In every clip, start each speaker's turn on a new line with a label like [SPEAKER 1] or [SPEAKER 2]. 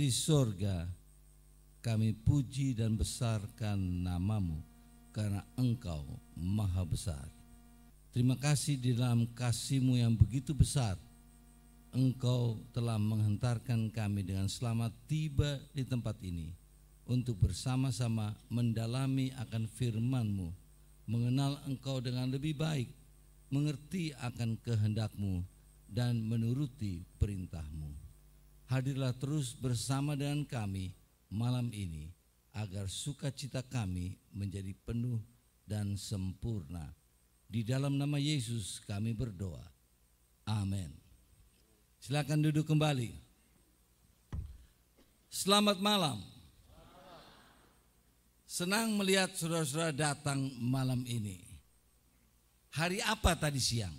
[SPEAKER 1] di sorga, kami puji dan besarkan namamu karena Engkau maha besar. Terima kasih di dalam kasih-Mu yang begitu besar, Engkau telah menghantarkan kami dengan selamat tiba di tempat ini untuk bersama-sama mendalami akan firman-Mu, mengenal Engkau dengan lebih baik, mengerti akan kehendak-Mu dan menuruti perintah-Mu. Hadirlah terus bersama dengan kami malam ini, agar sukacita kami menjadi penuh dan sempurna. Di dalam nama Yesus kami berdoa. Amin. Silakan duduk kembali. Selamat malam. Senang melihat saudara-saudara datang malam ini. Hari apa tadi siang?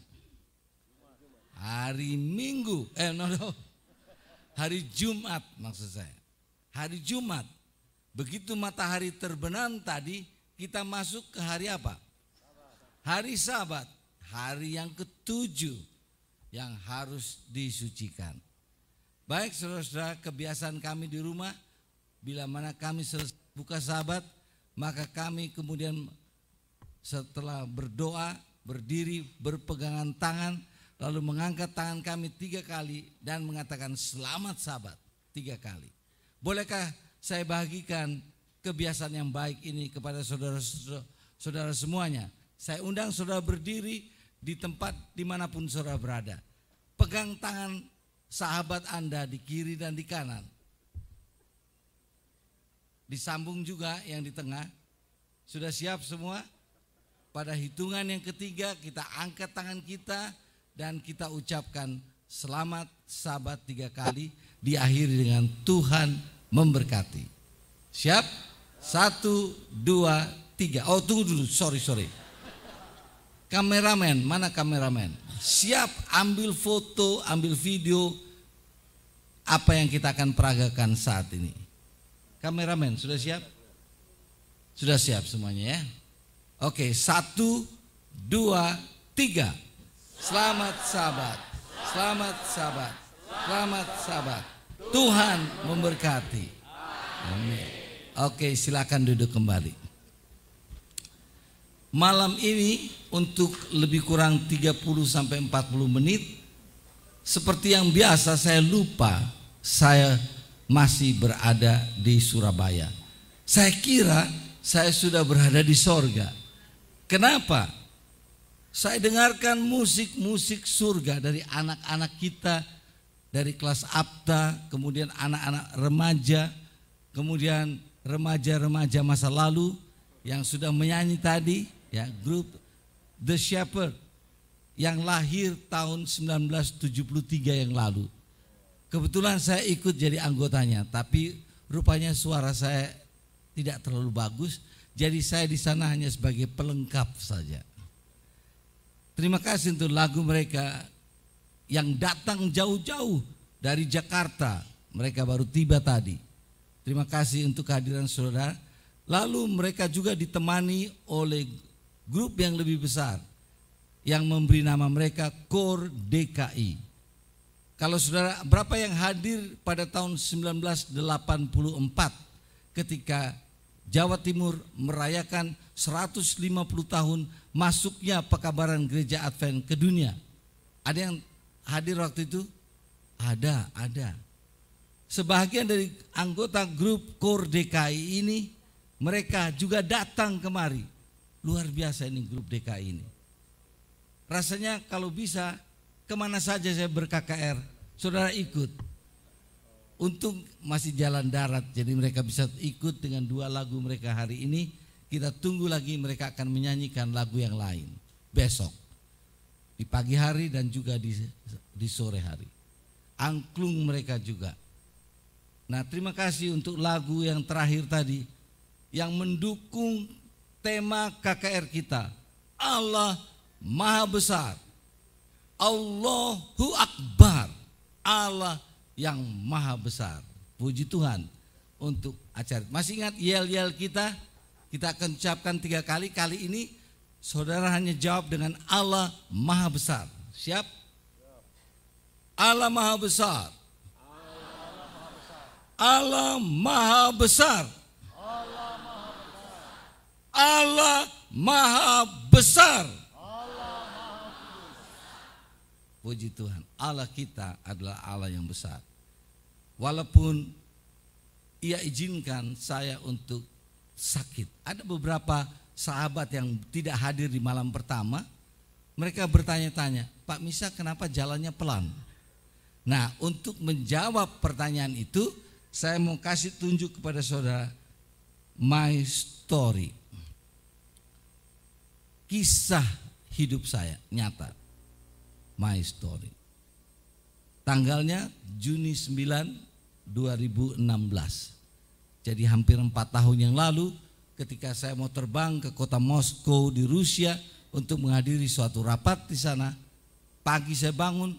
[SPEAKER 1] Hari Minggu. Hari Jumat maksud saya. Hari Jumat. Begitu matahari terbenam tadi, kita masuk ke hari apa? Hari Sabat. Hari yang ke-7 yang harus disucikan. Baik saudara-saudara, kebiasaan kami di rumah, bila mana kami selesai buka Sabat, maka kami kemudian setelah berdoa, berdiri, berpegangan tangan, lalu mengangkat tangan kami 3 kali dan mengatakan selamat Sabat 3 kali. Bolehkah saya bagikan kebiasaan yang baik ini kepada saudara-saudara semuanya? Saya undang saudara berdiri di tempat dimanapun saudara berada. Pegang tangan sahabat Anda di kiri dan di kanan. Disambung juga yang di tengah. Sudah siap semua? Pada hitungan yang ketiga kita angkat tangan kita dan kita ucapkan selamat Sabat 3 kali, diakhiri dengan Tuhan memberkati. Siap? 1, 2, 3. Oh tunggu dulu, sorry. Kameramen, mana kameramen? Siap ambil foto, ambil video apa yang kita akan peragakan saat ini. Kameramen sudah siap? Sudah siap semuanya ya? Oke, 1, 2, 3. Selamat Sabat, selamat Sabat, selamat Sabat. Tuhan memberkati. Amin. Oke, silakan duduk kembali. Malam ini untuk lebih kurang 30 sampai 40 menit, seperti yang biasa saya lupa saya masih berada di Surabaya. Saya kira saya sudah berada di sorga. Kenapa? Saya dengarkan musik-musik surga dari anak-anak kita, dari kelas Abta, kemudian anak-anak remaja, kemudian remaja-remaja masa lalu yang sudah menyanyi tadi, ya, grup The Shepherd yang lahir tahun 1973 yang lalu. Kebetulan saya ikut jadi anggotanya, tapi rupanya suara saya tidak terlalu bagus, jadi saya di sana hanya sebagai pelengkap saja. Terima kasih untuk lagu mereka yang datang jauh-jauh dari Jakarta. Mereka baru tiba tadi. Terima kasih untuk kehadiran saudara. Lalu mereka juga ditemani oleh grup yang lebih besar yang memberi nama mereka KOR DKI. Kalau saudara, berapa yang hadir pada tahun 1984 ketika Jawa Timur merayakan 150 tahun masuknya pekabaran gereja Advent ke dunia? Ada yang hadir waktu itu? Ada. Sebagian dari anggota grup KOR DKI ini, mereka juga datang kemari. Luar biasa ini grup DKI ini. Rasanya kalau bisa kemana saja saya ber-KKR, saudara ikut. Untung masih jalan darat, jadi mereka bisa ikut dengan 2 lagu mereka hari ini. Kita tunggu lagi mereka akan menyanyikan lagu yang lain besok. Di pagi hari dan juga di sore hari. Angklung mereka juga. Nah, terima kasih untuk lagu yang terakhir tadi yang mendukung tema KKR kita. Allah Maha Besar. Allahu Akbar. Allah yang Maha Besar. Puji Tuhan untuk acara. Masih ingat yel-yel kita? Kita akan ucapkan 3 kali. Kali ini saudara hanya jawab dengan Allah Maha Besar. Siap? Allah Maha Besar. Allah Maha Besar. Allah Maha Besar. Puji Tuhan, Allah kita adalah Allah yang besar. Walaupun Ia izinkan saya untuk sakit. Ada beberapa sahabat yang tidak hadir di malam pertama. Mereka bertanya-tanya, Pak Misa kenapa jalannya pelan? Nah, untuk menjawab pertanyaan itu, saya mau kasih tunjuk kepada saudara my story. Kisah hidup saya nyata. My story. Tanggalnya Juni 9 2016. Jadi hampir 4 tahun yang lalu ketika saya mau terbang ke kota Moskow di Rusia untuk menghadiri suatu rapat di sana. Pagi saya bangun,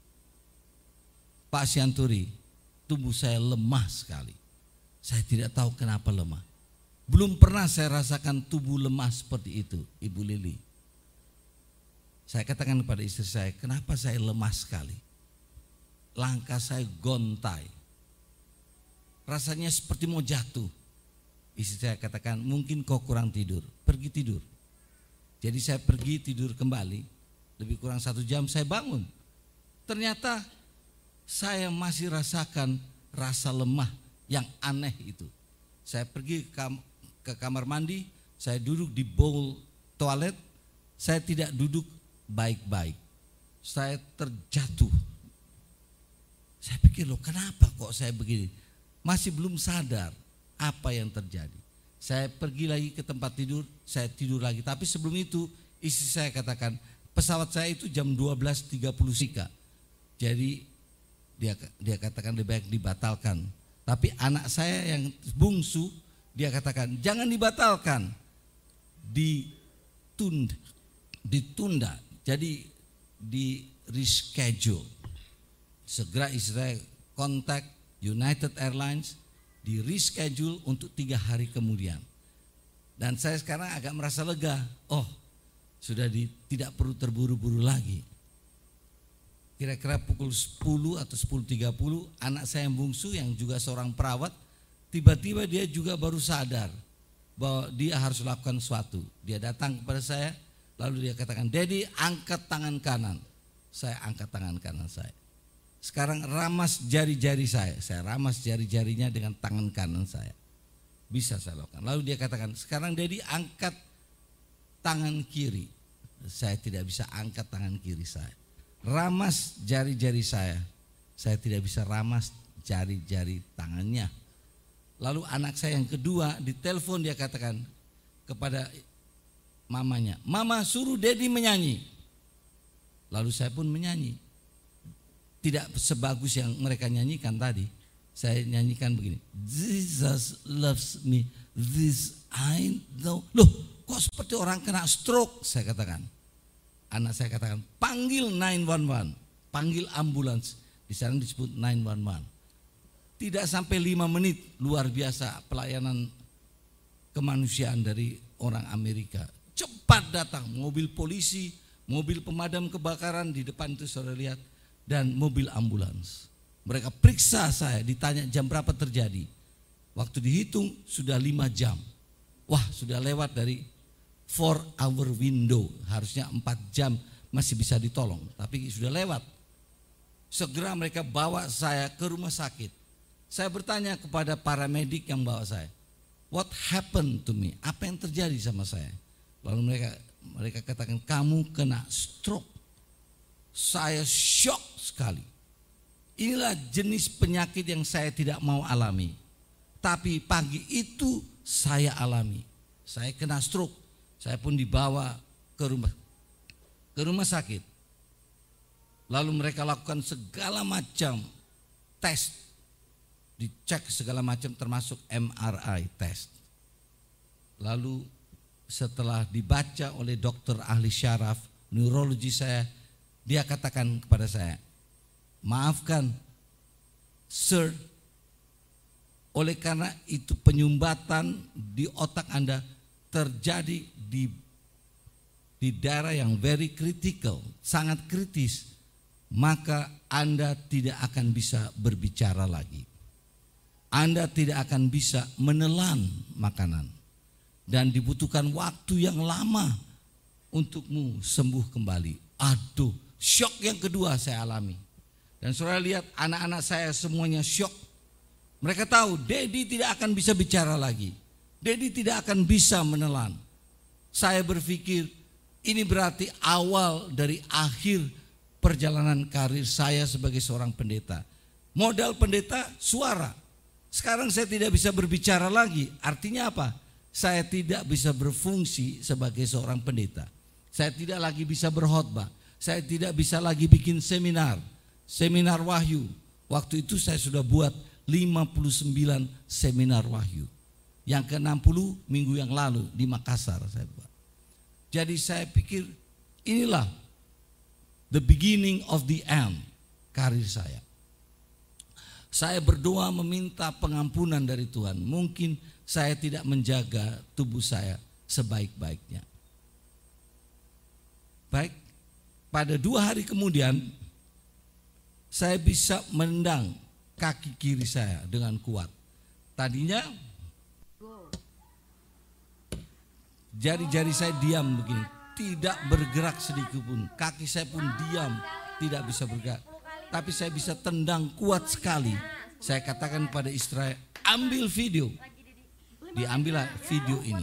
[SPEAKER 1] Pak Sianturi, tubuh saya lemah sekali. Saya tidak tahu kenapa lemah. Belum pernah saya rasakan tubuh lemah seperti itu, Ibu Lili. Saya katakan kepada istri saya, kenapa saya lemah sekali? Langkah saya gontai. Rasanya seperti mau jatuh. Istri saya katakan, mungkin kau kurang tidur, pergi tidur. Jadi saya pergi tidur kembali, lebih kurang 1 jam saya bangun. Ternyata saya masih rasakan rasa lemah yang aneh itu. Saya pergi ke kamar mandi, saya duduk di bowl toilet, saya tidak duduk baik-baik. Saya terjatuh. Saya pikir, loh kenapa kok saya begini? Masih belum sadar apa yang terjadi. Saya pergi lagi ke tempat tidur, saya tidur lagi. Tapi sebelum itu istri saya katakan, pesawat saya itu jam 12.30 Sika. Jadi dia katakan lebih baik dibatalkan. Tapi anak saya yang bungsu, dia katakan jangan dibatalkan, ditunda. Jadi di reschedule. Segera istri saya kontak United Airlines, di reschedule untuk 3 hari kemudian. Dan saya sekarang agak merasa lega. Oh, sudah tidak perlu terburu-buru lagi. Kira-kira pukul 10 atau 10.30 anak saya yang bungsu yang juga seorang perawat, tiba-tiba dia juga baru sadar bahwa dia harus lakukan sesuatu. Dia datang kepada saya, lalu dia katakan, "Daddy, angkat tangan kanan." Saya angkat tangan kanan saya. Sekarang ramas jari-jari saya ramas jari-jarinya dengan tangan kanan saya. Bisa saya lakukan. Lalu dia katakan, "Sekarang Daddy angkat tangan kiri." Saya tidak bisa angkat tangan kiri saya. Ramas jari-jari saya tidak bisa ramas jari-jari tangannya. Lalu anak saya yang kedua ditelepon, dia katakan kepada mamanya, "Mama suruh Daddy menyanyi." Lalu saya pun menyanyi. Tidak sebagus yang mereka nyanyikan tadi. Saya nyanyikan begini, "Jesus loves me, this I know." Loh, kok seperti orang kena stroke, saya katakan. Anak saya katakan, "Panggil 911, panggil ambulans." Di sana disebut 911. Tidak sampai 5 menit, luar biasa pelayanan kemanusiaan dari orang Amerika. Cepat datang, mobil polisi, mobil pemadam kebakaran di depan itu saudara lihat, dan mobil ambulans. Mereka periksa saya, ditanya jam berapa terjadi. Waktu dihitung sudah 5 jam. Wah, sudah lewat dari 4-hour window. Harusnya 4 jam masih bisa ditolong, tapi sudah lewat. Segera mereka bawa saya ke rumah sakit. Saya bertanya kepada paramedik yang bawa saya, "What happened to me?" Apa yang terjadi sama saya? Lalu mereka katakan, "Kamu kena stroke." Saya shock sekali. Inilah jenis penyakit yang saya tidak mau alami. Tapi pagi itu saya alami. Saya kena stroke. Saya pun dibawa ke rumah sakit. Lalu mereka lakukan segala macam tes. Dicek segala macam termasuk MRI test. Lalu setelah dibaca oleh dokter ahli syaraf neurologi saya, dia katakan kepada saya, "Maafkan, sir, oleh karena itu penyumbatan di otak Anda terjadi di daerah yang very critical, sangat kritis, maka Anda tidak akan bisa berbicara lagi." Anda tidak akan bisa menelan makanan dan dibutuhkan waktu yang lama untukmu sembuh kembali. Aduh, syok yang kedua saya alami. Dan saudara lihat anak-anak saya semuanya syok. Mereka tahu Dedi tidak akan bisa bicara lagi. Dedi tidak akan bisa menelan. Saya berpikir ini berarti awal dari akhir perjalanan karir saya sebagai seorang pendeta. Modal pendeta suara. Sekarang saya tidak bisa berbicara lagi. Artinya apa? Saya tidak bisa berfungsi sebagai seorang pendeta. Saya tidak lagi bisa berkhotbah. Saya tidak bisa lagi bikin seminar wahyu. Waktu itu saya sudah buat 59 seminar wahyu. Yang ke-60 minggu yang lalu di Makassar saya buat. Jadi saya pikir inilah the beginning of the end karir saya. Saya berdoa meminta pengampunan dari Tuhan. Mungkin saya tidak menjaga tubuh saya sebaik-baiknya. Baik, pada 2 hari kemudian saya bisa menendang kaki kiri saya dengan kuat. Tadinya jari-jari saya diam begini, tidak bergerak sedikit pun. Kaki saya pun diam, tidak bisa bergerak. Tapi saya bisa tendang kuat sekali. Saya katakan pada istri saya, ambil video. Diambillah video ini.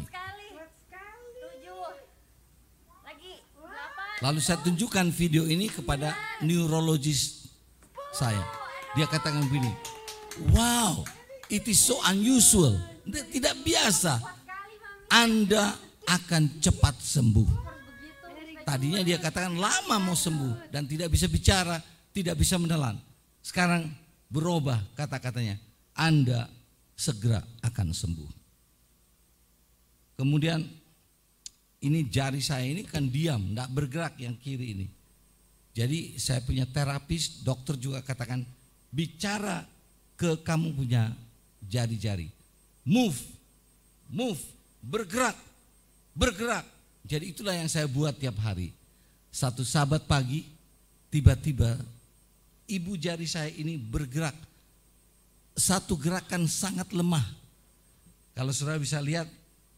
[SPEAKER 1] Lalu saya tunjukkan video ini kepada neurologis saya. Dia katakan begini, wow, it is so unusual. Tidak biasa. Anda akan cepat sembuh. Tadinya dia katakan lama mau sembuh dan tidak bisa bicara, tidak bisa menelan. Sekarang berubah kata-katanya, Anda segera akan sembuh. Kemudian ini jari saya ini kan diam, tidak bergerak yang kiri ini. Jadi saya punya terapis, dokter juga katakan, bicara ke kamu punya jari-jari. Move, bergerak. Jadi itulah yang saya buat tiap hari. Satu Sabat pagi, tiba-tiba ibu jari saya ini bergerak. Satu gerakan sangat lemah. Kalau saudara bisa lihat,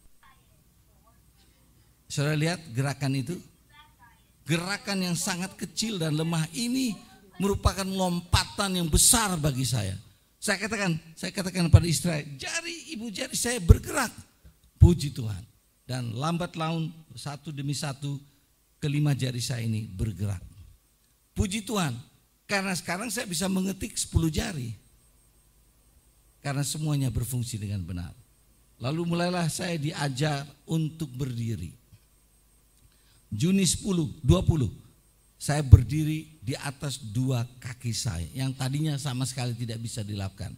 [SPEAKER 1] saudara lihat gerakan itu? Gerakan yang sangat kecil dan lemah ini merupakan lompatan yang besar bagi saya. Saya katakan pada istri, ibu jari saya bergerak. Puji Tuhan. Dan lambat laun satu demi satu kelima jari saya ini bergerak. Puji Tuhan. Karena sekarang saya bisa mengetik 10 jari. Karena semuanya berfungsi dengan benar. Lalu mulailah saya diajar untuk berdiri. Juni 20 saya berdiri di atas 2 kaki saya yang tadinya sama sekali tidak bisa dilakukan.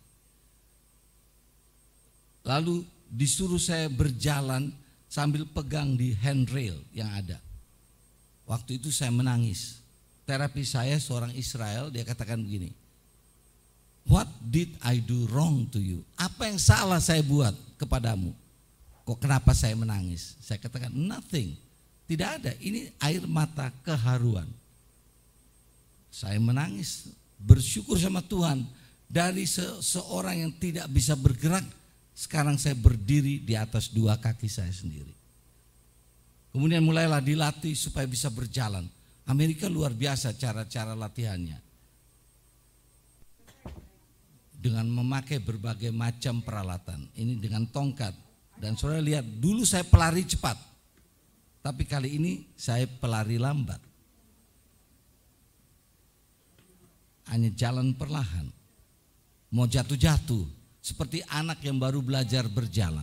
[SPEAKER 1] Lalu disuruh saya berjalan sambil pegang di handrail yang ada. Waktu itu saya menangis. Terapis saya seorang Israel, dia katakan begini, what did I do wrong to you? Apa yang salah saya buat kepadamu? Kok kenapa saya menangis? Saya katakan nothing. Tidak ada, ini air mata keharuan. Saya menangis, bersyukur sama Tuhan. Dari seorang yang tidak bisa bergerak, sekarang saya berdiri di atas 2 kaki saya sendiri. Kemudian mulailah dilatih supaya bisa berjalan. Amerika luar biasa cara-cara latihannya. Dengan memakai berbagai macam peralatan. Ini dengan tongkat. Dan saudara lihat, dulu saya pelari cepat. Tapi kali ini saya pelari lambat. Hanya jalan perlahan. Mau jatuh-jatuh. Seperti anak yang baru belajar berjalan.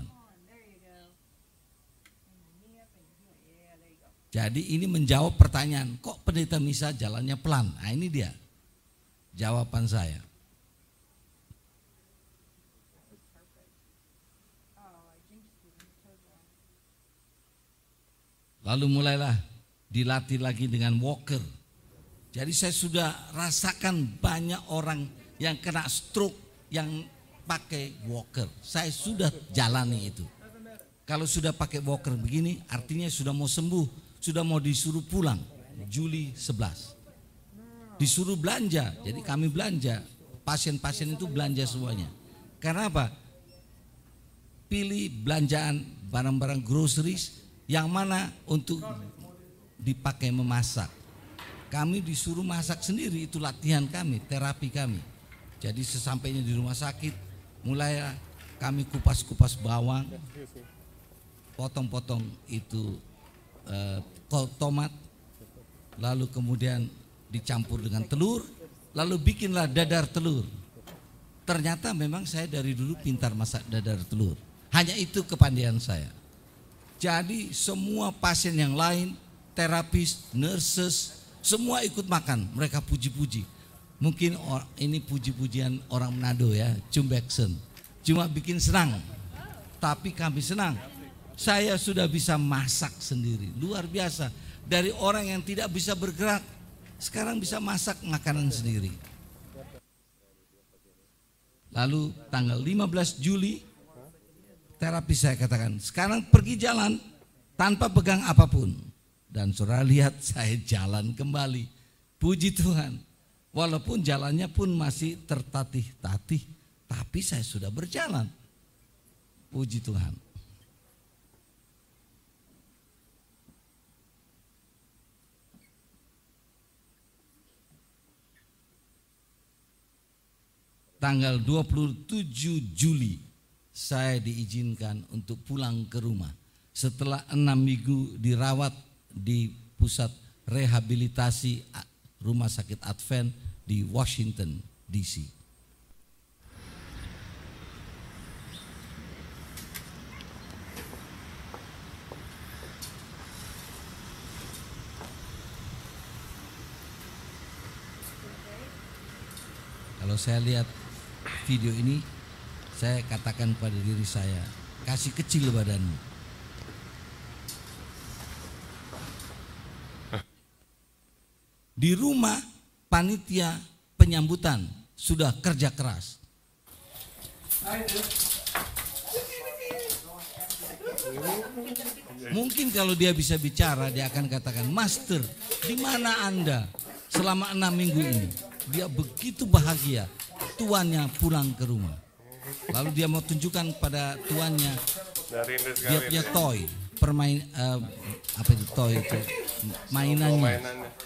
[SPEAKER 1] Jadi ini menjawab pertanyaan, kok pendeta Misa jalannya pelan? Nah ini dia jawaban saya. Lalu mulailah dilatih lagi dengan walker. Jadi saya sudah rasakan banyak orang yang kena stroke yang pakai walker. Saya sudah jalani itu. Kalau sudah pakai walker begini artinya sudah mau sembuh. Sudah mau disuruh pulang Juli 11. Disuruh belanja, jadi kami belanja. Pasien-pasien itu belanja semuanya. Karena apa? Pilih belanjaan barang-barang groceries yang mana untuk dipakai memasak. Kami disuruh masak sendiri, itu latihan kami, terapi kami. Jadi sesampainya di rumah sakit, mulai kami kupas-kupas bawang, potong-potong itu tomat, lalu kemudian dicampur dengan telur, lalu bikinlah dadar telur. Ternyata memang saya dari dulu pintar masak dadar telur. Hanya itu kepandaian saya. Jadi semua pasien yang lain, terapis, nurses, semua ikut makan. Mereka puji-puji. Mungkin ini puji-pujian orang Manado ya, Cumbeksen. Cuma bikin senang. Tapi kami senang. Saya sudah bisa masak sendiri. Luar biasa. Dari orang yang tidak bisa bergerak, sekarang bisa masak makanan sendiri. Lalu tanggal 15 Juli, terapi saya katakan, sekarang pergi jalan tanpa pegang apapun. Dan saudara lihat saya jalan kembali. Puji Tuhan. Walaupun jalannya pun masih tertatih-tatih, tapi saya sudah berjalan. Puji Tuhan. Tanggal 27 Juli saya diizinkan untuk pulang ke rumah. Setelah 6 minggu dirawat di pusat rehabilitasi Rumah Sakit Advent di Washington DC. Kalau saya lihat video ini, saya katakan pada diri saya, kasih kecil badanmu. Di rumah panitia penyambutan sudah kerja keras. Mungkin kalau dia bisa bicara, dia akan katakan, Master, di mana Anda selama 6 minggu ini? Dia begitu bahagia, tuannya pulang ke rumah. Lalu dia mau tunjukkan pada tuannya, dia punya toy, apa itu toy itu, mainannya.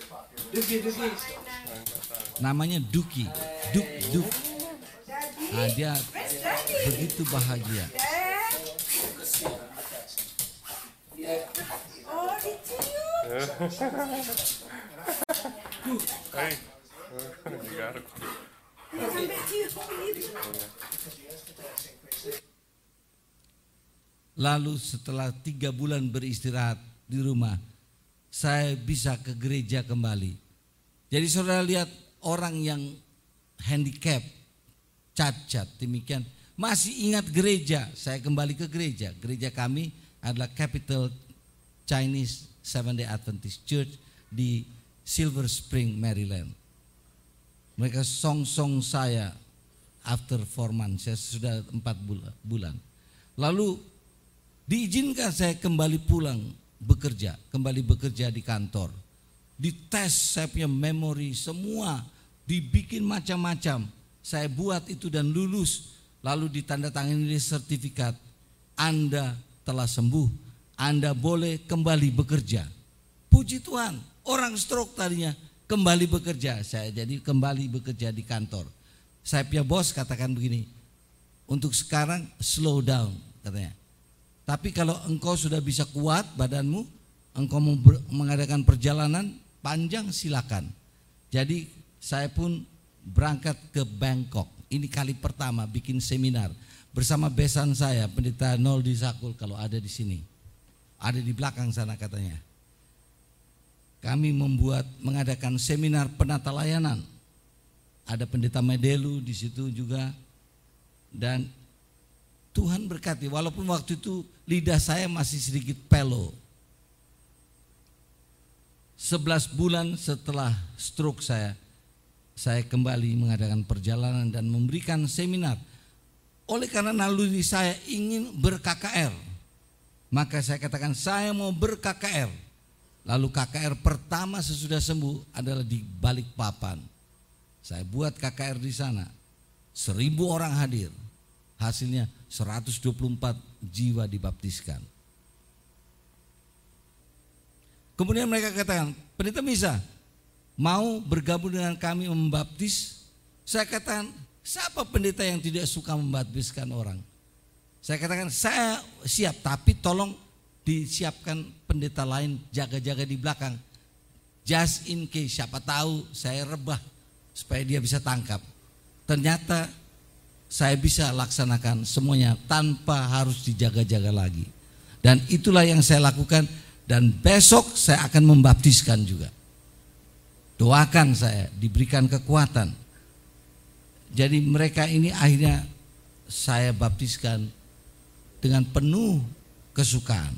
[SPEAKER 1] Namanya Duki, Duk. Nah, dia begitu bahagia. Lalu setelah 3 bulan beristirahat di rumah, saya bisa ke gereja kembali. Jadi saudara lihat orang yang handicap, cacat, demikian masih ingat gereja. Saya kembali ke gereja. Gereja kami adalah Capital Chinese Seventh-day Adventist Church di Silver Spring, Maryland. Mereka song-song saya after 4 months, saya sudah 4 bulan. Lalu diizinkan saya kembali pulang bekerja, kembali bekerja di kantor. Dites saya punya memori semua, dibikin macam-macam. Saya buat itu dan lulus. Lalu ditandatangani sertifikat, Anda telah sembuh, Anda boleh kembali bekerja. Puji Tuhan, orang stroke tadinya kembali bekerja. Saya jadi kembali bekerja di kantor. Saya punya bos katakan begini, untuk sekarang slow down katanya. Tapi kalau engkau sudah bisa kuat badanmu, engkau mau mengadakan perjalanan panjang silakan. Jadi saya pun berangkat ke Bangkok. Ini kali pertama bikin seminar bersama besan saya, Pendeta Noldi Zakul, kalau ada di sini. Ada di belakang sana katanya. Kami mengadakan seminar penata layanan. Ada Pendeta Medelu di situ juga. Dan Tuhan berkati, walaupun waktu itu lidah saya masih sedikit pelo. 11 bulan setelah stroke saya kembali mengadakan perjalanan dan memberikan seminar. Oleh karena naluri saya ingin ber-KKR, maka saya katakan saya mau ber-KKR. Lalu KKR pertama sesudah sembuh adalah di Balikpapan. Saya buat KKR di sana, 1.000 orang hadir. Hasilnya 124 jiwa dibaptiskan. Kemudian mereka katakan, Pendeta Misa mau bergabung dengan kami membaptis? Saya katakan, siapa pendeta yang tidak suka membaptiskan orang? Saya katakan, saya siap, tapi tolong disiapkan pendeta lain jaga-jaga di belakang. Just in case, siapa tahu saya rebah supaya dia bisa tangkap. Ternyata saya bisa laksanakan semuanya tanpa harus dijaga-jaga lagi. Dan itulah yang saya lakukan, dan besok saya akan membaptiskan juga. Doakan saya diberikan kekuatan. Jadi mereka ini akhirnya saya baptiskan dengan penuh kesukaan.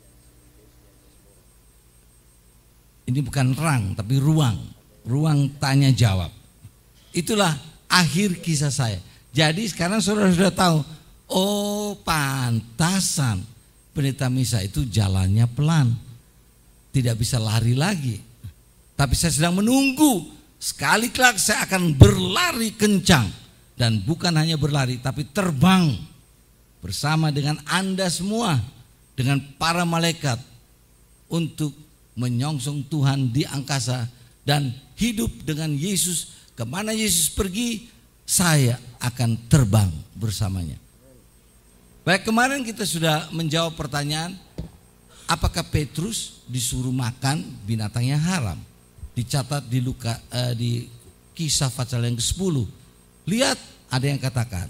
[SPEAKER 1] Ini bukan rang tapi ruang tanya jawab. Itulah akhir kisah saya. Jadi sekarang saudara sudah tahu, oh pantasan Pendeta Misa itu jalannya pelan, tidak bisa lari lagi. Tapi saya sedang menunggu, sekali kelak saya akan berlari kencang. Dan bukan hanya berlari, tapi terbang bersama dengan Anda semua, dengan para malaikat, untuk menyongsong Tuhan di angkasa dan hidup dengan Yesus. Kemana Yesus pergi, saya akan terbang bersamanya. Baik, kemarin kita sudah menjawab pertanyaan, apakah Petrus disuruh makan binatang yang haram? Dicatat di di Kisah pasal yang ke-10. Lihat, ada yang katakan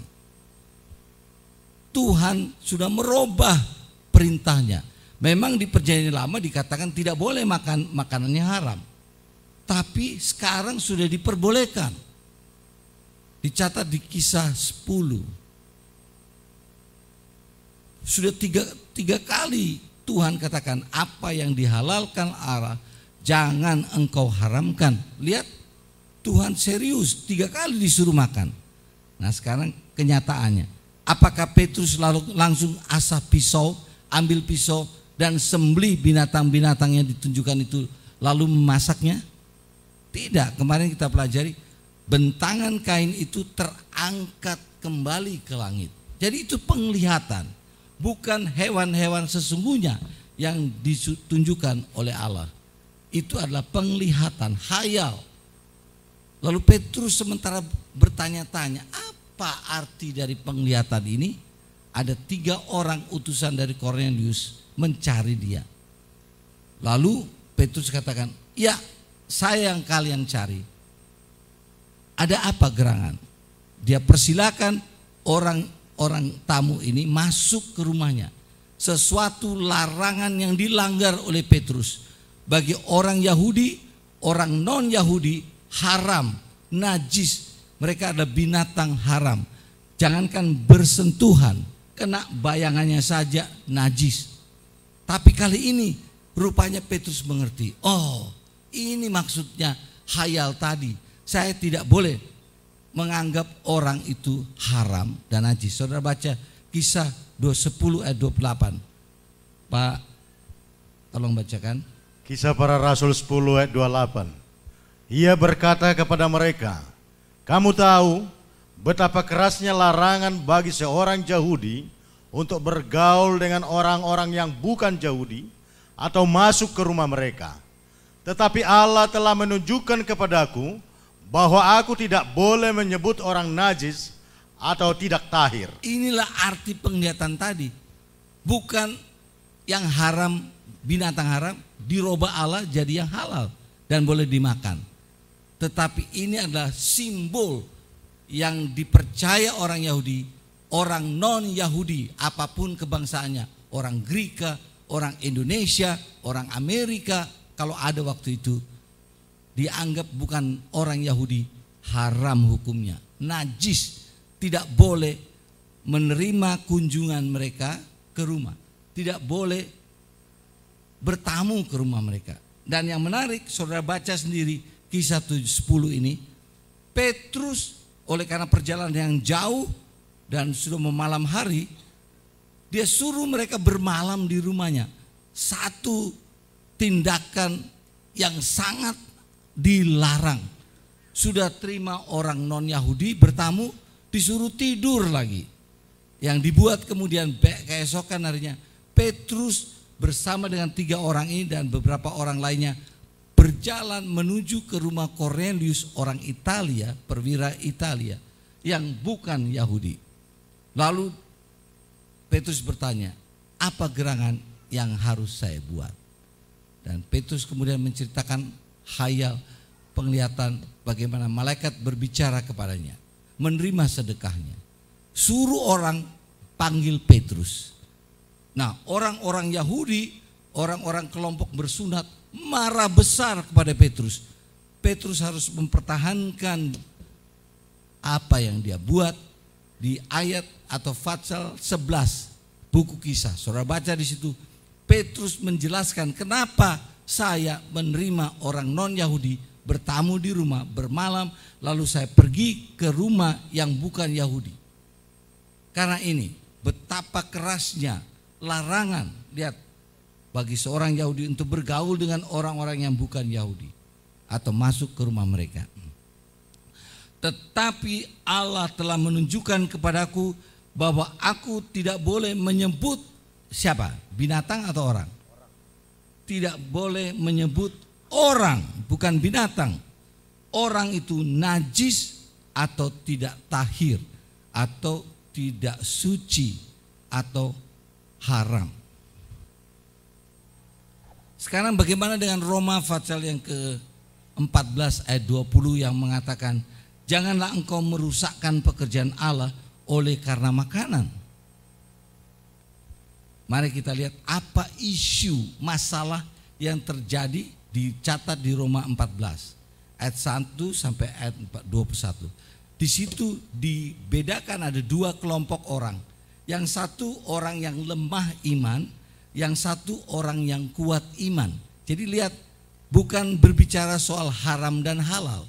[SPEAKER 1] Tuhan sudah merubah perintahnya. Memang di Perjanjian Lama dikatakan tidak boleh makan makanannya haram, tapi sekarang sudah diperbolehkan. Dicatat di Kisah 10. Sudah tiga kali Tuhan katakan, apa yang dihalalkan Allah jangan engkau haramkan. Lihat, Tuhan serius 3 kali disuruh makan. Nah sekarang kenyataannya, apakah Petrus langsung asah pisau, ambil pisau dan sembelih binatang-binatang yang ditunjukkan itu lalu memasaknya? Tidak. Kemarin kita pelajari, bentangan kain itu terangkat kembali ke langit. Jadi itu penglihatan, bukan hewan-hewan sesungguhnya yang ditunjukkan oleh Allah. Itu adalah penglihatan, khayal. Lalu Petrus sementara bertanya-tanya, apa arti dari penglihatan ini? Ada 3 orang utusan dari Kornelius mencari dia. Lalu Petrus katakan, ya saya yang kalian cari. Ada apa gerangan? Dia persilakan orang tamu ini masuk ke rumahnya. Sesuatu larangan yang dilanggar oleh Petrus. Bagi orang Yahudi, orang non-Yahudi haram, najis. Mereka adalah binatang haram. Jangankan bersentuhan, kena bayangannya saja najis. Tapi kali ini rupanya Petrus mengerti. Oh, ini maksudnya khayal tadi. Saya tidak boleh menganggap orang itu haram dan najis. Saudara baca Kisah 10 ayat 28. Pak, tolong bacakan.
[SPEAKER 2] Kisah Para Rasul 10 ayat 28. Ia berkata kepada mereka, kamu tahu betapa kerasnya larangan bagi seorang Yahudi untuk bergaul dengan orang-orang yang bukan Yahudi atau masuk ke rumah mereka. Tetapi Allah telah menunjukkan kepadaku bahwa aku tidak boleh menyebut orang najis atau tidak tahir. Inilah
[SPEAKER 1] arti penglihatan tadi. Bukan yang haram, binatang haram dirubah Allah jadi yang halal dan boleh dimakan. Tetapi ini adalah simbol yang dipercaya orang Yahudi, orang non-Yahudi, apapun kebangsaannya, orang Greka, orang Indonesia, orang Amerika, kalau ada waktu itu, dianggap bukan orang Yahudi, haram hukumnya, najis, tidak boleh menerima kunjungan mereka ke rumah, tidak boleh bertamu ke rumah mereka. Dan yang menarik, saudara baca sendiri Kisah 10 ini, Petrus oleh karena perjalanan yang jauh dan sudah memalam hari, dia suruh mereka bermalam di rumahnya. Satu tindakan yang sangat dilarang. Sudah terima orang non-Yahudi bertamu, disuruh tidur lagi. yang dibuat kemudian keesokan harinya Petrus bersama dengan 3 orang ini dan beberapa orang lainnya berjalan menuju ke rumah Cornelius, orang Italia, perwira Italia yang bukan Yahudi. Lalu Petrus bertanya, apa gerangan yang harus saya buat? Dan Petrus kemudian menceritakan hayal penglihatan bagaimana malaikat berbicara kepadanya, menerima sedekahnya. Suruh orang panggil Petrus. Nah, orang-orang Yahudi, orang-orang kelompok bersunat marah besar kepada Petrus. Petrus harus mempertahankan apa yang dia buat di ayat atau Fatsal 11 buku Kisah. Saudara baca di situ, Petrus menjelaskan kenapa saya menerima orang non-Yahudi bertamu di rumah bermalam, lalu saya pergi ke rumah yang bukan Yahudi. Karena ini betapa kerasnya larangan, lihat, bagi seorang Yahudi untuk bergaul dengan orang-orang yang bukan Yahudi atau masuk ke rumah mereka. Tetapi Allah telah menunjukkan kepadaku bahwa aku tidak boleh menyebut siapa? Binatang atau orang? Tidak boleh menyebut orang, bukan binatang. Orang itu najis atau tidak tahir atau tidak suci atau haram. Sekarang bagaimana dengan Roma Fatsal yang ke-14 ayat 20 yang mengatakan, janganlah engkau merusakkan pekerjaan Allah oleh karena makanan. Mari kita lihat apa isu masalah yang terjadi dicatat di Roma 14 ayat 1 sampai ayat 21. Di situ dibedakan ada 2 kelompok orang. Yang satu orang yang lemah iman, yang satu orang yang kuat iman. Jadi lihat, bukan berbicara soal haram dan halal.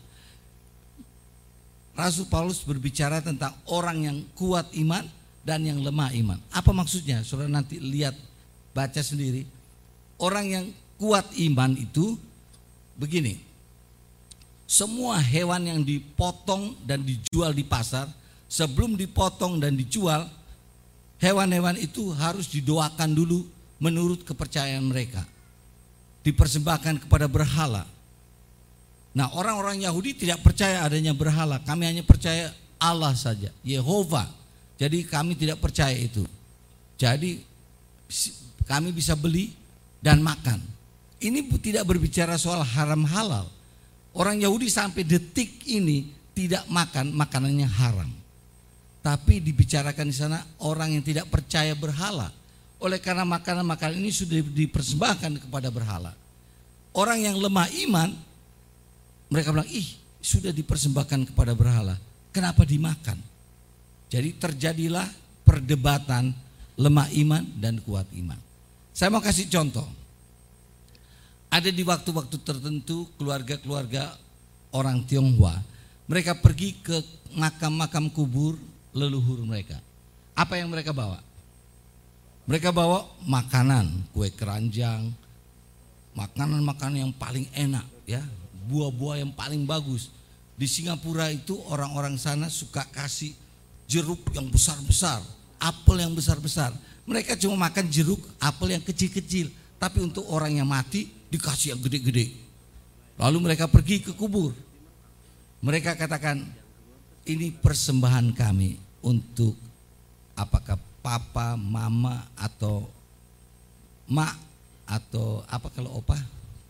[SPEAKER 1] Rasul Paulus berbicara tentang orang yang kuat iman dan yang lemah iman. Apa maksudnya? Saudara nanti lihat, baca sendiri. Orang yang kuat iman itu begini. Semua hewan yang dipotong dan dijual di pasar, sebelum dipotong dan dijual, hewan-hewan itu harus didoakan dulu menurut kepercayaan mereka. Dipersembahkan kepada berhala. Nah, orang-orang Yahudi tidak percaya adanya berhala. Kami hanya percaya Allah saja, Yehova. Jadi kami tidak percaya itu. Jadi kami bisa beli dan makan. Ini tidak berbicara soal haram halal. Orang Yahudi sampai detik ini tidak makan makanannya haram. Tapi dibicarakan di sana orang yang tidak percaya berhala. Oleh karena makanan-makanan ini sudah dipersembahkan kepada berhala. Orang yang lemah iman, mereka bilang, sudah dipersembahkan kepada berhala, kenapa dimakan? Jadi terjadilah perdebatan lemah iman dan kuat iman. Saya mau kasih contoh. Ada di waktu-waktu tertentu keluarga-keluarga orang Tionghoa, mereka pergi ke makam-makam kubur leluhur mereka. Apa yang mereka bawa? Mereka bawa makanan, kue keranjang, makanan-makanan yang paling enak, ya, buah-buah yang paling bagus. Di Singapura itu orang-orang sana suka kasih jeruk yang besar-besar, apel yang besar-besar. Mereka cuma makan jeruk, apel yang kecil-kecil, tapi untuk orang yang mati dikasih yang gede-gede. Lalu mereka pergi ke kubur. Mereka katakan, ini persembahan kami untuk apakah papa, mama, atau mak, atau apa kalau opa?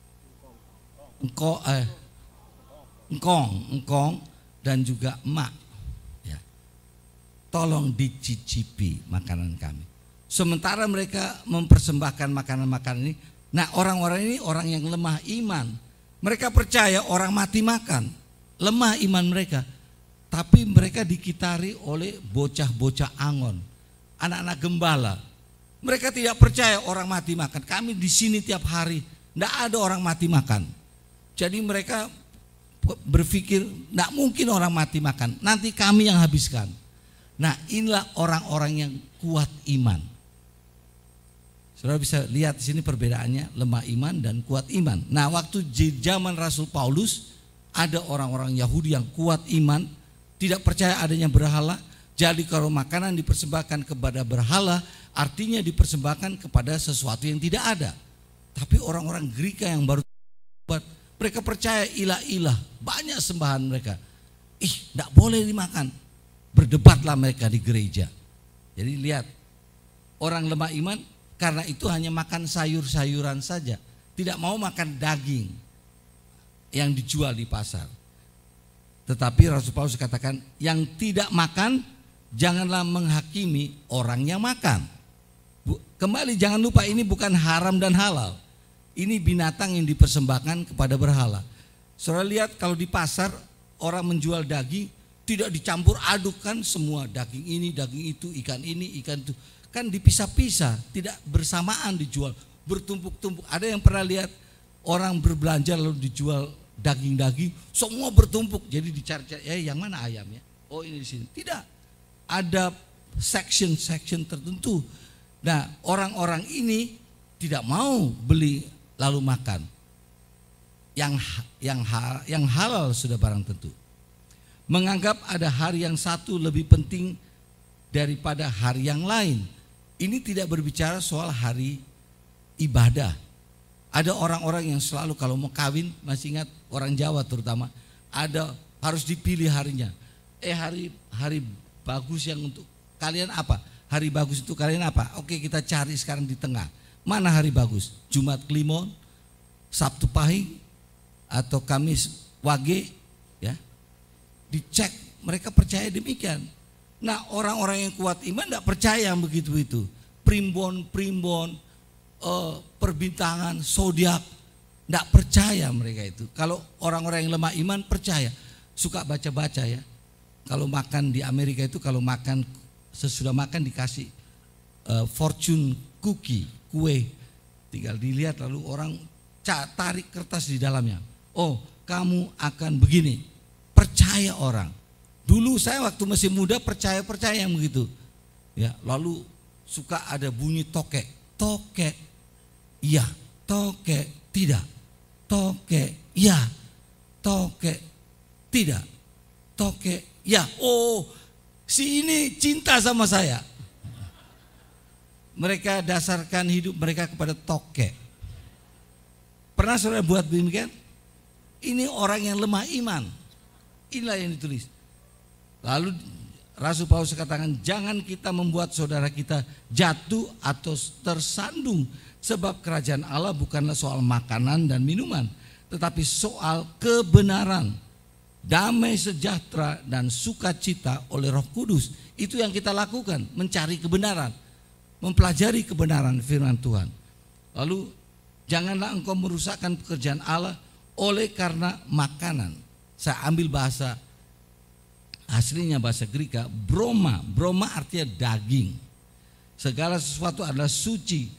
[SPEAKER 1] Engkong dan juga emak. Ya. Tolong dicicipi makanan kami. Sementara mereka mempersembahkan makanan-makanan ini. Nah, orang-orang ini orang yang lemah iman. Mereka percaya orang mati makan. Lemah iman mereka. Tapi mereka dikitari oleh bocah-bocah Angon, anak-anak gembala. Mereka tidak percaya orang mati makan. Kami di sini tiap hari, tidak ada orang mati makan. Jadi mereka berpikir, tidak mungkin orang mati makan. Nanti kami yang habiskan. Nah, inilah orang-orang yang kuat iman. Saudara bisa lihat di sini perbedaannya, lemah iman dan kuat iman. Nah, waktu zaman Rasul Paulus, ada orang-orang Yahudi yang kuat iman, tidak percaya adanya berhala. Jadi kalau makanan dipersembahkan kepada berhala, artinya dipersembahkan kepada sesuatu yang tidak ada. Tapi orang-orang Greka yang baru buat, mereka percaya ilah-ilah, banyak sembahan mereka. Tidak boleh dimakan. Berdebatlah mereka di gereja. Jadi lihat, orang lemah iman karena itu hanya makan sayur-sayuran saja. Tidak mau makan daging yang dijual di pasar. Tetapi Rasul Paulus katakan, yang tidak makan janganlah menghakimi orang yang makan. Kembali jangan lupa, ini bukan haram dan halal. Ini binatang yang dipersembahkan kepada berhala. Saudara lihat kalau di pasar orang menjual daging, tidak dicampur adukkan semua, daging ini, daging itu, ikan ini, ikan itu. Kan dipisah-pisah, tidak bersamaan dijual, bertumpuk-tumpuk. Ada yang pernah lihat orang berbelanja lalu dijual daging-daging, semua bertumpuk. Jadi dicari-cari, yang mana ayamnya? Oh ini di sini. Tidak, ada section tertentu. Nah, orang-orang ini tidak mau beli lalu makan. Yang halal sudah barang tentu. Menganggap ada hari yang satu lebih penting daripada hari yang lain. Ini tidak berbicara soal hari ibadah. Ada orang-orang yang selalu kalau mau kawin, masih ingat orang Jawa terutama, ada harus dipilih harinya. Hari bagus yang untuk kalian apa? Hari bagus untuk kalian apa? Oke, kita cari sekarang di tengah. Mana hari bagus? Jumat Kliwon, Sabtu Pahing, atau Kamis Wage, ya. Dicek, mereka percaya demikian. Nah, orang-orang yang kuat iman tidak percaya yang begitu itu. Primbon, perbintangan, zodiak, tidak percaya mereka itu. Kalau orang-orang yang lemah iman percaya, suka baca-baca ya. Kalau makan di Amerika itu, kalau makan sesudah makan dikasih fortune cookie, kue, tinggal dilihat lalu orang tarik kertas di dalamnya. Oh, kamu akan begini. Percaya orang. Dulu saya waktu masih muda percaya yang begitu. Ya, lalu suka ada bunyi tokek, iya, tokek, tidak, tokek, iya, tokek, tidak, tokek, ya. Oh, si ini cinta sama saya. Mereka dasarkan hidup mereka kepada tokek. Pernah saudara buat demikian? Ini orang yang lemah iman. Inilah yang ditulis. Lalu Rasul Paulus katakan, jangan kita membuat saudara kita jatuh atau tersandung, sebab kerajaan Allah bukanlah soal makanan dan minuman, tetapi soal kebenaran, damai sejahtera dan sukacita oleh Roh Kudus. Itu yang kita lakukan, mencari kebenaran, mempelajari kebenaran firman Tuhan. Lalu janganlah engkau merusakkan pekerjaan Allah oleh karena makanan. Saya ambil bahasa aslinya, bahasa Greka, broma. Broma artinya daging. Segala sesuatu adalah suci.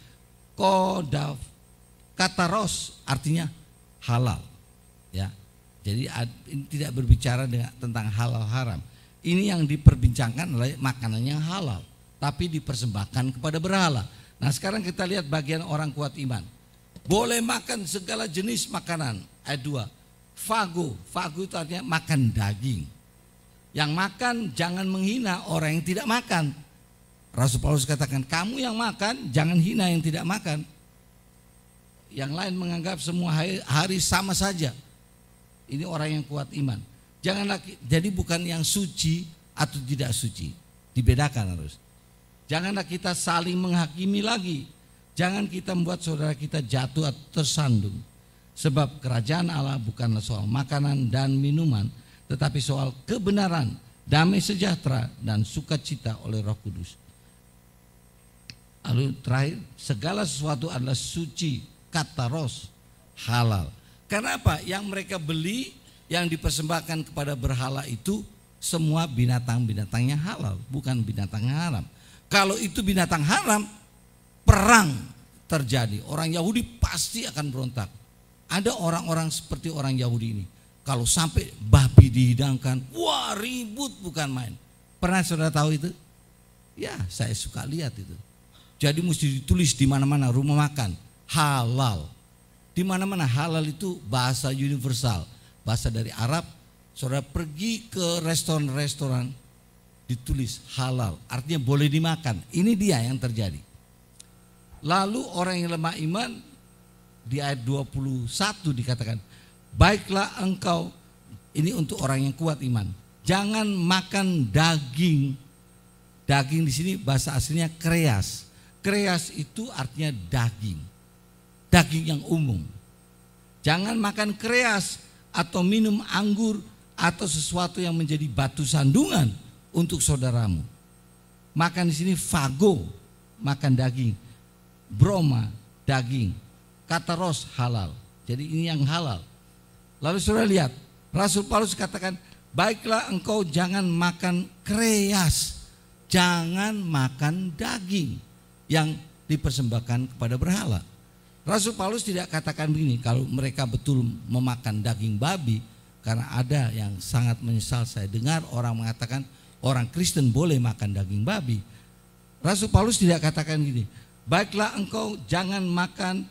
[SPEAKER 1] Kataros artinya halal. Ya, jadi ini tidak berbicara tentang halal haram. Ini yang diperbincangkan adalah makanan yang halal, tapi dipersembahkan kepada berhala. Nah, sekarang kita lihat bagian orang kuat iman. Boleh makan segala jenis makanan. Ayat 2. Fago itu artinya makan daging. Yang makan jangan menghina orang yang tidak makan. Rasul Paulus katakan, kamu yang makan jangan hina yang tidak makan. Yang lain menganggap semua hari sama saja. Ini orang yang kuat iman. Janganlah, jadi bukan yang suci atau tidak suci, dibedakan harus. Janganlah kita saling menghakimi lagi. Jangan kita membuat saudara kita jatuh atau tersandung. Sebab kerajaan Allah bukanlah soal makanan dan minuman, tetapi soal kebenaran, damai sejahtera dan sukacita oleh Roh Kudus. Lalu terakhir, segala sesuatu adalah suci, kataros, halal. Karena apa? Yang mereka beli, yang dipersembahkan kepada berhala itu semua binatang-binatangnya halal, bukan binatang haram. Kalau itu binatang haram, perang terjadi. Orang Yahudi pasti akan berontak. Ada orang-orang seperti orang Yahudi ini. Kalau sampai babi dihidangkan, wah ribut bukan main. Pernah saudara tahu itu? Ya, saya suka lihat itu. Jadi mesti ditulis di mana-mana rumah makan halal. Di mana-mana halal itu bahasa universal, bahasa dari Arab. Saudara pergi ke restoran-restoran ditulis halal, artinya boleh dimakan. Ini dia yang terjadi. Lalu orang yang lemah iman di ayat 21 dikatakan, baiklah engkau, ini untuk orang yang kuat iman, jangan makan daging. Daging di sini bahasa aslinya kreas. Kreas itu artinya daging. Daging yang umum. Jangan makan kreas atau minum anggur atau sesuatu yang menjadi batu sandungan untuk saudaramu. Makan di sini fago, makan daging. Broma, daging. Kataros, halal. Jadi ini yang halal. Lalu saudara lihat, Rasul Paulus katakan, baiklah engkau jangan makan kreas. Jangan makan daging yang dipersembahkan kepada berhala. Rasul Paulus tidak katakan begini, kalau mereka betul memakan daging babi, karena ada yang sangat menyesal saya dengar orang mengatakan orang Kristen boleh makan daging babi. Rasul Paulus tidak katakan gini, baiklah engkau jangan makan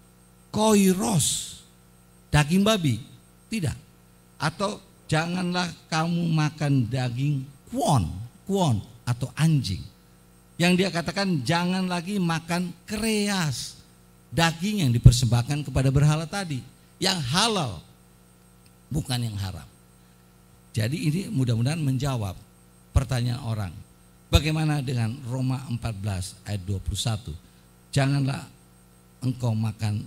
[SPEAKER 1] koiros, daging babi, tidak. Atau janganlah kamu makan daging kuon atau anjing. Yang dia katakan jangan lagi makan kreas, daging yang dipersembahkan kepada berhala tadi, yang halal, bukan yang haram. Jadi ini mudah-mudahan menjawab pertanyaan orang. Bagaimana dengan Roma 14 ayat 21? Janganlah engkau makan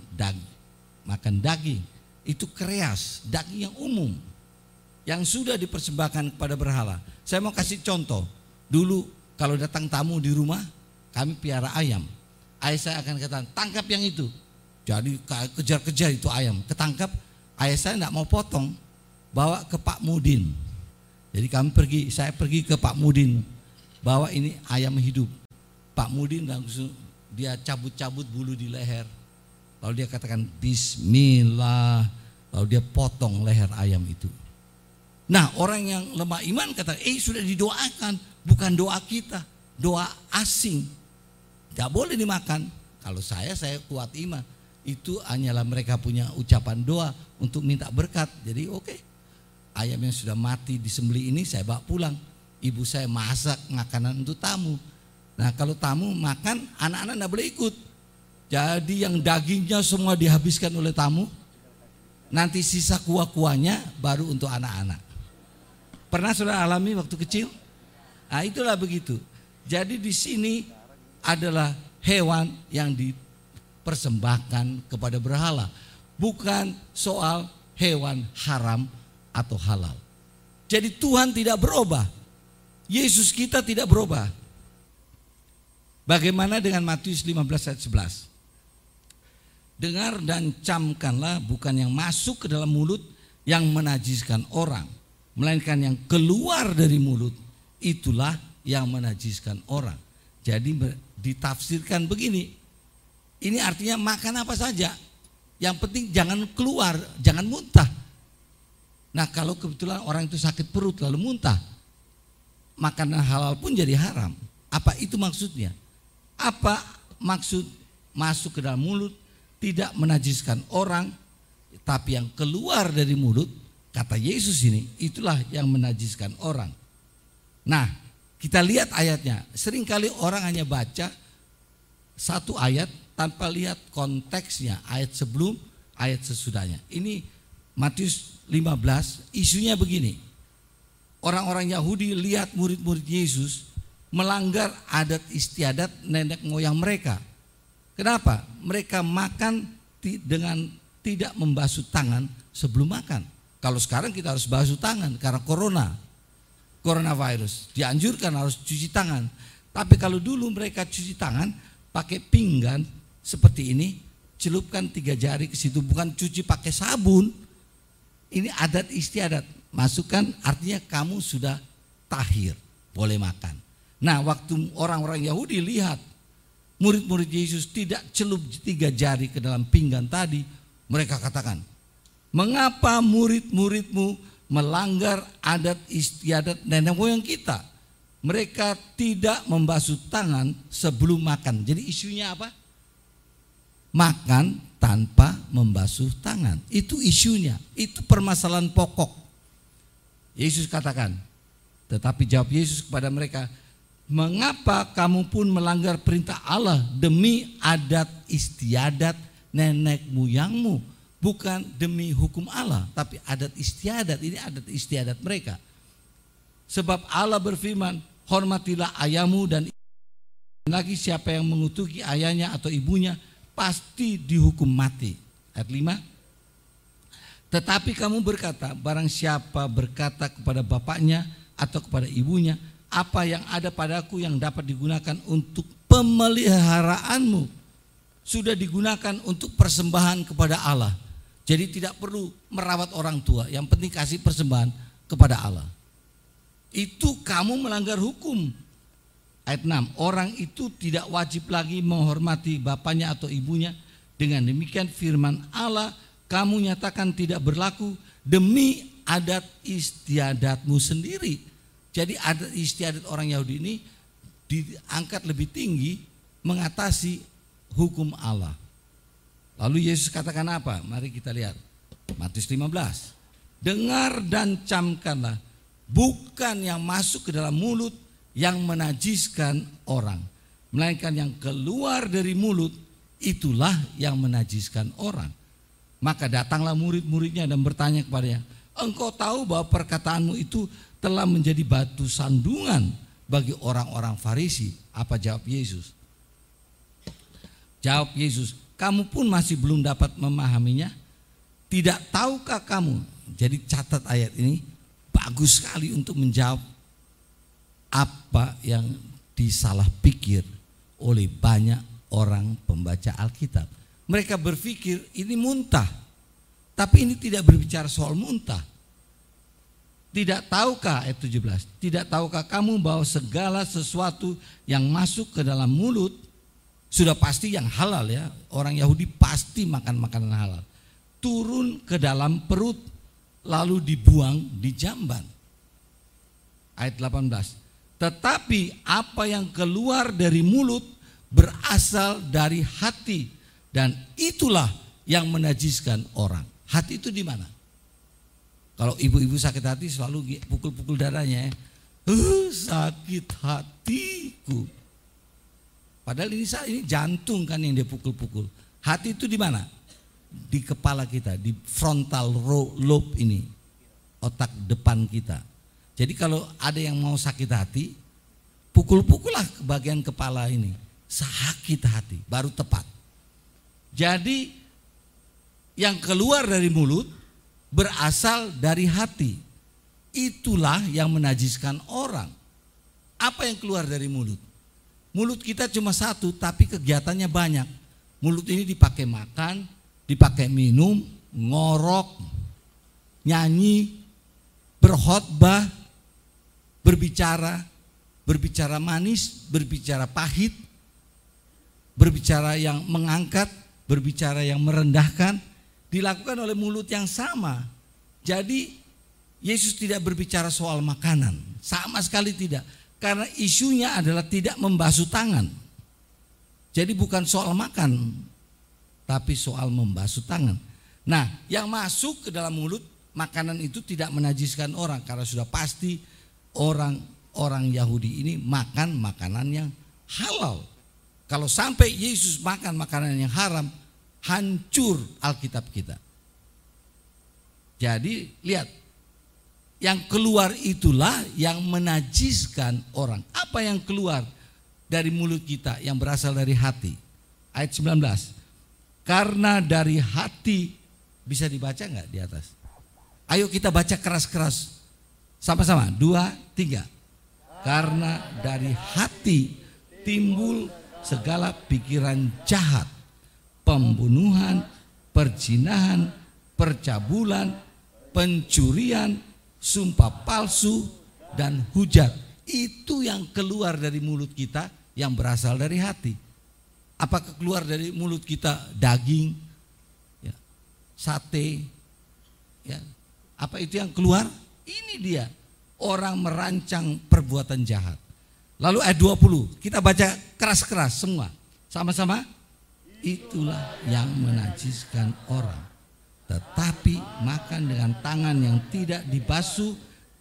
[SPEAKER 1] daging, itu kreas, daging yang umum, yang sudah dipersembahkan kepada berhala. Saya mau kasih contoh. Dulu kalau datang tamu di rumah, kami piara ayam. Ayah saya akan katakan, tangkap yang itu. Jadi kejar-kejar itu ayam, ketangkap. Ayah saya tidak mau potong, bawa ke Pak Mudin. Jadi saya pergi ke Pak Mudin, bawa ini ayam hidup. Pak Mudin langsung dia cabut-cabut bulu di leher. Lalu dia katakan Bismillah. Lalu dia potong leher ayam itu. Nah, orang yang lemah iman kata, sudah didoakan, bukan doa kita, doa asing. Gak boleh dimakan. Kalau saya kuat iman. Itu hanyalah mereka punya ucapan doa untuk minta berkat. Jadi oke. Ayam yang sudah mati disembelih ini saya bawa pulang. Ibu saya masak makanan untuk tamu. Nah, kalau tamu makan, anak-anak gak boleh ikut. Jadi yang dagingnya semua dihabiskan oleh tamu. Nanti sisa kuah-kuahnya baru untuk anak-anak. Pernah saudara alami waktu kecil? Nah, itulah begitu. Jadi di sini adalah hewan yang dipersembahkan kepada berhala, bukan soal hewan haram atau halal. Jadi Tuhan tidak berubah. Yesus kita tidak berubah. Bagaimana dengan Matius 15 ayat 11? Dengar dan camkanlah, bukan yang masuk ke dalam mulut yang menajiskan orang, melainkan yang keluar dari mulut, itulah yang menajiskan orang. Jadi ditafsirkan begini, ini artinya makan apa saja, yang penting jangan keluar, jangan muntah. Nah, kalau kebetulan orang itu sakit perut lalu muntah, makanan halal pun jadi haram. Apa itu maksudnya? Apa maksud masuk ke dalam mulut tidak menajiskan orang, tapi yang keluar dari mulut, kata Yesus ini, itulah yang menajiskan orang. Nah, kita lihat ayatnya. Seringkali orang hanya baca satu ayat tanpa lihat konteksnya, ayat sebelum, ayat sesudahnya. Ini Matius 15, isunya begini. Orang-orang Yahudi lihat murid-murid Yesus melanggar adat istiadat nenek moyang mereka. Kenapa? Mereka makan dengan tidak membasuh tangan sebelum makan. Kalau sekarang kita harus basuh tangan karena coronavirus. Dianjurkan harus cuci tangan. Tapi kalau dulu mereka cuci tangan pakai pinggan seperti ini, celupkan 3 jari ke situ, bukan cuci pakai sabun. Ini adat istiadat. Masukkan artinya kamu sudah tahir, boleh makan. Nah, waktu orang-orang Yahudi lihat murid-murid Yesus tidak celup 3 jari ke dalam pinggan tadi, mereka katakan, mengapa murid-muridmu melanggar adat istiadat nenek moyang kita? Mereka tidak membasuh tangan sebelum makan. Jadi isunya apa? Makan tanpa membasuh tangan. Itu isunya, itu permasalahan pokok. Yesus katakan, Tetapi jawab Yesus kepada mereka, mengapa kamu pun melanggar perintah Allah demi adat istiadat nenek moyangmu? Bukan demi hukum Allah, tapi adat istiadat. Ini adat istiadat mereka. Sebab Allah berfirman, hormatilah ayahmu dan lagi siapa yang mengutuki ayahnya atau ibunya pasti dihukum mati. Ayat 5. Tetapi kamu berkata, barang siapa berkata kepada bapaknya atau kepada ibunya, apa yang ada padaku yang dapat digunakan untuk pemeliharaanmu sudah digunakan untuk persembahan kepada Allah. Jadi tidak perlu merawat orang tua, yang penting kasih persembahan kepada Allah. Itu kamu melanggar hukum. Ayat 6, orang itu tidak wajib lagi menghormati bapaknya atau ibunya. Dengan demikian firman Allah kamu nyatakan tidak berlaku demi adat istiadatmu sendiri. Jadi adat istiadat orang Yahudi ini diangkat lebih tinggi mengatasi hukum Allah. Lalu Yesus katakan apa? Mari kita lihat Matius 15. Dengar dan camkanlah, bukan yang masuk ke dalam mulut yang menajiskan orang, melainkan yang keluar dari mulut, itulah yang menajiskan orang. Maka datanglah murid-muridnya dan bertanya kepadanya, engkau tahu bahwa perkataanmu itu telah menjadi batu sandungan bagi orang-orang Farisi. Apa jawab Yesus? Jawab Yesus, kamu pun masih belum dapat memahaminya? Tidak tahukah kamu? Jadi catat ayat ini, bagus sekali untuk menjawab apa yang disalah pikir oleh banyak orang pembaca Alkitab. Mereka berpikir ini muntah, tapi ini tidak berbicara soal muntah. Tidak tahukah, ayat 17, tidak tahukah kamu bahwa segala sesuatu yang masuk ke dalam mulut sudah pasti yang halal ya. Orang Yahudi pasti makan makanan halal. Turun ke dalam perut lalu dibuang di jamban. Ayat 18. Tetapi apa yang keluar dari mulut berasal dari hati dan itulah yang menajiskan orang. Hati itu di mana? Kalau ibu-ibu sakit hati selalu pukul-pukul dadanya ya. Sakit hatiku. Padahal ini jantung kan yang dia pukul-pukul. Hati itu di mana? Di kepala kita, di frontal lobe ini, otak depan kita. Jadi kalau ada yang mau sakit hati, pukul-pukullah ke bagian kepala ini. Sakit hati, baru tepat. Jadi yang keluar dari mulut berasal dari hati. Itulah yang menajiskan orang. Apa yang keluar dari mulut? Mulut kita cuma satu tapi kegiatannya banyak. Mulut ini dipakai makan, dipakai minum, ngorok, nyanyi, berkhotbah, berbicara manis, berbicara pahit, berbicara yang mengangkat, berbicara yang merendahkan, dilakukan oleh mulut yang sama. Jadi Yesus tidak berbicara soal makanan, sama sekali tidak. Karena isunya adalah tidak membasuh tangan. Jadi bukan soal makan, tapi soal membasuh tangan. Nah, yang masuk ke dalam mulut, makanan itu tidak menajiskan orang. Karena sudah pasti orang Yahudi ini makan makanan yang halal. Kalau sampai Yesus makan makanan yang haram, hancur Alkitab kita. Jadi lihat, yang keluar itulah yang menajiskan orang. Apa yang keluar dari mulut kita yang berasal dari hati? Ayat 19. Karena dari hati, bisa dibaca enggak di atas? Ayo kita baca keras-keras. Sama-sama, 2, 3. Karena dari hati timbul segala pikiran jahat, pembunuhan, perzinahan, percabulan, pencurian, sumpah palsu, dan hujat. Itu yang keluar dari mulut kita yang berasal dari hati. Apakah keluar dari mulut kita daging, ya, sate, ya, apa itu yang keluar? Ini dia, orang merancang perbuatan jahat. Lalu ayat 20, kita baca keras-keras semua. Sama-sama. Itulah yang menajiskan orang. Tetapi makan dengan tangan yang tidak dibasuh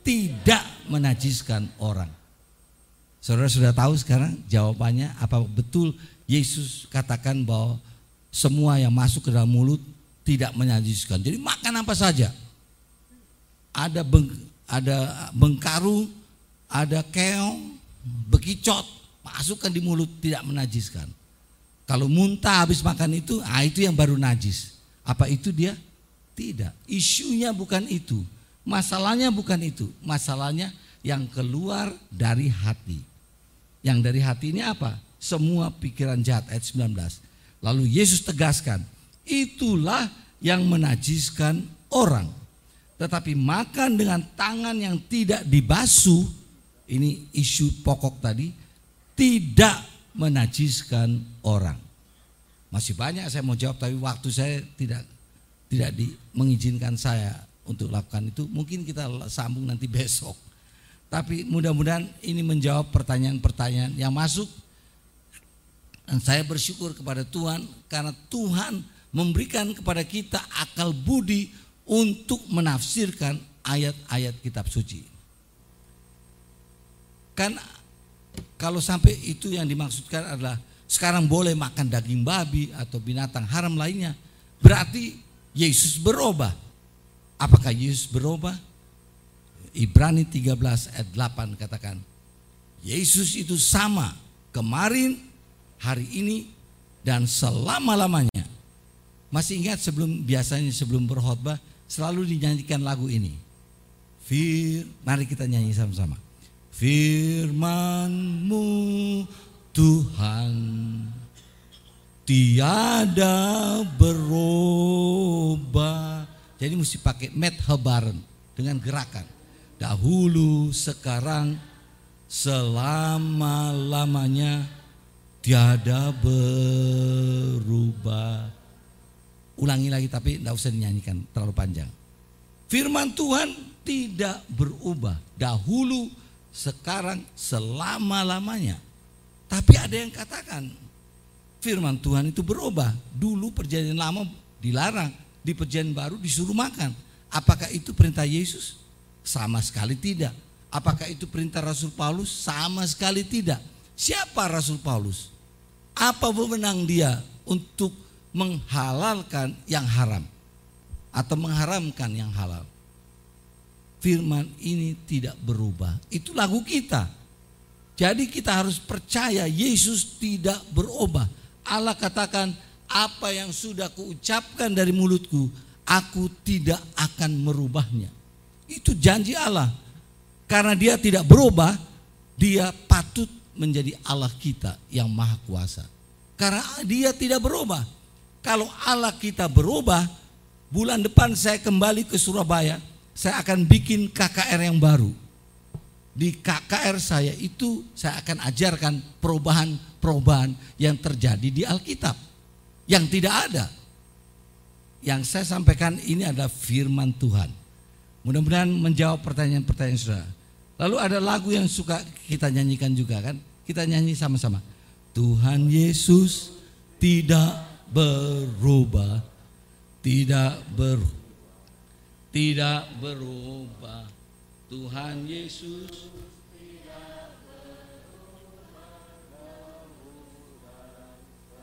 [SPEAKER 1] tidak menajiskan orang. Saudara sudah tahu sekarang jawabannya, apa betul Yesus katakan bahwa semua yang masuk ke dalam mulut tidak menajiskan. Jadi makan apa saja. Ada bengkaru, ada keong, bekicot, masukkan di mulut tidak menajiskan. Kalau muntah habis makan itu yang baru najis. Apa itu dia? Tidak. Isunya bukan itu. Masalahnya bukan itu. Masalahnya yang keluar dari hati. Yang dari hati ini apa? Semua pikiran jahat, ayat 19. Lalu Yesus tegaskan, itulah yang menajiskan orang. Tetapi makan dengan tangan yang tidak dibasuh, ini isu pokok tadi, tidak menajiskan orang. Masih banyak saya mau jawab, tapi waktu saya tidak mengizinkan saya untuk lakukan itu. Mungkin kita sambung nanti besok. Tapi mudah-mudahan ini menjawab pertanyaan-pertanyaan yang masuk. Dan saya bersyukur kepada Tuhan karena Tuhan memberikan kepada kita akal budi untuk menafsirkan ayat-ayat kitab suci. Kan kalau sampai itu yang dimaksudkan adalah sekarang boleh makan daging babi atau binatang haram lainnya, berarti Yesus berubah. Apakah Yesus berubah? Ibrani 13 ayat 8 katakan, Yesus itu sama kemarin, hari ini, dan selama-lamanya. Masih ingat sebelum berkhotbah selalu dinyanyikan lagu ini. Mari kita nyanyi sama-sama. Firman-Mu Tuhan tiada berubah. Jadi mesti pakai medhabaran dengan gerakan. Dahulu, sekarang, selama-lamanya tiada berubah. Ulangi lagi tapi tidak usah dinyanyikan terlalu panjang. Firman Tuhan tidak berubah. Dahulu, sekarang, selama-lamanya. Tapi ada yang katakan firman Tuhan itu berubah. Dulu perjanjian lama dilarang, di perjanjian baru disuruh makan. Apakah itu perintah Yesus? Sama sekali tidak. Apakah itu perintah Rasul Paulus? Sama sekali tidak. Siapa Rasul Paulus? Apa wewenang dia untuk menghalalkan yang haram atau mengharamkan yang halal? Firman ini tidak berubah. Itu lagu kita. Jadi kita harus percaya Yesus tidak berubah. Allah katakan, apa yang sudah kuucapkan dari mulutku, aku tidak akan merubahnya. Itu janji Allah. Karena dia tidak berubah, dia patut menjadi Allah kita yang maha kuasa. Karena dia tidak berubah. Kalau Allah kita berubah, bulan depan saya kembali ke Surabaya, saya akan bikin KKR yang baru. Di KKR saya itu saya akan ajarkan perubahan-perubahan yang terjadi di Alkitab. Yang tidak ada. Yang saya sampaikan ini adalah firman Tuhan. Mudah-mudahan menjawab pertanyaan-pertanyaan saudara. Lalu ada lagu yang suka kita nyanyikan juga kan. Kita nyanyi sama-sama. Tuhan Yesus tidak berubah. Tidak berubah. Tuhan Yesus tidak berubah.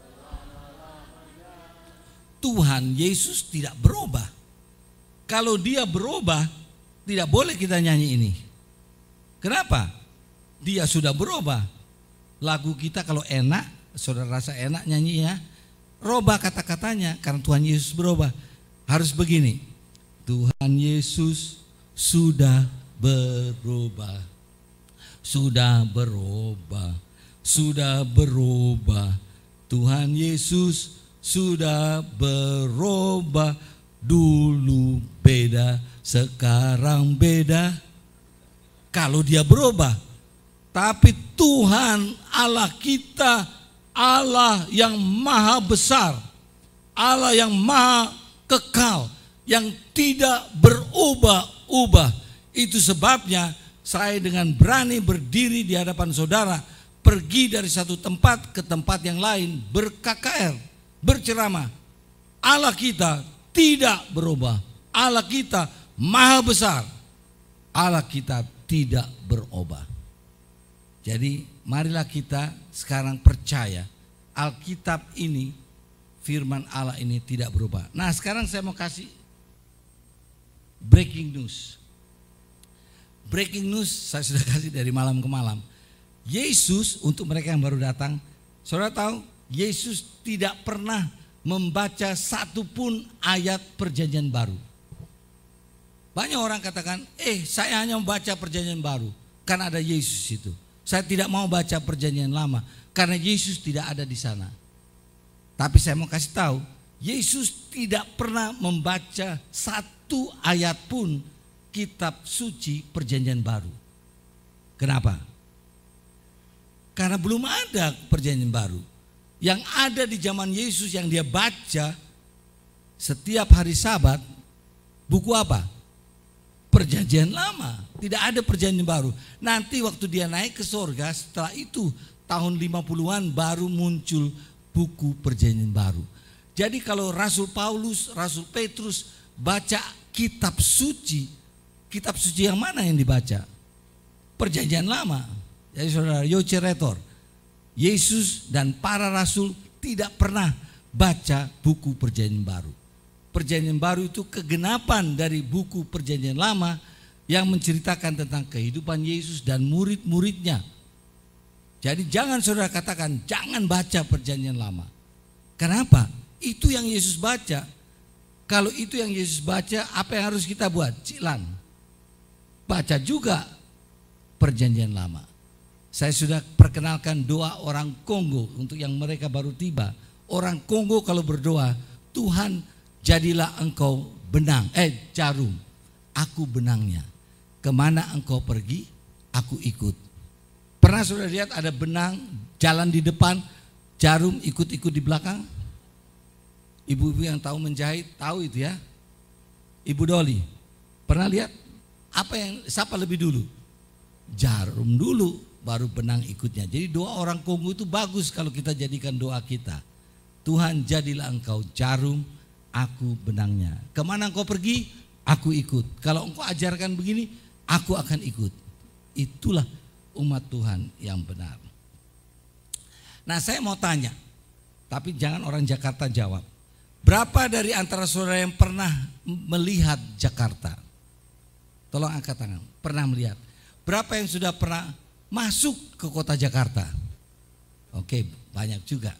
[SPEAKER 1] Tuhan Yesus tidak berubah. Kalau dia berubah, tidak boleh kita nyanyi ini. Kenapa? Dia sudah berubah. Lagu kita kalau enak, saudara rasa enak nyanyi ya, robah kata-katanya karena Tuhan Yesus berubah. Harus begini. Tuhan Yesus sudah berubah. Sudah berubah. Sudah berubah. Tuhan Yesus sudah berubah. Dulu beda, sekarang beda. Kalau dia berubah. Tapi Tuhan Allah kita, Allah yang maha besar, Allah yang maha kekal, yang tidak berubah-ubah. Itu sebabnya saya dengan berani berdiri di hadapan saudara, pergi dari satu tempat ke tempat yang lain, ber-KKR, berceramah. Allah kita tidak berubah. Allah kita maha besar. Allah kita tidak berubah. Jadi marilah kita sekarang percaya Alkitab ini, firman Allah ini tidak berubah. Nah sekarang saya mau kasih breaking news. Breaking news saya sudah kasih dari malam ke malam. Yesus, untuk mereka yang baru datang, saudara tahu Yesus tidak pernah membaca satupun ayat perjanjian baru. Banyak orang katakan, saya hanya membaca perjanjian baru, kan ada Yesus itu. Saya tidak mau baca perjanjian lama, karena Yesus tidak ada di sana. Tapi saya mau kasih tahu, Yesus tidak pernah membaca satu ayat pun kitab suci perjanjian baru. Kenapa? Karena belum ada perjanjian baru. Yang ada di zaman Yesus yang dia baca setiap hari Sabat, buku apa? Perjanjian lama. Tidak ada perjanjian baru. Nanti waktu dia naik ke sorga, setelah itu tahun 50-an baru muncul buku perjanjian baru. Jadi kalau Rasul Paulus, Rasul Petrus baca kitab suci yang mana yang dibaca? Perjanjian lama. Jadi saudara Yoce Retor, Yesus dan para rasul tidak pernah baca buku perjanjian baru. Perjanjian baru itu kegenapan dari buku perjanjian lama yang menceritakan tentang kehidupan Yesus dan murid-muridnya. Jadi jangan saudara katakan jangan baca perjanjian lama. Kenapa? Itu yang Yesus baca. Kalau itu yang Yesus baca, apa yang harus kita buat? Cilan. Baca juga perjanjian lama. Saya sudah perkenalkan doa orang Kongo untuk yang mereka baru tiba. Orang Kongo kalau berdoa, Tuhan jadilah engkau jarum, aku benangnya. Kemana engkau pergi, aku ikut. Pernah sudah lihat ada benang jalan di depan, jarum ikut-ikut di belakang? Ibu-ibu yang tahu menjahit tahu itu ya. Ibu Doli, pernah lihat? Siapa lebih dulu? Jarum dulu, baru benang ikutnya. Jadi doa orang Kongo itu bagus kalau kita jadikan doa kita. Tuhan jadilah engkau jarum, aku benangnya. Kemana engkau pergi, aku ikut. Kalau engkau ajarkan begini, aku akan ikut. Itulah umat Tuhan yang benar. Nah saya mau tanya, tapi jangan orang Jakarta jawab. Berapa dari antara saudara yang pernah melihat Jakarta? Tolong angkat tangan, pernah melihat. Berapa yang sudah pernah masuk ke kota Jakarta? Oke, banyak juga.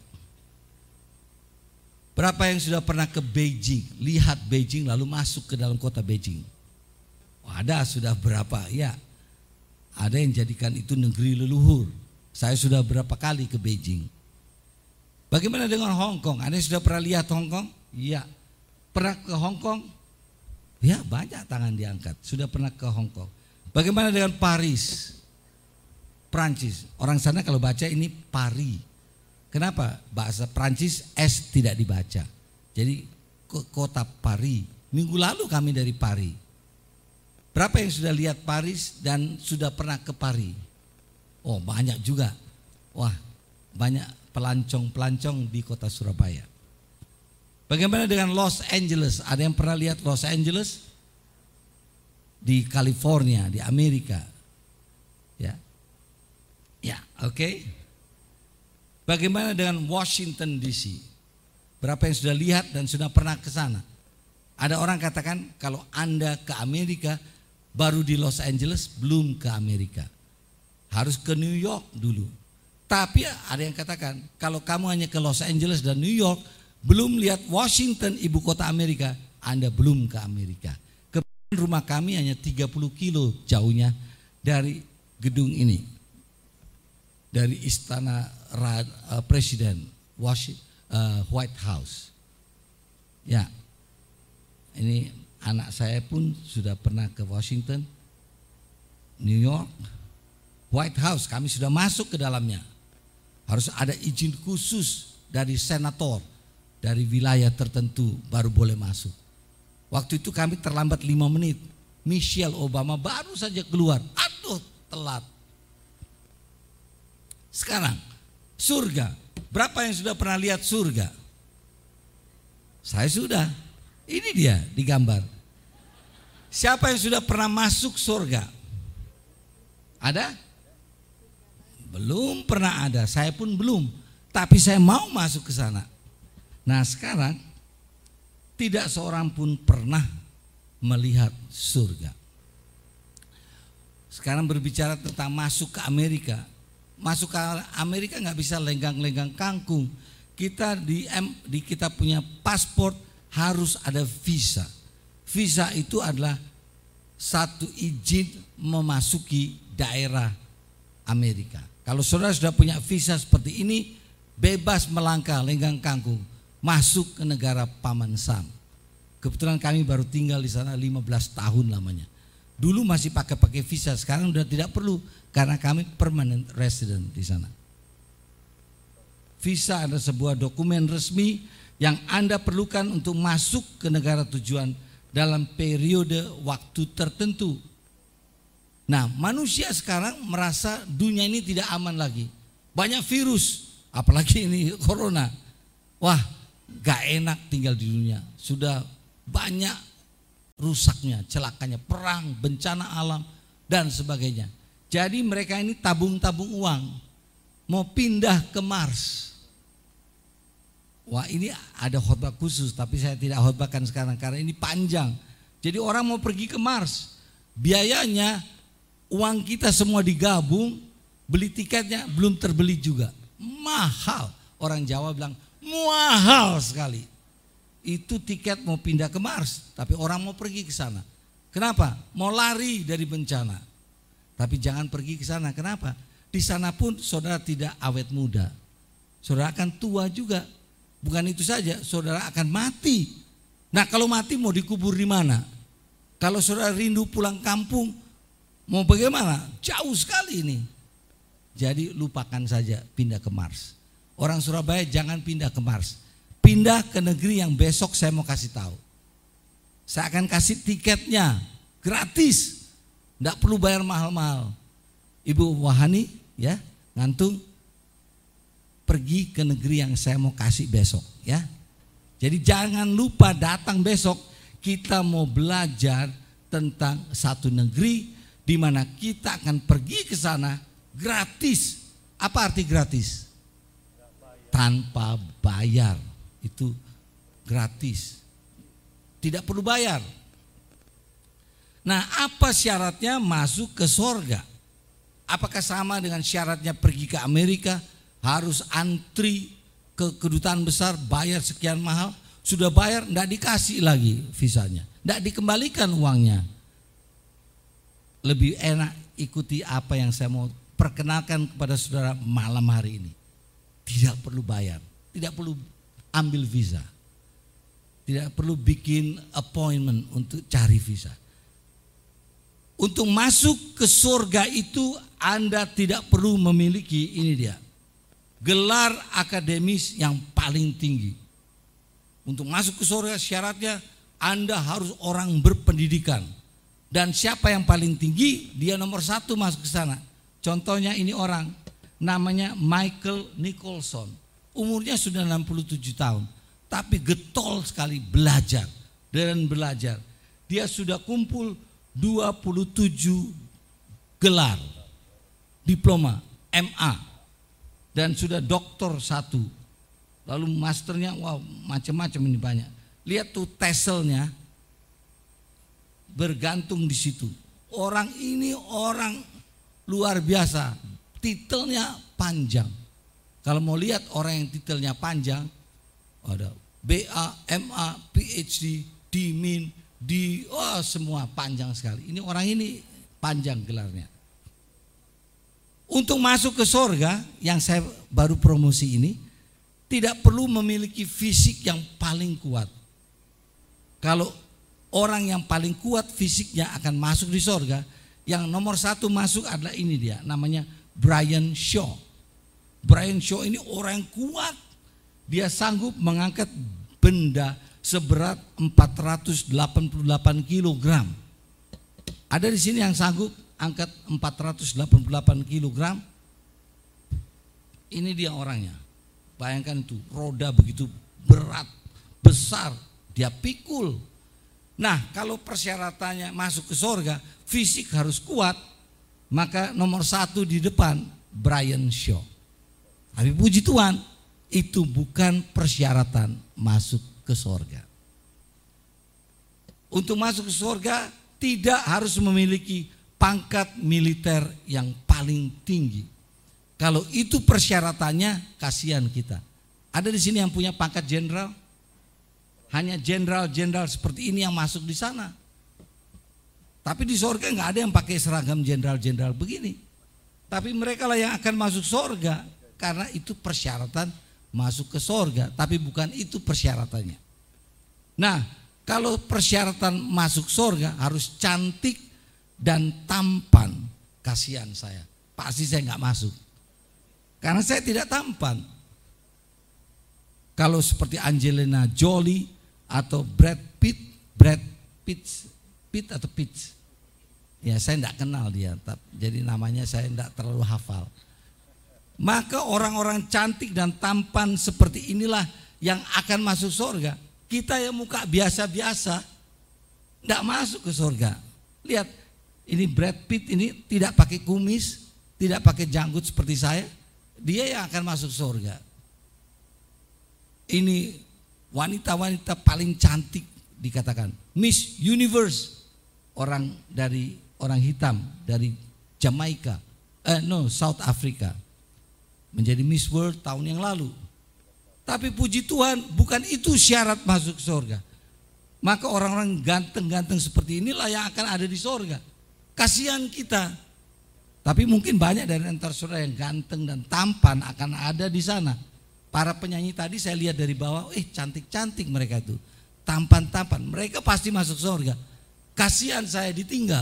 [SPEAKER 1] Berapa yang sudah pernah ke Beijing, lihat Beijing lalu masuk ke dalam kota Beijing? Ada sudah berapa? Ya, ada yang jadikan itu negeri leluhur. Saya sudah berapa kali ke Beijing. Bagaimana dengan Hong Kong? Ada yang sudah pernah lihat Hong Kong? Iya. Pernah ke Hong Kong? Ya, banyak tangan diangkat. Sudah pernah ke Hong Kong. Bagaimana dengan Paris? Prancis. Orang sana kalau baca ini Paris. Kenapa? Bahasa Prancis S tidak dibaca. Jadi kota Paris. Minggu lalu kami dari Paris. Berapa yang sudah lihat Paris dan sudah pernah ke Paris? Oh, banyak juga. Wah, banyak pelancong-pelancong di kota Surabaya. Bagaimana dengan Los Angeles? Ada yang pernah lihat Los Angeles? Di California, di Amerika. Ya. Ya, oke. Bagaimana dengan Washington DC? Berapa yang sudah lihat dan sudah pernah ke sana? Ada orang katakan kalau Anda ke Amerika baru di Los Angeles, belum ke Amerika. Harus ke New York dulu. Tapi ada yang katakan kalau kamu hanya ke Los Angeles dan New York, belum lihat Washington ibu kota Amerika, Anda belum ke Amerika. Kebetulan rumah kami hanya 30 kilo jauhnya dari gedung ini. Dari istana Presiden White House. Ya, ini anak saya pun sudah pernah ke Washington, New York, White House. Kami sudah masuk ke dalamnya. Harus ada izin khusus dari senator, dari wilayah tertentu baru boleh masuk. Waktu itu kami terlambat 5 menit. Michelle Obama baru saja keluar. Aduh, telat. Sekarang surga. Berapa yang sudah pernah lihat surga? Saya sudah. Ini dia digambar. Siapa yang sudah pernah masuk surga? Ada? Belum pernah ada, saya pun belum. Tapi saya mau masuk ke sana. Nah sekarang tidak seorang pun pernah melihat surga. Sekarang berbicara tentang masuk ke Amerika. Masuk ke Amerika nggak bisa lenggang-lenggang kangkung. Kita kita punya paspor harus ada visa. Visa itu adalah satu izin memasuki daerah Amerika. Kalau saudara sudah punya visa seperti ini, bebas melangkah lenggang kangkung masuk ke negara Paman Sam. Kebetulan kami baru tinggal di sana 15 tahun lamanya. Dulu masih pakai visa, sekarang sudah tidak perlu karena kami permanent resident di sana. Visa adalah sebuah dokumen resmi yang Anda perlukan untuk masuk ke negara tujuan dalam periode waktu tertentu. Nah, manusia sekarang merasa dunia ini tidak aman lagi. Banyak virus, apalagi ini corona. Wah, gak enak tinggal di dunia. Sudah banyak rusaknya, celakanya, perang, bencana alam, dan sebagainya. Jadi mereka ini tabung-tabung uang, mau pindah ke Mars. Wah, ini ada khotbah khusus, tapi saya tidak khotbahkan sekarang karena ini panjang. Jadi orang mau pergi ke Mars, biayanya uang kita semua digabung, beli tiketnya belum terbeli juga, mahal. Orang Jawa bilang mahal sekali. Itu tiket mau pindah ke Mars, tapi orang mau pergi ke sana. Kenapa? Mau lari dari bencana. Tapi jangan pergi ke sana. Kenapa? Di sana pun saudara tidak awet muda. Saudara akan tua juga. Bukan itu saja, saudara akan mati. Nah, kalau mati mau dikubur di mana? Kalau saudara rindu pulang kampung, mau bagaimana? Jauh sekali ini. Jadi lupakan saja pindah ke Mars. Orang Surabaya jangan pindah ke Mars. Pindah ke negeri yang besok saya mau kasih tahu. Saya akan kasih tiketnya gratis, tidak perlu bayar mahal-mahal. Ibu Wahani ya ngantung, pergi ke negeri yang saya mau kasih besok ya. Jadi jangan lupa datang besok, kita mau belajar tentang satu negeri di mana kita akan pergi ke sana gratis. Apa arti gratis? Tanpa bayar. Itu gratis, tidak perlu bayar. Nah, apa syaratnya masuk ke sorga? Apakah sama dengan syaratnya pergi ke Amerika? Harus antri ke kedutaan besar, bayar sekian mahal? Sudah bayar, tidak dikasih lagi visanya, tidak dikembalikan uangnya. Lebih enak ikuti apa yang saya mau perkenalkan kepada saudara malam hari ini. Tidak perlu bayar, tidak perlu ambil visa, tidak perlu bikin appointment untuk cari visa. Untuk masuk ke surga itu Anda tidak perlu memiliki, ini dia, gelar akademis yang paling tinggi. Untuk masuk ke surga syaratnya Anda harus orang berpendidikan. Dan siapa yang paling tinggi, dia nomor 1 masuk ke sana. Contohnya ini orang, namanya Michael Nicholson. Umurnya sudah 67 tahun, tapi getol sekali belajar dan belajar. Dia sudah kumpul 27 gelar, diploma, MA, dan sudah doktor 1. Lalu masternya, wow macam-macam ini banyak. Lihat tuh tasselnya bergantung di situ. Orang ini orang luar biasa, titelnya panjang. Kalau mau lihat orang yang titelnya panjang, ada BA, MA, PhD, DMin, semua panjang sekali. Ini orang ini panjang gelarnya. Untuk masuk ke surga yang saya baru promosi ini, tidak perlu memiliki fisik yang paling kuat. Kalau orang yang paling kuat fisiknya akan masuk di surga, yang nomor 1 masuk adalah ini dia, namanya Brian Shaw. Brian Shaw ini orang yang kuat. Dia sanggup mengangkat benda seberat 488 kg. Ada di sini yang sanggup angkat 488 kg. Ini dia orangnya. Bayangkan itu, roda begitu berat, besar, dia pikul. Nah, kalau persyaratannya masuk ke sorga, fisik harus kuat, maka nomor 1 di depan Brian Shaw. Tapi puji Tuhan, itu bukan persyaratan masuk ke sorga. Untuk masuk ke sorga tidak harus memiliki pangkat militer yang paling tinggi. Kalau itu persyaratannya, kasihan kita. Ada di sini yang punya pangkat jenderal? Hanya jenderal-jenderal seperti ini yang masuk di sana. Tapi di sorga nggak ada yang pakai seragam jenderal-jenderal begini. Tapi mereka lah yang akan masuk sorga, karena itu persyaratan masuk ke sorga. Tapi bukan itu persyaratannya. Nah, kalau persyaratan masuk sorga harus cantik dan tampan, kasihan saya. Pasti saya nggak masuk, karena saya tidak tampan. Kalau seperti Angelina Jolie atau Brad Pitt atau Pitt, ya saya tidak kenal dia, jadi namanya saya tidak terlalu hafal. Maka orang-orang cantik dan tampan seperti inilah yang akan masuk surga. Kita yang muka biasa-biasa tidak masuk ke surga. Lihat, ini Brad Pitt ini tidak pakai kumis, tidak pakai janggut seperti saya, dia yang akan masuk surga. Ini wanita-wanita paling cantik dikatakan Miss Universe, orang hitam dari Jamaika, South Africa, menjadi Miss World tahun yang lalu. Tapi puji Tuhan, bukan itu syarat masuk surga. Maka orang-orang ganteng-ganteng seperti inilah yang akan ada di surga. Kasihan kita. Tapi mungkin banyak dari antara saudara yang ganteng dan tampan akan ada di sana. Para penyanyi tadi saya lihat dari bawah, cantik-cantik mereka itu, tampan-tampan, mereka pasti masuk surga. Kasihan saya ditinggal.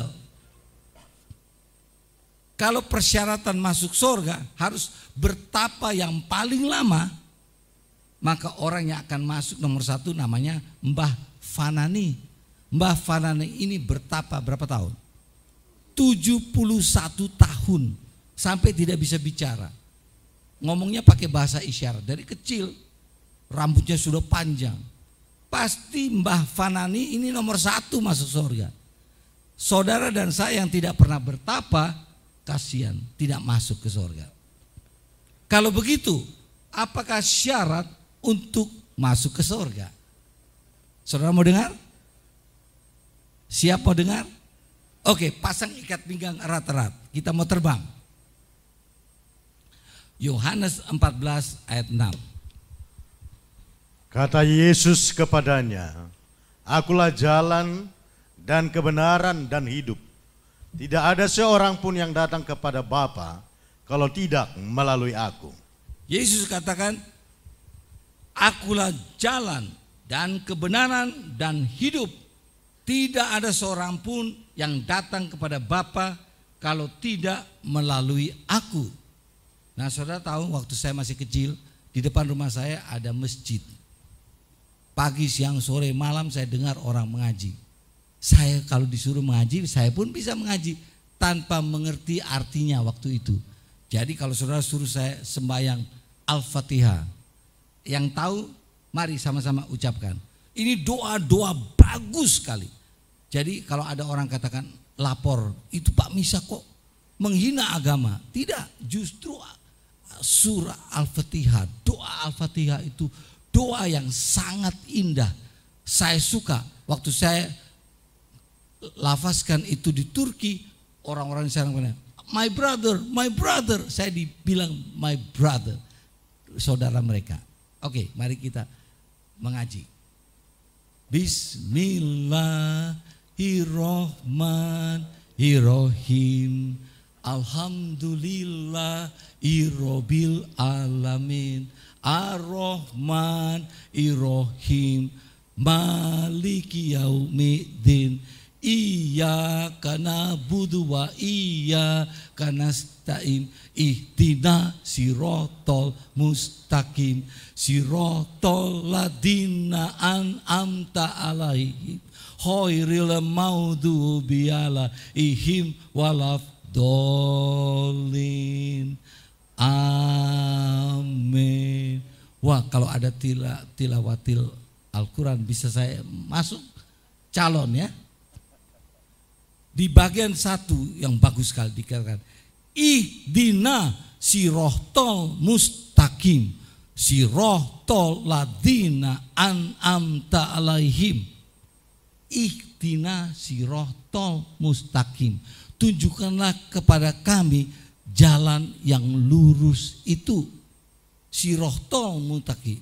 [SPEAKER 1] Kalau persyaratan masuk surga harus bertapa yang paling lama, maka orang yang akan masuk nomor 1 namanya Mbah Fanani. Mbah Fanani ini bertapa berapa tahun? 71 tahun sampai tidak bisa bicara. Ngomongnya pakai bahasa isyarat dari kecil, rambutnya sudah panjang. Pasti Mbah Fanani ini nomor 1 masuk surga. Saudara dan saya yang tidak pernah bertapa, kasihan tidak masuk ke surga. Kalau begitu, apakah syarat untuk masuk ke surga? Saudara mau dengar? Siap mau dengar? Oke, pasang ikat pinggang erat-erat. Kita mau terbang. Yohanes 14 ayat 6.
[SPEAKER 2] Kata Yesus kepadanya, Akulah jalan dan kebenaran dan hidup. Tidak ada seorang pun yang datang kepada Bapa kalau tidak melalui aku.
[SPEAKER 1] Yesus katakan, Akulah jalan dan kebenaran dan hidup. Tidak ada seorang pun yang datang kepada Bapa kalau tidak melalui aku. Nah, saudara tahu waktu saya masih kecil, di depan rumah saya ada masjid. Pagi, siang, sore, malam saya dengar orang mengaji. Saya kalau disuruh mengaji, saya pun bisa mengaji tanpa mengerti artinya waktu itu. Jadi kalau saudara suruh saya sembahyang Al-Fatihah, yang tahu mari sama-sama ucapkan. Ini doa-doa bagus sekali. Jadi kalau ada orang katakan lapor, itu Pak Misa kok menghina agama. Tidak, justru surah Al-Fatihah, doa Al-Fatihah itu doa yang sangat indah. Saya suka waktu saya lafazkan itu di Turki, orang-orang di sana bilang, my brother, saya dibilang my brother, saudara mereka. Oke, mari kita mengaji. Bismillahirrahmanirrahim. Alhamdulillah Rabbil alamin. Ar-Rahman Ar-Rahim. Maliki yaumiddin. Iyyaka na'budu wa iyyaka nasta'in. Ihdina siratal mustaqim. Siratal ladzina an'amta 'alaihim ghairil maghdubi 'alaihim waladdallin. Amin. Wah, kalau ada tilawatil Al-Quran bisa saya masuk calon ya. Di bagian 1 yang bagus sekali dikatakan, ihdina sirotol mustaqim, sirotol ladina an'amta alaihim. Ihdina sirotol mustaqim, tunjukkanlah kepada kami jalan yang lurus itu. Sirotol mustaqim.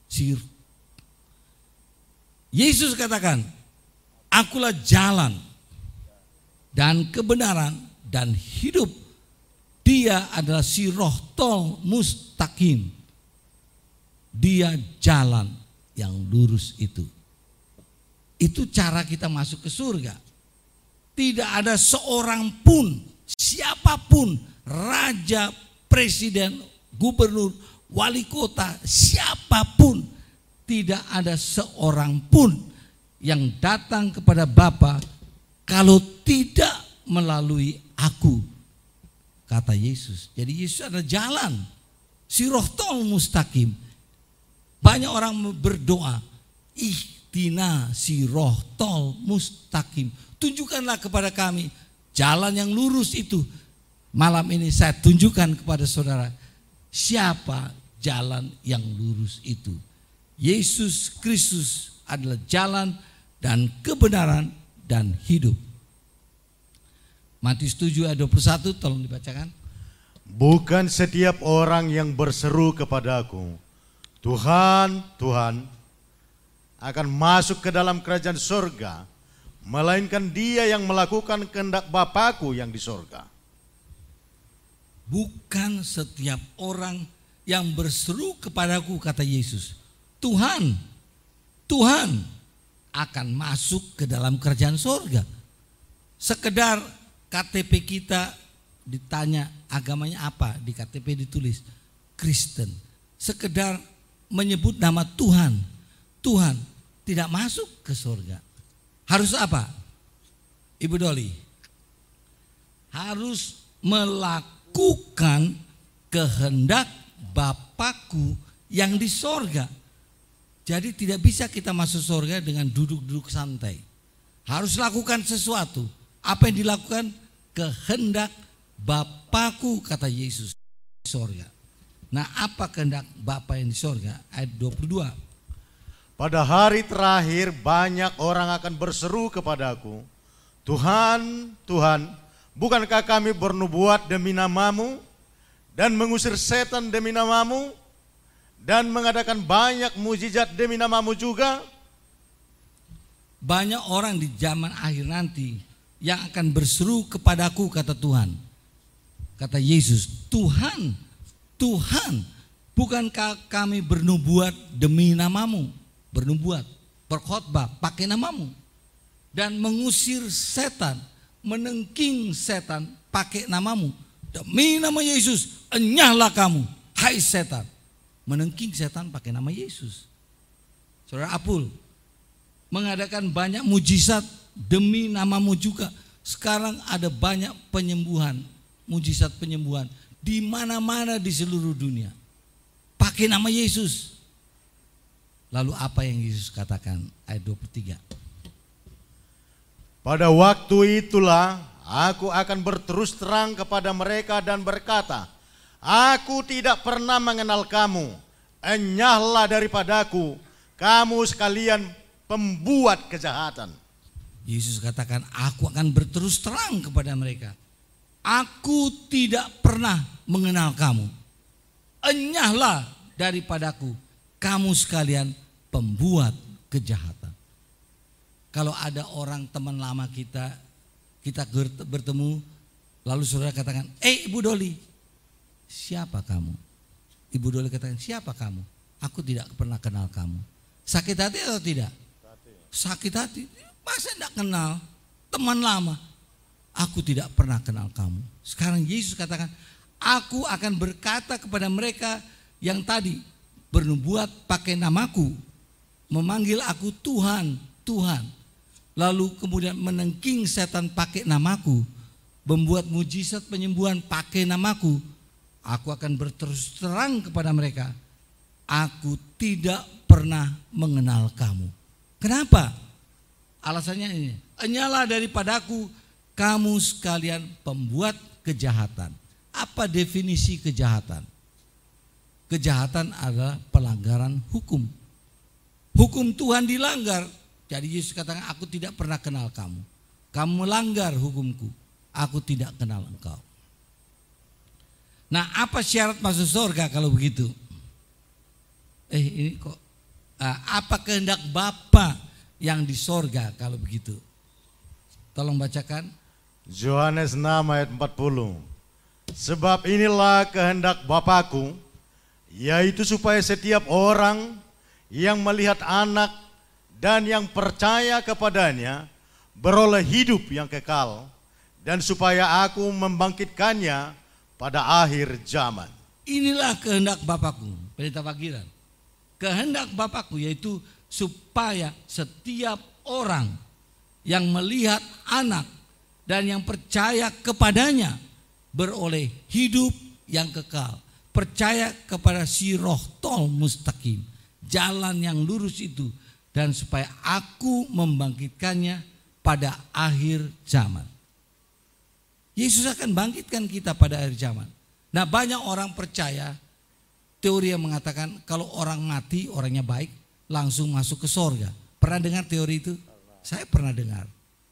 [SPEAKER 1] Yesus katakan, akulah jalan dan kebenaran dan hidup. Dia adalah sirotol mustaqim. Dia jalan yang lurus itu. Itu cara kita masuk ke surga. Tidak ada seorang pun, siapapun, raja, presiden, gubernur, wali kota, siapapun, tidak ada seorang pun yang datang kepada Bapa kalau tidak melalui aku, kata Yesus. Jadi Yesus adalah jalan, sirotol mustaqim. Banyak orang berdoa, ihdina sirotol mustaqim, tunjukkanlah kepada kami jalan yang lurus itu. Malam ini saya tunjukkan kepada saudara siapa jalan yang lurus itu. Yesus Kristus adalah jalan dan kebenaran dan hidup. Matius 7 ayat 21, tolong dibacakan.
[SPEAKER 2] Bukan setiap orang yang berseru kepadaku, Tuhan, Tuhan, akan masuk ke dalam kerajaan surga, melainkan dia yang melakukan kehendak Bapakku yang di surga.
[SPEAKER 1] Bukan setiap orang yang berseru kepadaku, kata Yesus, Tuhan, Tuhan, akan masuk ke dalam kerajaan surga. Sekedar KTP kita ditanya agamanya apa, di KTP ditulis Kristen. Sekedar menyebut nama Tuhan, Tuhan, tidak masuk ke surga. Harus apa? Ibu Doli, harus melakukan kehendak Bapakku yang di sorga. Jadi tidak bisa kita masuk surga dengan duduk-duduk santai. Harus lakukan sesuatu. Apa yang dilakukan? Kehendak Bapakku, kata Yesus, di sorga. Nah, apa kehendak Bapa yang di sorga? Ayat 22.
[SPEAKER 2] Pada hari terakhir banyak orang akan berseru kepadaku, Tuhan, Tuhan, bukankah kami bernubuat demi namamu dan mengusir setan demi namamu dan mengadakan banyak mujizat demi namamu juga?
[SPEAKER 1] Banyak orang di zaman akhir nanti yang akan berseru kepadaku, kata Tuhan. Kata Yesus, Tuhan, Tuhan, bukankah kami bernubuat demi namamu? Bernubuat, berkhotbah pakai namamu. Dan mengusir setan, menengking setan pakai namamu. Demi nama Yesus, enyahlah kamu, hai setan. Menengking setan pakai nama Yesus. Saudara Apul, mengadakan banyak mujizat demi namamu juga. Sekarang ada banyak penyembuhan, mujizat penyembuhan di mana-mana di seluruh dunia. Pakai nama Yesus. Lalu apa yang Yesus katakan? Ayat 23.
[SPEAKER 2] Pada waktu itulah aku akan berterus terang kepada mereka dan berkata, aku tidak pernah mengenal kamu, enyahlah daripadaku, kamu sekalian pembuat kejahatan.
[SPEAKER 1] Yesus katakan, aku akan berterus terang kepada mereka. Aku tidak pernah mengenal kamu. Enyahlah daripadaku, kamu sekalian pembuat kejahatan. Kalau ada orang teman lama kita bertemu, lalu saudara katakan, Ibu Doli, siapa kamu? Ibu Doli katakan, siapa kamu? Aku tidak pernah kenal kamu. Sakit hati atau tidak? Sakit hati. Masa tidak kenal? Teman lama. Aku tidak pernah kenal kamu. Sekarang Yesus katakan, aku akan berkata kepada mereka yang tadi bernubuat pakai namaku, memanggil aku Tuhan, Tuhan. Lalu kemudian menengking setan pakai namaku, membuat mujizat penyembuhan pakai namaku. Aku akan berterus terang kepada mereka, aku tidak pernah mengenal kamu. Kenapa? Alasannya ini, enyalah daripadaku kamu sekalian pembuat kejahatan. Apa definisi kejahatan? Kejahatan adalah pelanggaran hukum. Hukum Tuhan dilanggar. Jadi Yesus katakan, aku tidak pernah kenal kamu. Kamu melanggar hukumku. Aku tidak kenal engkau. Nah, apa syarat masuk surga kalau begitu? Ini kok apa kehendak Bapa yang di sorga kalau begitu? Tolong bacakan.
[SPEAKER 2] Yohanes 6 ayat 40. Sebab inilah kehendak Bapakku, yaitu supaya setiap orang yang melihat anak dan yang percaya kepadanya beroleh hidup yang kekal, dan supaya aku membangkitkannya pada akhir zaman.
[SPEAKER 1] Inilah kehendak Bapakku, Pendeta Pagiran. Kehendak Bapakku yaitu supaya setiap orang yang melihat anak dan yang percaya kepadanya beroleh hidup yang kekal. Percaya kepada si Roh Tol Mustaqim, jalan yang lurus itu, dan supaya aku membangkitkannya pada akhir zaman. Yesus akan bangkitkan kita pada akhir zaman. Nah, banyak orang percaya teori yang mengatakan kalau orang mati, orangnya baik, langsung masuk ke sorga. Pernah dengar teori itu? Saya pernah dengar.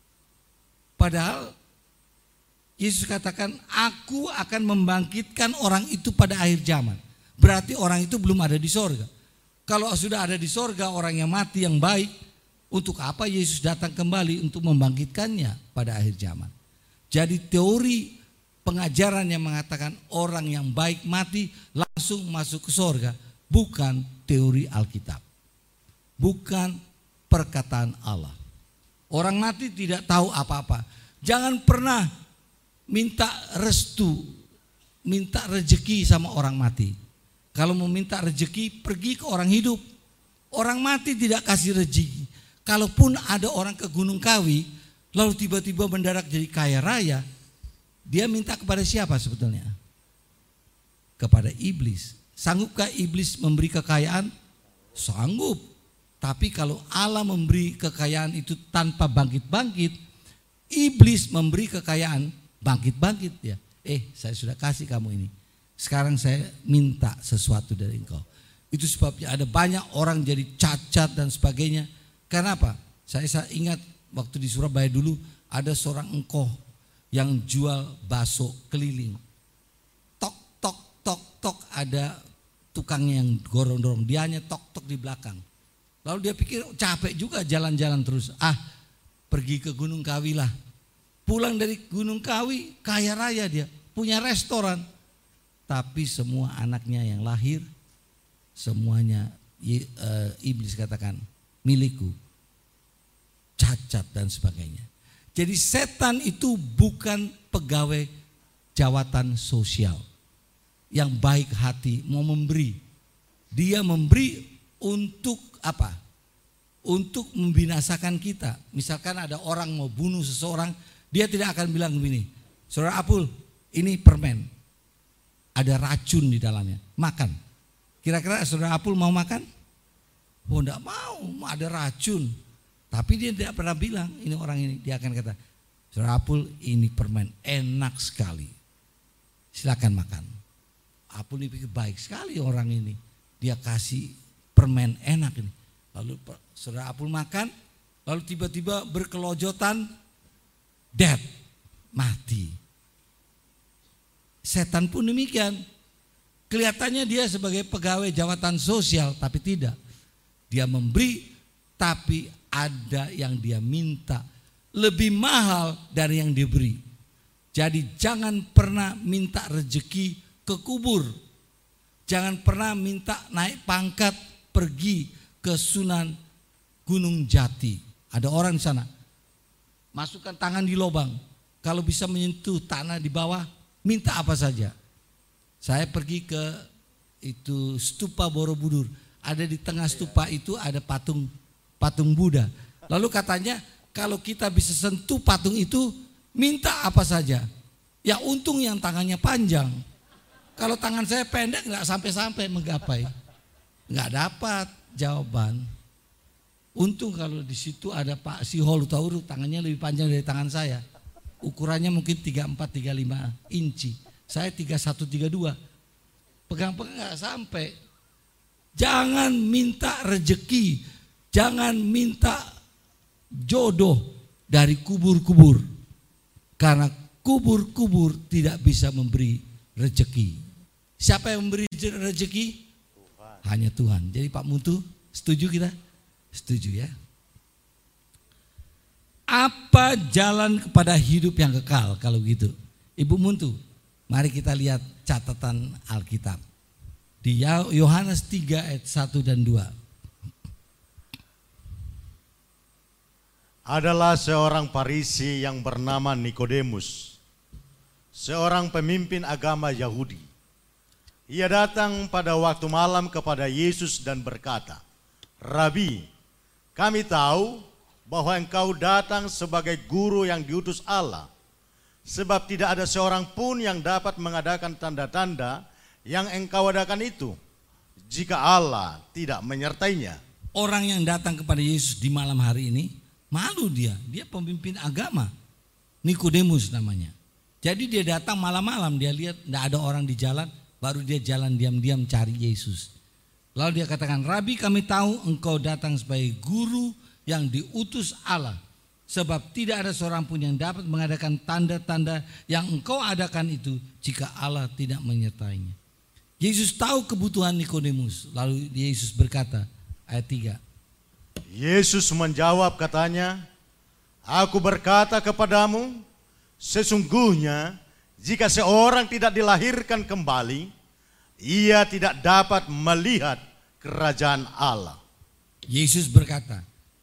[SPEAKER 1] Padahal Yesus katakan, aku akan membangkitkan orang itu pada akhir zaman. Berarti orang itu belum ada di sorga. Kalau sudah ada di sorga, orang yang mati yang baik, untuk apa Yesus datang kembali untuk membangkitkannya pada akhir zaman? Jadi teori pengajaran yang mengatakan orang yang baik mati langsung masuk ke sorga bukan teori Alkitab, bukan perkataan Allah. Orang mati tidak tahu apa-apa. Jangan pernah minta restu, minta rejeki sama orang mati. Kalau mau minta rejeki, pergi ke orang hidup. Orang mati tidak kasih rejeki. Kalaupun ada orang ke Gunung Kawi, lalu tiba-tiba mendarat jadi kaya raya, dia minta kepada siapa sebetulnya? Kepada iblis. Sanggupkah iblis memberi kekayaan? Sanggup. Tapi kalau Allah memberi kekayaan itu tanpa bangkit-bangkit, iblis memberi kekayaan bangkit-bangkit ya. Saya sudah kasih kamu ini. Sekarang saya minta sesuatu dari engkau. Itu sebabnya ada banyak orang jadi cacat dan sebagainya. Karena apa? Saya ingat waktu di Surabaya dulu ada seorang engkoh yang jual bakso keliling. Tok tok tok tok, ada tukangnya yang dorong-dorong, dia hanya tok tok di belakang. Lalu dia pikir capek juga jalan-jalan terus. Pergi ke Gunung Kawi lah. Pulang dari Gunung Kawi kaya raya dia, punya restoran. Tapi semua anaknya yang lahir semuanya iblis katakan milikku, cacat dan sebagainya. Jadi setan itu bukan pegawai jawatan sosial yang baik hati mau memberi. Dia memberi untuk apa? Untuk membinasakan kita. Misalkan ada orang mau bunuh seseorang, dia tidak akan bilang begini, Saudara Apul, ini permen, ada racun di dalamnya, makan. Kira-kira Saudara Apul mau makan? Oh enggak mau, ada racun. Tapi dia tidak pernah bilang ini orang ini. Dia akan kata, Saudara Apul, ini permen enak sekali, silakan makan. Apul ini pikir baik sekali orang ini, dia kasih permen enak ini. Lalu Saudara Apul makan, lalu tiba-tiba berkelojotan, dead, mati. Setan pun demikian. Kelihatannya dia sebagai pegawai jawatan sosial, tapi tidak. Dia memberi, tapi ada yang dia minta lebih mahal dari yang diberi. Jadi jangan pernah minta rejeki ke kubur. Jangan pernah minta naik pangkat pergi ke Sunan Gunung Jati. Ada orang di sana. Masukkan tangan di lubang. Kalau bisa menyentuh tanah di bawah, minta apa saja. Saya pergi ke itu stupa Borobudur. Ada di tengah stupa itu ada patung Buddha. Lalu katanya kalau kita bisa sentuh patung itu, minta apa saja. Ya untung yang tangannya panjang. Kalau tangan saya pendek nggak sampai-sampai menggapai. Nggak dapat jawaban. Untung kalau di situ ada Pak Sihol Tauru, tangannya lebih panjang dari tangan saya. Ukurannya mungkin 34-35 inci. Saya 31-32. Pegang-pegang nggak sampai. Jangan minta rejeki, jangan minta jodoh dari kubur-kubur. Karena kubur-kubur tidak bisa memberi rejeki. Siapa yang memberi rejeki? Hanya Tuhan. Jadi Pak Muntu, setuju kita? Setuju ya. Apa jalan kepada hidup yang kekal kalau gitu? Ibu Muntu, mari kita lihat catatan Alkitab. Di Yohanes 3 ayat 1 dan 2.
[SPEAKER 2] Adalah seorang Farisi yang bernama Nikodemus, seorang pemimpin agama Yahudi. Ia datang pada waktu malam kepada Yesus dan berkata, "Rabi, kami tahu bahwa engkau datang sebagai guru yang diutus Allah, sebab tidak ada seorang pun yang dapat mengadakan tanda-tanda yang engkau adakan itu, jika Allah tidak menyertainya."
[SPEAKER 1] Orang yang datang kepada Yesus di malam hari ini, malu dia pemimpin agama, Nikodemus namanya. Jadi dia datang malam-malam, dia lihat tidak ada orang di jalan, baru dia jalan diam-diam cari Yesus. Lalu dia katakan, "Rabi, kami tahu engkau datang sebagai guru yang diutus Allah, sebab tidak ada seorang pun yang dapat mengadakan tanda-tanda yang engkau adakan itu jika Allah tidak menyertainya." Yesus tahu kebutuhan Nikodemus. Lalu Yesus berkata, ayat 3.
[SPEAKER 2] Yesus menjawab katanya, "Aku berkata kepadamu, sesungguhnya jika seorang tidak dilahirkan kembali, ia tidak dapat melihat kerajaan Allah."
[SPEAKER 1] Yesus berkata,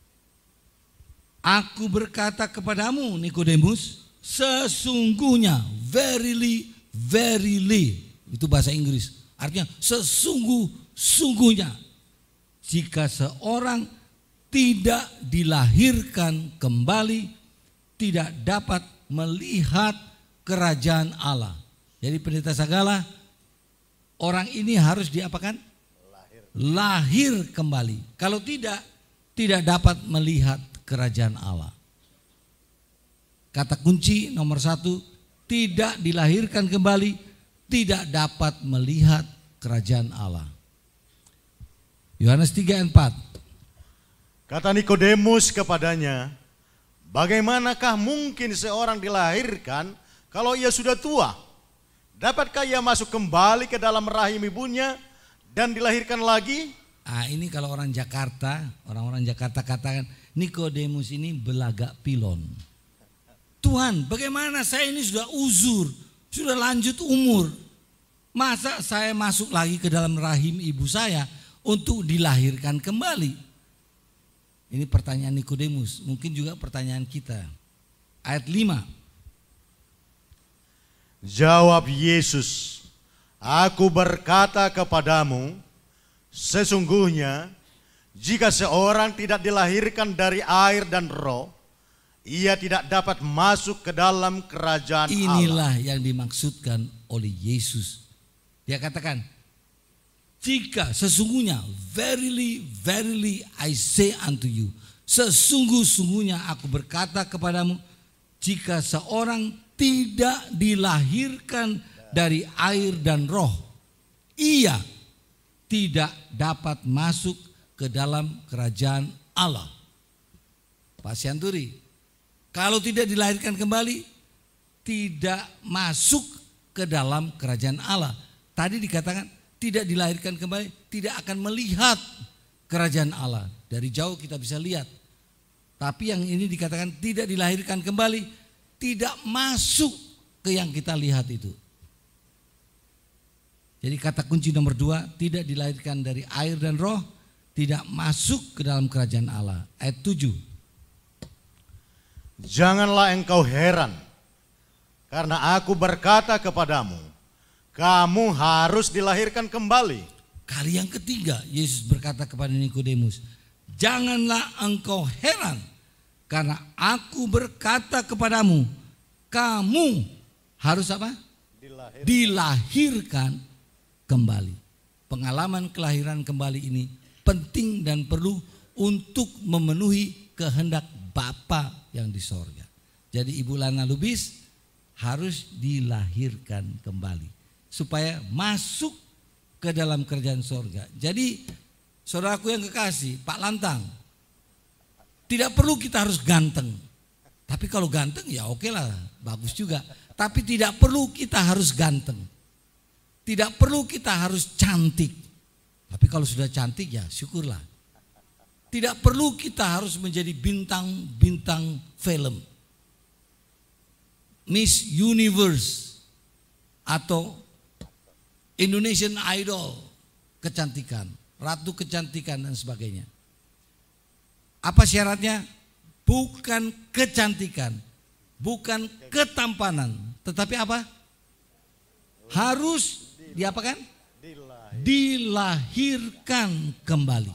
[SPEAKER 1] "Aku berkata kepadamu Nikodemus, sesungguhnya, verily, verily." Itu bahasa Inggris. Artinya sesungguh-sungguhnya, jika seorang tidak dilahirkan kembali, tidak dapat melihat kerajaan Allah. Jadi pendeta Sagala, orang ini harus diapakan? Lahir kembali. Kalau tidak dapat melihat kerajaan Allah. Kata kunci nomor 1, tidak dilahirkan kembali, tidak dapat melihat kerajaan Allah. Yohanes 3 ayat 4.
[SPEAKER 2] Kata Nikodemus kepadanya, "Bagaimanakah mungkin seorang dilahirkan kalau ia sudah tua? Dapatkah ia masuk kembali ke dalam rahim ibunya dan dilahirkan lagi?"
[SPEAKER 1] Ini kalau orang Jakarta, orang-orang Jakarta katakan, Nikodemus ini belagak pilon. Tuhan, bagaimana saya ini sudah uzur, sudah lanjut umur. Masa saya masuk lagi ke dalam rahim ibu saya untuk dilahirkan kembali? Ini pertanyaan Nikodemus, mungkin juga pertanyaan kita. Ayat 5.
[SPEAKER 2] Jawab Yesus, "Aku berkata kepadamu, sesungguhnya jika seorang tidak dilahirkan dari air dan roh, ia tidak dapat masuk ke dalam kerajaan Allah."
[SPEAKER 1] Inilah yang dimaksudkan oleh Yesus. Dia katakan, jika sesungguhnya, verily, verily I say unto you, sesungguh-sungguhnya aku berkata kepadamu, jika seorang tidak dilahirkan dari air dan roh, ia tidak dapat masuk ke dalam kerajaan Allah. Pak Sianturi, kalau tidak dilahirkan kembali, tidak masuk ke dalam kerajaan Allah. Tadi dikatakan tidak dilahirkan kembali, tidak akan melihat kerajaan Allah. Dari jauh kita bisa lihat. Tapi yang ini dikatakan tidak dilahirkan kembali, tidak masuk ke yang kita lihat itu. Jadi kata kunci nomor 2, tidak dilahirkan dari air dan roh, tidak masuk ke dalam kerajaan Allah. Ayat 7.
[SPEAKER 2] Janganlah engkau heran, karena aku berkata kepadamu, kamu harus dilahirkan kembali.
[SPEAKER 1] Kali yang ketiga Yesus berkata kepada Nikodemus, janganlah engkau heran, karena aku berkata kepadamu, kamu harus apa? Dilahirkan kembali. Pengalaman kelahiran kembali ini penting dan perlu untuk memenuhi kehendak Bapa yang di sorga. Jadi Ibu Lana Lubis harus dilahirkan kembali supaya masuk ke dalam kerajaan sorga. Jadi saudaraku yang kekasih, Pak Lantang, tidak perlu kita harus ganteng. Tapi kalau ganteng ya oke lah, bagus juga. Tapi tidak perlu kita harus ganteng. Tidak perlu kita harus cantik. Tapi kalau sudah cantik ya syukurlah. Tidak perlu kita harus menjadi bintang-bintang film. Miss Universe atau Indonesian Idol kecantikan, ratu kecantikan dan sebagainya. Apa syaratnya? Bukan kecantikan, bukan ketampanan, tetapi apa? Harus diapakan? Dilahirkan kembali.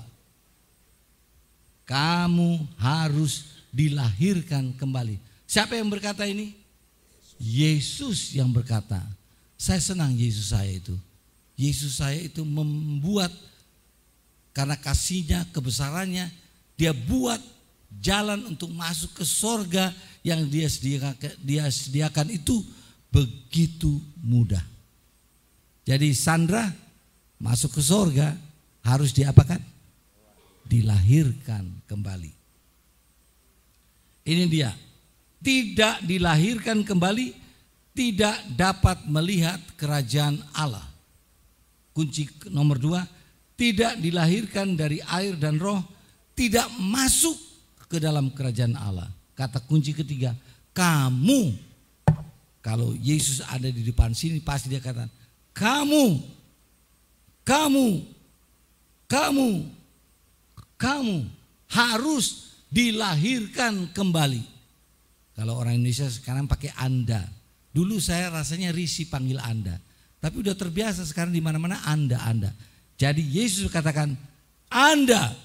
[SPEAKER 1] Kamu harus dilahirkan kembali. Siapa yang berkata ini? Yesus yang berkata. Saya senang Yesus saya itu. Yesus saya itu membuat, karena kasihnya, kebesarannya, dia buat jalan untuk masuk ke sorga yang dia sediakan itu begitu mudah. Jadi Sandra masuk ke sorga harus diapakan? Dilahirkan kembali. Ini dia. Tidak dilahirkan kembali, tidak dapat melihat kerajaan Allah. Kunci nomor 2, tidak dilahirkan dari air dan roh, tidak masuk ke dalam kerajaan Allah. Kata kunci ketiga, kamu. Kalau Yesus ada di depan sini pasti dia katakan, kamu harus dilahirkan kembali. Kalau orang Indonesia sekarang pakai Anda. Dulu saya rasanya risih panggil Anda. Tapi udah terbiasa sekarang di mana-mana Anda. Jadi Yesus katakan, Anda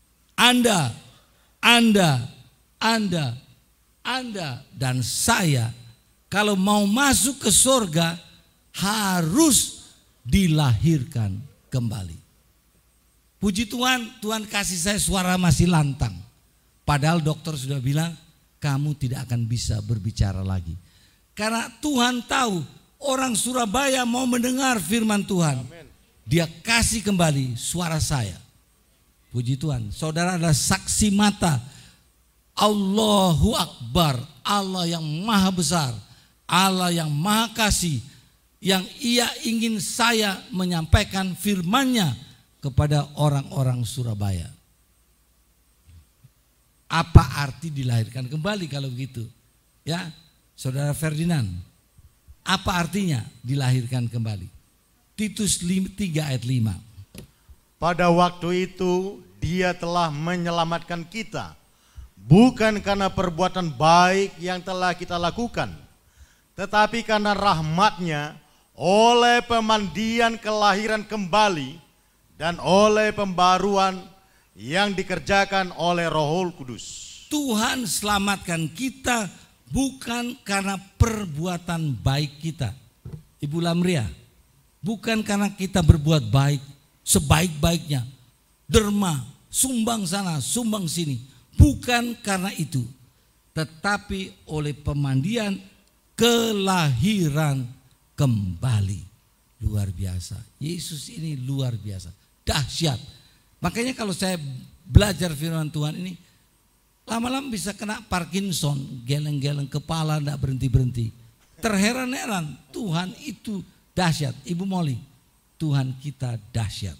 [SPEAKER 1] dan saya kalau mau masuk ke sorga harus dilahirkan kembali. Puji Tuhan, Tuhan kasih saya suara masih lantang. Padahal dokter sudah bilang kamu tidak akan bisa berbicara lagi. Karena Tuhan tahu orang Surabaya mau mendengar firman Tuhan. Dia kasih kembali suara saya. Puji Tuhan, saudara adalah saksi mata. Allahu Akbar, Allah yang maha besar, Allah yang maha kasih, yang ia ingin saya menyampaikan firman-Nya kepada orang-orang Surabaya. Apa arti dilahirkan kembali kalau begitu? Ya, Saudara Ferdinand, apa artinya dilahirkan kembali? Titus 3 ayat 5.
[SPEAKER 2] Pada waktu itu dia telah menyelamatkan kita, bukan karena perbuatan baik yang telah kita lakukan, tetapi karena rahmat-Nya oleh pemandian kelahiran kembali dan oleh pembaruan yang dikerjakan oleh Roh Kudus.
[SPEAKER 1] Tuhan selamatkan kita bukan karena perbuatan baik kita. Ibu Lamria, bukan karena kita berbuat baik sebaik-baiknya, derma, sumbang sana, sumbang sini. Bukan karena itu, tetapi oleh pemandian kelahiran kembali. Luar biasa. Yesus ini luar biasa, dahsyat. Makanya kalau saya belajar firman Tuhan ini, lama-lama bisa kena Parkinson, geleng-geleng kepala, tidak berhenti-berhenti. Terheran-heran, Tuhan itu dahsyat. Ibu Molly, Tuhan kita dahsyat.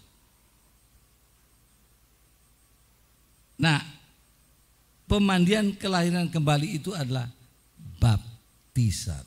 [SPEAKER 1] Nah, pemandian kelahiran kembali itu adalah baptisan.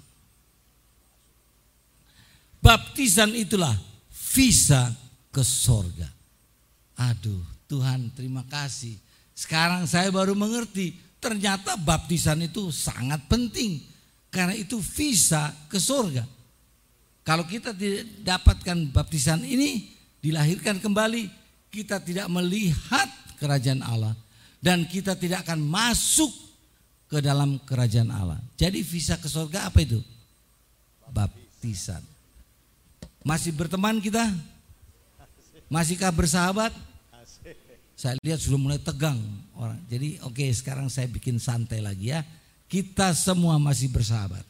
[SPEAKER 1] Baptisan itulah visa ke sorga. Aduh, Tuhan terima kasih. Sekarang saya baru mengerti, ternyata baptisan itu sangat penting. Karena itu visa ke sorga. Kalau kita tidak dapatkan baptisan ini, dilahirkan kembali, kita tidak melihat kerajaan Allah. Dan kita tidak akan masuk ke dalam kerajaan Allah. Jadi visa ke sorga apa itu? Baptisan. Masih berteman kita? Masihkah bersahabat? Saya lihat sudah mulai tegang orang. Jadi oke, sekarang saya bikin santai lagi ya. Kita semua masih bersahabat.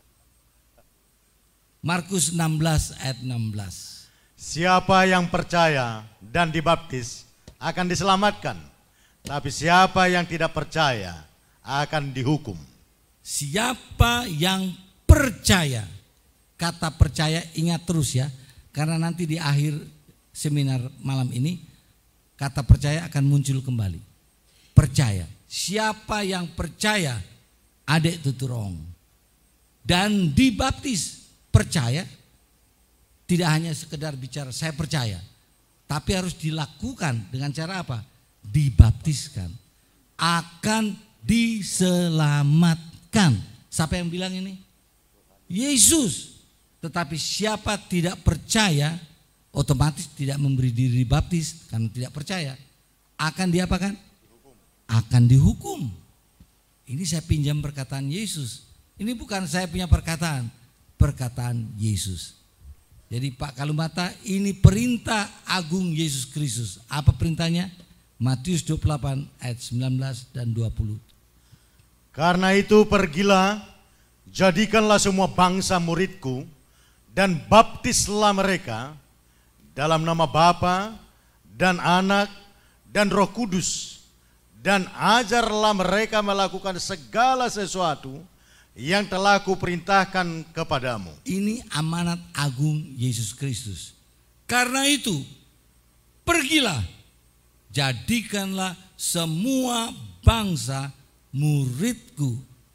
[SPEAKER 1] Markus 16 ayat 16.
[SPEAKER 2] Siapa yang percaya dan dibaptis akan diselamatkan, tapi siapa yang tidak percaya akan dihukum.
[SPEAKER 1] Siapa yang percaya, kata percaya ingat terus ya, karena nanti di akhir seminar malam ini kata percaya akan muncul kembali. Percaya, siapa yang percaya, adek tuturong, dan dibaptis, percaya, tidak hanya sekedar bicara saya percaya, tapi harus dilakukan dengan cara apa? Dibaptiskan, akan diselamatkan. Siapa yang bilang ini? Yesus. Tetapi siapa tidak percaya, otomatis tidak memberi diri dibaptis karena tidak percaya, akan diapakan? Akan dihukum. Ini saya pinjam perkataan Yesus. Ini bukan saya punya perkataan Yesus. Jadi Pak Kalumata, ini perintah agung Yesus Kristus. Apa perintahnya? Matius 28 ayat 19 dan 20.
[SPEAKER 2] Karena itu pergilah, jadikanlah semua bangsa muridku, dan baptislah mereka dalam nama Bapa dan Anak dan Roh Kudus, dan ajarlah mereka melakukan segala sesuatu yang telah kuperintahkan kepadamu.
[SPEAKER 1] Ini amanat agung Yesus Kristus. Karena itu, pergilah, jadikanlah semua bangsa muridku,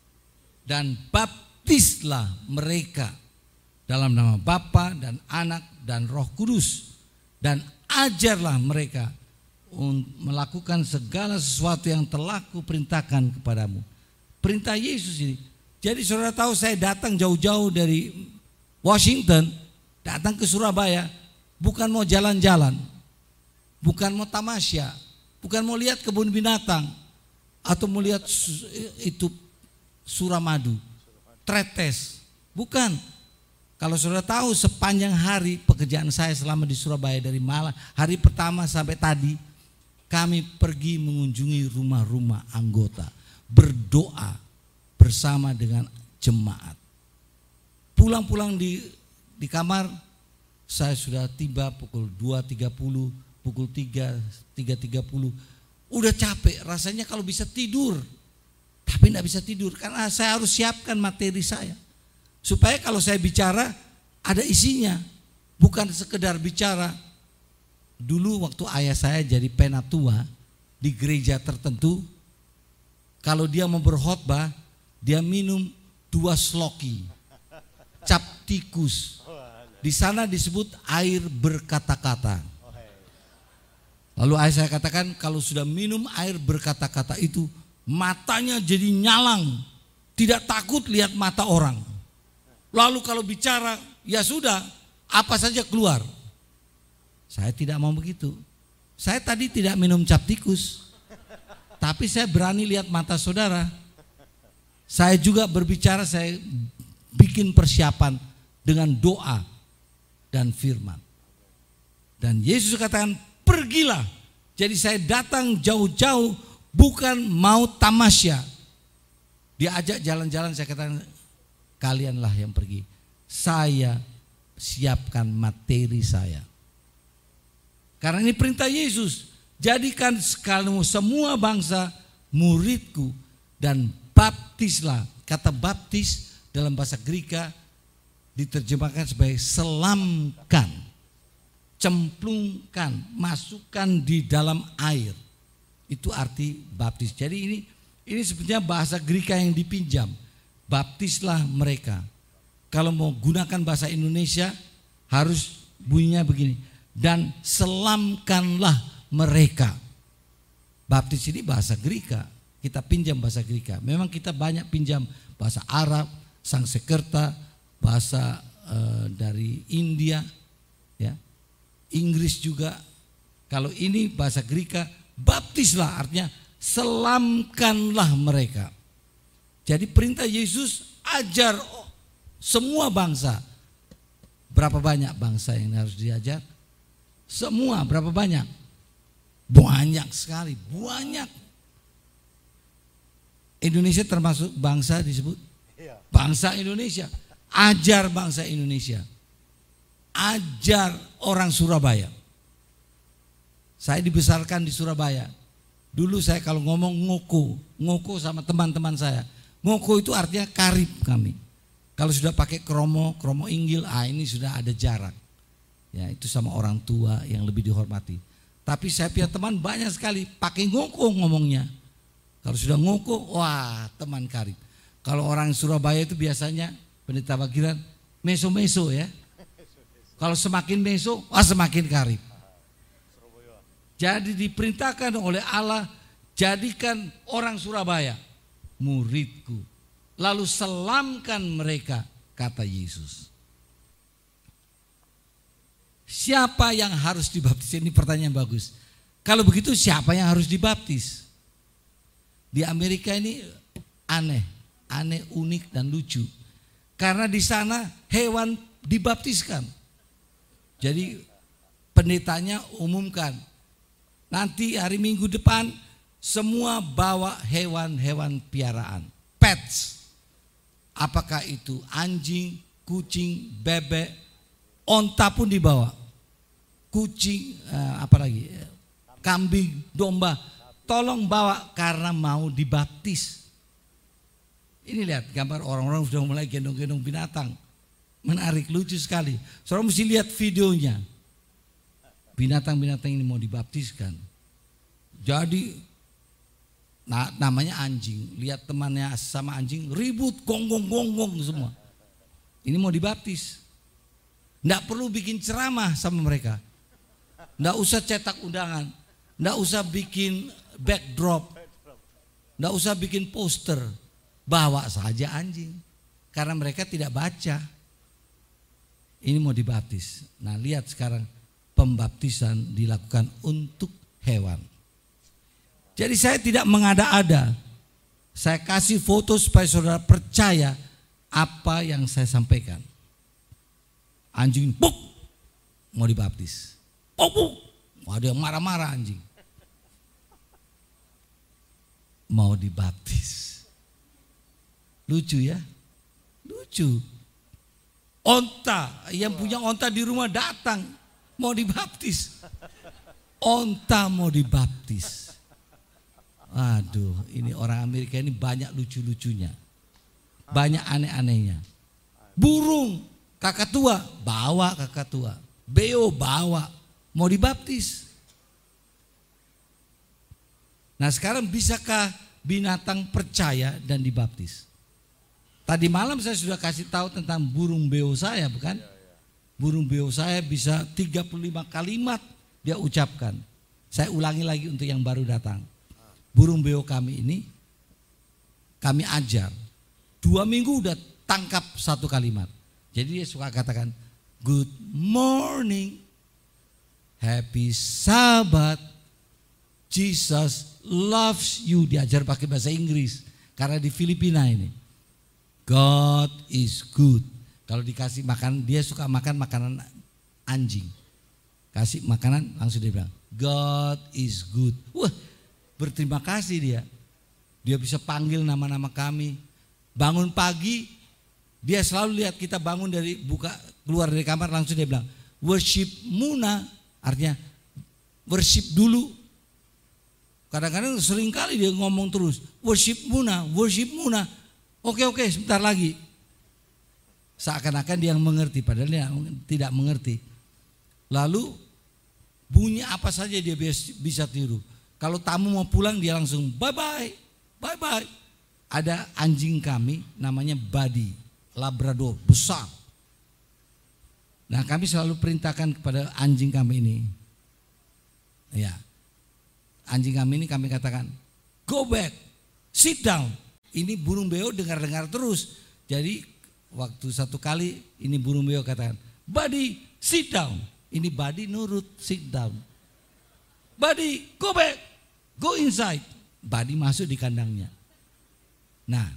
[SPEAKER 1] dan baptislah mereka dalam nama Bapa dan Anak dan Roh Kudus, dan ajarlah mereka melakukan segala sesuatu yang telah kuperintahkan kepadamu. Perintah Yesus ini. Jadi saudara tahu saya datang jauh-jauh dari Washington, datang ke Surabaya, bukan mau jalan-jalan, bukan mau tamasya, bukan mau lihat kebun binatang, atau mau lihat itu Suramadu, Tretes, bukan. Kalau saudara tahu sepanjang hari pekerjaan saya selama di Surabaya dari malam, hari pertama sampai tadi, kami pergi mengunjungi rumah-rumah anggota, berdoa bersama dengan jemaat. Pulang-pulang di kamar, saya sudah tiba pukul 2.30, pukul 3.30, udah capek, rasanya kalau bisa tidur, tapi tidak bisa tidur karena saya harus siapkan materi saya. Supaya kalau saya bicara ada isinya, bukan sekedar bicara. Dulu waktu ayah saya jadi penatua di gereja tertentu, kalau dia mau berkhotbah, dia minum 2 sloki, cap tikus. Di sana disebut air berkata-kata. Lalu ayah saya katakan kalau sudah minum air berkata-kata itu, matanya jadi nyalang, tidak takut lihat mata orang. Lalu kalau bicara, ya sudah, apa saja keluar. Saya tidak mau begitu. Saya tadi tidak minum cap tikus, tapi saya berani lihat mata saudara. Saya juga berbicara, saya bikin persiapan dengan doa dan firman. Dan Yesus katakan, pergilah. Jadi saya datang jauh-jauh bukan mau tamasya. Diajak jalan-jalan, saya katakan, kalianlah yang pergi. Saya siapkan materi saya. Karena ini perintah Yesus. Jadikan semua bangsa muridku dan baptislah. Kata baptis dalam bahasa Greka diterjemahkan sebagai selamkan, cemplungkan, masukkan di dalam air. Itu arti baptis. Jadi ini sebenarnya bahasa Greka yang dipinjam. Baptislah mereka. Kalau mau gunakan bahasa Indonesia harus bunyinya begini. Dan selamkanlah mereka. Baptis ini bahasa Greka. Kita pinjam bahasa Greka. Memang kita banyak pinjam bahasa Arab, Sangsekerta, bahasa dari India, ya, Inggris juga. Kalau ini bahasa Greka, baptislah artinya selamkanlah mereka. Jadi perintah Yesus ajar semua bangsa. Berapa banyak bangsa yang harus diajar? Semua, berapa banyak? Banyak sekali, banyak. Indonesia termasuk bangsa disebut bangsa Indonesia. Ajar bangsa Indonesia. Ajar orang Surabaya. Saya dibesarkan di Surabaya. Dulu saya kalau ngomong ngoko sama teman-teman saya. Ngoko itu artinya karib kami. Kalau sudah pakai kromo inggil, ini sudah ada jarak. Ya, itu sama orang tua yang lebih dihormati. Tapi saya punya teman banyak sekali pakai ngoko ngomongnya. Kalau sudah ngoko, wah teman karib. Kalau orang Surabaya itu biasanya pendeta bagiran meso-meso ya. Kalau semakin meso, semakin karib. Jadi diperintahkan oleh Allah, jadikan orang Surabaya muridku. Lalu selamkan mereka, kata Yesus. Siapa yang harus dibaptis? Ini pertanyaan bagus. Kalau begitu siapa yang harus dibaptis? Di Amerika ini aneh, unik dan lucu. Karena di sana hewan dibaptiskan. Jadi pendetanya umumkan, nanti hari Minggu depan semua bawa hewan-hewan piaraan, pets. Apakah itu anjing, kucing, bebek, onta pun dibawa. Kucing, apalagi kambing, domba, tolong bawa karena mau dibaptis. Ini lihat gambar orang-orang sudah mulai gendong-gendong binatang. Menarik, lucu sekali. Saudara mesti lihat videonya. Binatang-binatang ini mau dibaptiskan. Jadi namanya anjing. Lihat temannya sama anjing ribut, gonggong-gonggong semua. Ini mau dibaptis. Nggak perlu bikin ceramah sama mereka. Nggak usah cetak undangan. Nggak usah bikin backdrop. Nggak usah bikin poster. Bawa saja anjing. Karena mereka tidak baca. Ini mau dibaptis. Nah lihat sekarang pembaptisan dilakukan untuk hewan. Jadi saya tidak mengada-ada. Saya kasih foto supaya saudara percaya apa yang saya sampaikan. Anjing puk mau dibaptis. Puk. Ada yang marah-marah anjing. Mau dibaptis. Lucu ya? Lucu. Onta, yang punya onta di rumah datang mau dibaptis. Onta mau dibaptis. Aduh, ini orang Amerika ini banyak lucu-lucunya. Banyak aneh-anehnya. Burung, kakatua, bawa kakatua. Beo bawa, mau dibaptis. Nah sekarang bisakah binatang percaya dan dibaptis? Tadi malam saya sudah kasih tahu tentang burung beo saya, bukan? Burung beo saya bisa 35 kalimat dia ucapkan. Saya ulangi lagi untuk yang baru datang. Burung beo kami ini kami ajar. 2 minggu udah tangkap 1 kalimat. Jadi dia suka katakan good morning, happy Sabbath, Jesus loves you. Diajar pakai bahasa Inggris karena di Filipina ini. God is good. Kalau dikasih makan, dia suka makan makanan anjing. Kasih makanan langsung dia bilang God is good. Wah, berterima kasih dia. Dia bisa panggil nama-nama kami. Bangun pagi, dia selalu lihat kita bangun dari keluar dari kamar langsung dia bilang worship muna, artinya worship dulu. Kadang-kadang sering kali dia ngomong terus worship muna, worship muna. Oke, sebentar lagi. Seakan-akan dia yang mengerti, padahal dia tidak mengerti. Lalu bunyi apa saja dia bisa tiru. Kalau tamu mau pulang dia langsung bye-bye. Ada anjing kami namanya Buddy, Labrador, besar. Nah kami selalu perintahkan kepada anjing kami ini. Ya, anjing kami ini kami katakan go back, sit down. Ini burung beo dengar-dengar terus. Jadi waktu satu kali ini burung beo katakan, Buddy sit down. Ini Buddy nurut, sit down. Buddy go back, go inside. Buddy masuk di kandangnya. Nah,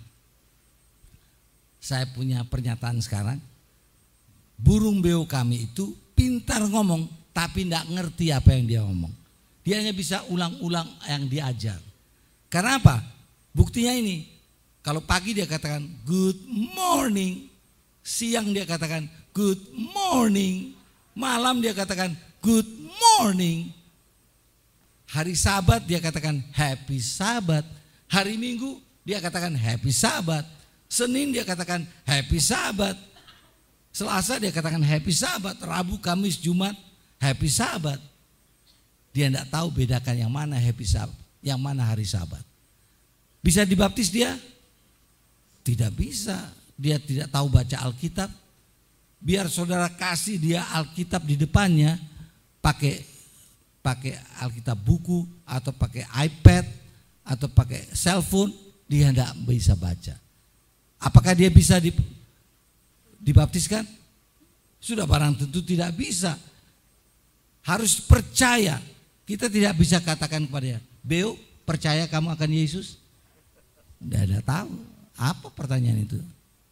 [SPEAKER 1] saya punya pernyataan sekarang. Burung beo kami itu pintar ngomong, tapi tidak ngerti apa yang dia ngomong. Dia hanya bisa ulang-ulang yang diajar. Karena apa? Buktinya ini. Kalau pagi dia katakan good morning. Siang dia katakan good morning. Malam dia katakan good morning. Hari Sabat dia katakan happy Sabat. Hari Minggu dia katakan happy Sabat. Senin dia katakan happy Sabat. Selasa dia katakan happy Sabat. Rabu, Kamis, Jumat happy Sabat. Dia tidak tahu bedakan yang mana happy Sabat, yang mana hari Sabat. Bisa dibaptis dia? Tidak bisa. Dia tidak tahu baca Alkitab. Biar saudara kasih dia Alkitab di depannya, pakai Alkitab buku atau pakai iPad atau pakai cellphone, dia tidak bisa baca. Apakah dia bisa dibaptiskan? Sudah barang tentu tidak bisa. Harus percaya. Kita tidak bisa katakan kepada dia, Beo, percaya kamu akan Yesus? Tidak ada tahu. Apa pertanyaan itu?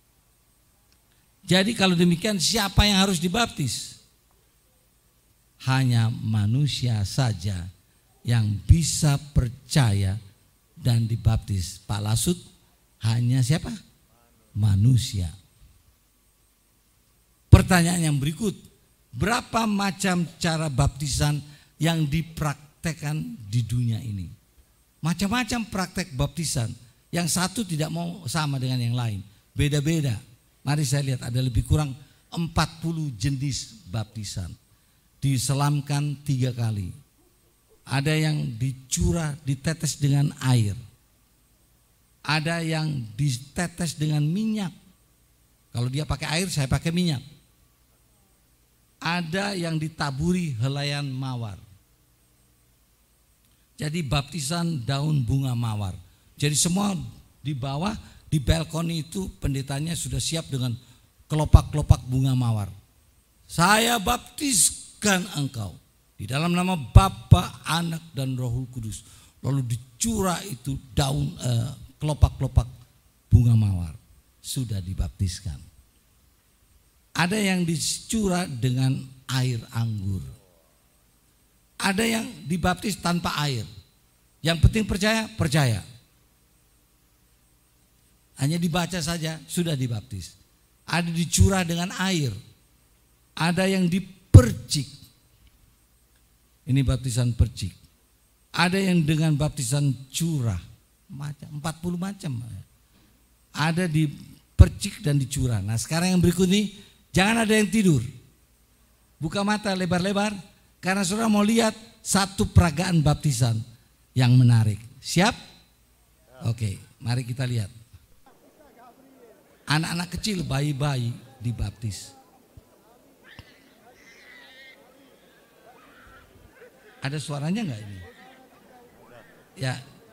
[SPEAKER 1] Jadi kalau demikian, siapa yang harus dibaptis? Hanya manusia saja yang bisa percaya dan dibaptis. Pak Lasut, hanya siapa? Manusia. Pertanyaan yang berikut, berapa macam cara baptisan yang dipraktekkan di dunia ini? Macam-macam praktek baptisan. Yang satu tidak mau sama dengan yang lain, beda-beda. Mari saya lihat, ada lebih kurang 40 jenis baptisan. Diselamkan 3 kali. Ada yang dicurah, ditetes dengan air. Ada yang ditetes dengan minyak. Kalau dia pakai air, saya pakai minyak. Ada yang ditaburi helaian mawar. Jadi baptisan daun bunga mawar. Jadi semua di bawah, di balkoni itu pendetanya sudah siap dengan kelopak-kelopak bunga mawar. Saya baptiskan engkau di dalam nama Bapa, Anak dan Roh Kudus. Lalu dicurah itu daun kelopak-kelopak bunga mawar. Sudah dibaptiskan. Ada yang dicurah dengan air anggur. Ada yang dibaptis tanpa air. Yang penting percaya. Hanya dibaca saja sudah dibaptis. Ada dicurah dengan air. Ada yang dipercik. Ini baptisan percik. Ada yang dengan baptisan curah. 40 macam. Ada dipercik dan dicurah. Nah sekarang yang berikut ini, jangan ada yang tidur. Buka mata lebar-lebar. Karena saudara mau lihat satu peragaan baptisan yang menarik. Siap? Oke, mari kita lihat. Anak-anak kecil, bayi-bayi dibaptis. Ada suaranya enggak ini? Ya.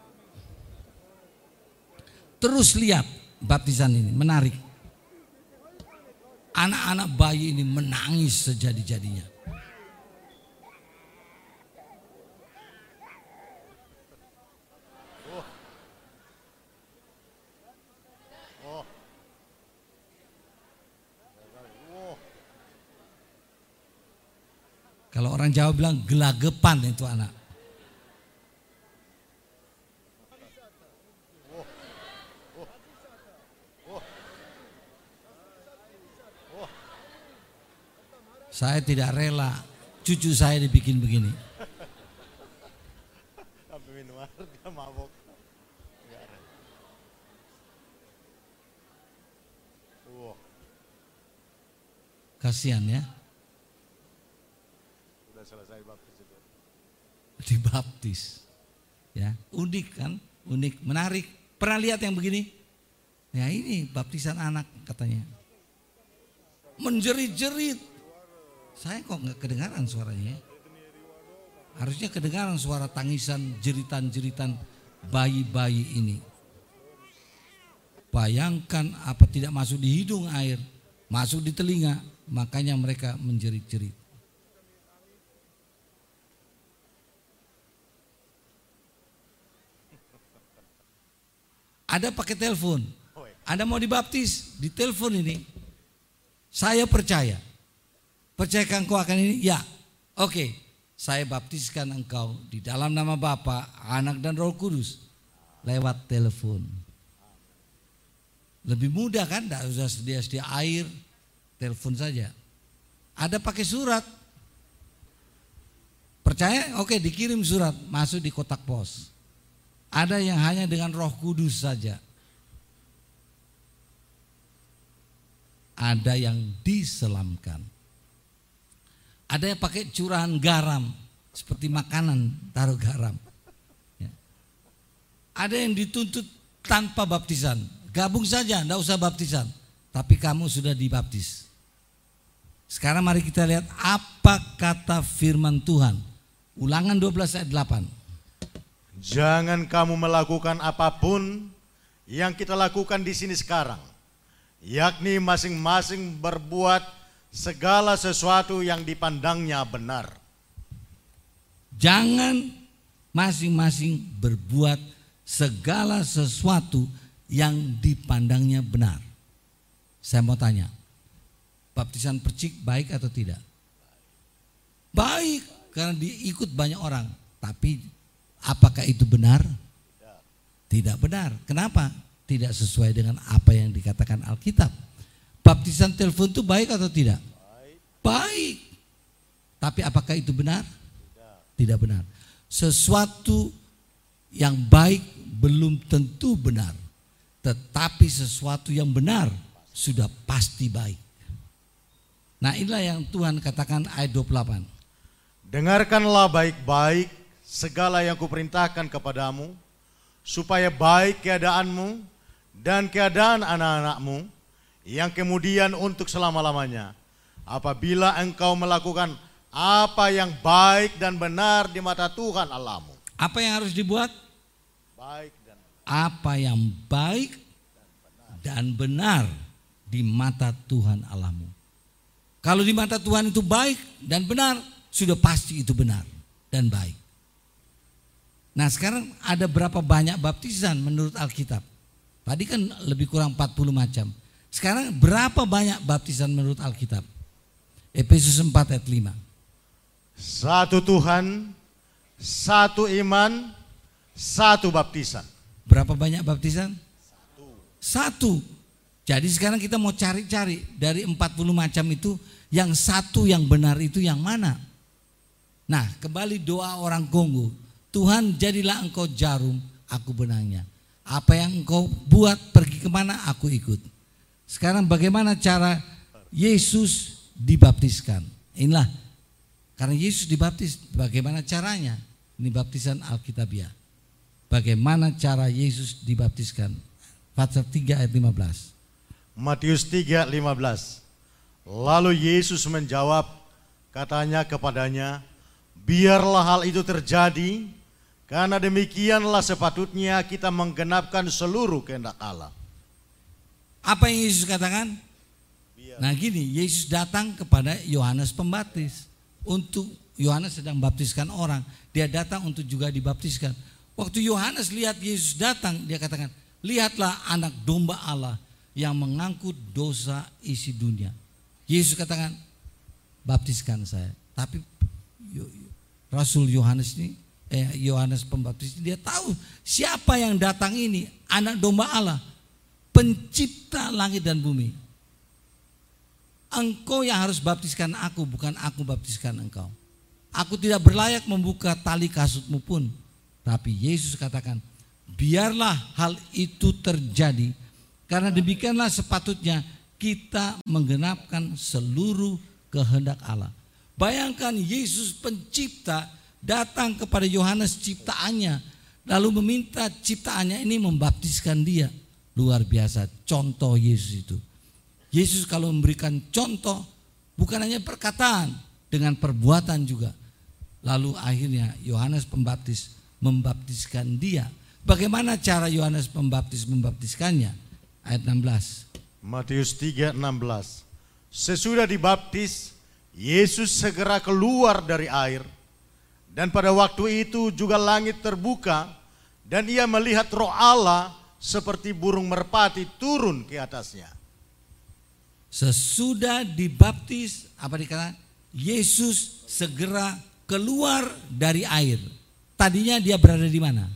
[SPEAKER 1] Terus lihat baptisan ini, menarik. Anak-anak bayi ini menangis sejadi-jadinya. Kalau orang Jawa bilang gelagepan itu anak. Saya tidak rela cucu saya dibikin begini. Kasihan ya. Dibaptis, ya unik kan, unik, menarik. Pernah lihat yang begini? Ya ini baptisan anak katanya. Menjerit-jerit. Saya kok nggak kedengaran suaranya? Harusnya kedengaran suara tangisan, jeritan-jeritan bayi-bayi ini. Bayangkan apa tidak masuk di hidung air, masuk di telinga, makanya mereka menjerit-jerit. Ada pakai telepon, Anda mau dibaptis di telepon ini. Saya percaya. Percayakan kau akan ini? Ya. Oke. saya baptiskan engkau di dalam nama Bapa, Anak dan Roh Kudus lewat telepon. Lebih mudah kan, tidak usah sedia-sedia air, telepon saja. Ada pakai surat. Percaya? Oke, dikirim surat, masuk di kotak pos. Ada yang hanya dengan Roh Kudus saja. Ada yang diselamkan. Ada yang pakai curahan garam, seperti makanan taruh garam. Ya. Ada yang dituntut tanpa baptisan, gabung saja, tidak usah baptisan, tapi kamu sudah dibaptis. Sekarang mari kita lihat apa kata firman Tuhan. Ulangan 12 ayat 8.
[SPEAKER 2] Jangan kamu melakukan apapun yang kita lakukan di sini sekarang, yakni masing-masing berbuat segala sesuatu yang dipandangnya benar.
[SPEAKER 1] Jangan masing-masing berbuat segala sesuatu yang dipandangnya benar. Saya mau tanya, baptisan percik baik atau tidak? Baik, karena diikut banyak orang. Tapi apakah itu benar? Tidak benar. Kenapa? Tidak sesuai dengan apa yang dikatakan Alkitab. Baptisan telepon itu baik atau tidak? Baik. Tapi apakah itu benar? Tidak benar. Sesuatu yang baik belum tentu benar. Tetapi sesuatu yang benar sudah pasti baik. Nah, inilah yang Tuhan katakan ayat 28.
[SPEAKER 2] Dengarkanlah baik-baik segala yang kuperintahkan kepadamu, supaya baik keadaanmu dan keadaan anak-anakmu, yang kemudian untuk selama-lamanya, apabila engkau melakukan apa yang baik dan benar di mata Tuhan Allahmu.
[SPEAKER 1] Apa yang harus dibuat?
[SPEAKER 2] Baik dan
[SPEAKER 1] apa yang baik dan benar di mata Tuhan Allahmu. Kalau di mata Tuhan itu baik dan benar, sudah pasti itu benar dan baik. Nah, sekarang ada berapa banyak baptisan menurut Alkitab? Tadi kan lebih kurang 40 macam. Sekarang berapa banyak baptisan menurut Alkitab? Efesus 4 ayat 5.
[SPEAKER 2] Satu Tuhan, satu iman, satu baptisan.
[SPEAKER 1] Berapa banyak baptisan? Satu. Jadi sekarang kita mau cari-cari dari 40 macam itu, yang satu yang benar itu yang mana? Nah, kembali doa orang Kongo. Tuhan, jadilah engkau jarum, aku benangnya. Apa yang engkau buat, pergi kemana, aku ikut. Sekarang bagaimana cara Yesus dibaptiskan? Inilah, karena Yesus dibaptis, bagaimana caranya? Ini baptisan Alkitabiah. Bagaimana cara Yesus dibaptiskan? Pasal 3 ayat 15.
[SPEAKER 2] Matius 3:15. Lalu Yesus menjawab, katanya kepadanya, biarlah hal itu terjadi, karena demikianlah sepatutnya kita menggenapkan seluruh kehendak Allah.
[SPEAKER 1] Apa yang Yesus katakan? Nah gini, Yesus datang kepada Yohanes Pembaptis. Untuk Yohanes sedang baptiskan orang, dia datang untuk juga dibaptiskan. Waktu Yohanes lihat Yesus datang, dia katakan, lihatlah anak domba Allah yang mengangkut dosa isi dunia. Yesus katakan, baptiskan saya. Tapi Rasul Yohanes ini, Yohanes Pembaptis, dia tahu siapa yang datang ini, anak domba Allah, pencipta langit dan bumi. Engkau yang harus baptiskan aku, bukan aku baptiskan engkau. Aku tidak berlayak membuka tali kasutmu pun. Tapi Yesus katakan, biarlah hal itu terjadi, karena demikianlah sepatutnya kita menggenapkan seluruh kehendak Allah. Bayangkan Yesus pencipta datang kepada Yohanes ciptaannya, lalu meminta ciptaannya ini membaptiskan dia. Luar biasa contoh Yesus itu. Yesus kalau memberikan contoh bukan hanya perkataan, dengan perbuatan juga. Lalu akhirnya Yohanes Pembaptis membaptiskan dia. Bagaimana cara Yohanes Pembaptis membaptiskannya? Ayat 16.
[SPEAKER 2] Matius 3:16. Sesudah dibaptis, Yesus segera keluar dari air, dan pada waktu itu juga langit terbuka, dan ia melihat Roh Allah seperti burung merpati turun ke atasnya.
[SPEAKER 1] Sesudah dibaptis, apa dikatakan? Yesus segera keluar dari air. Tadinya dia berada di mana?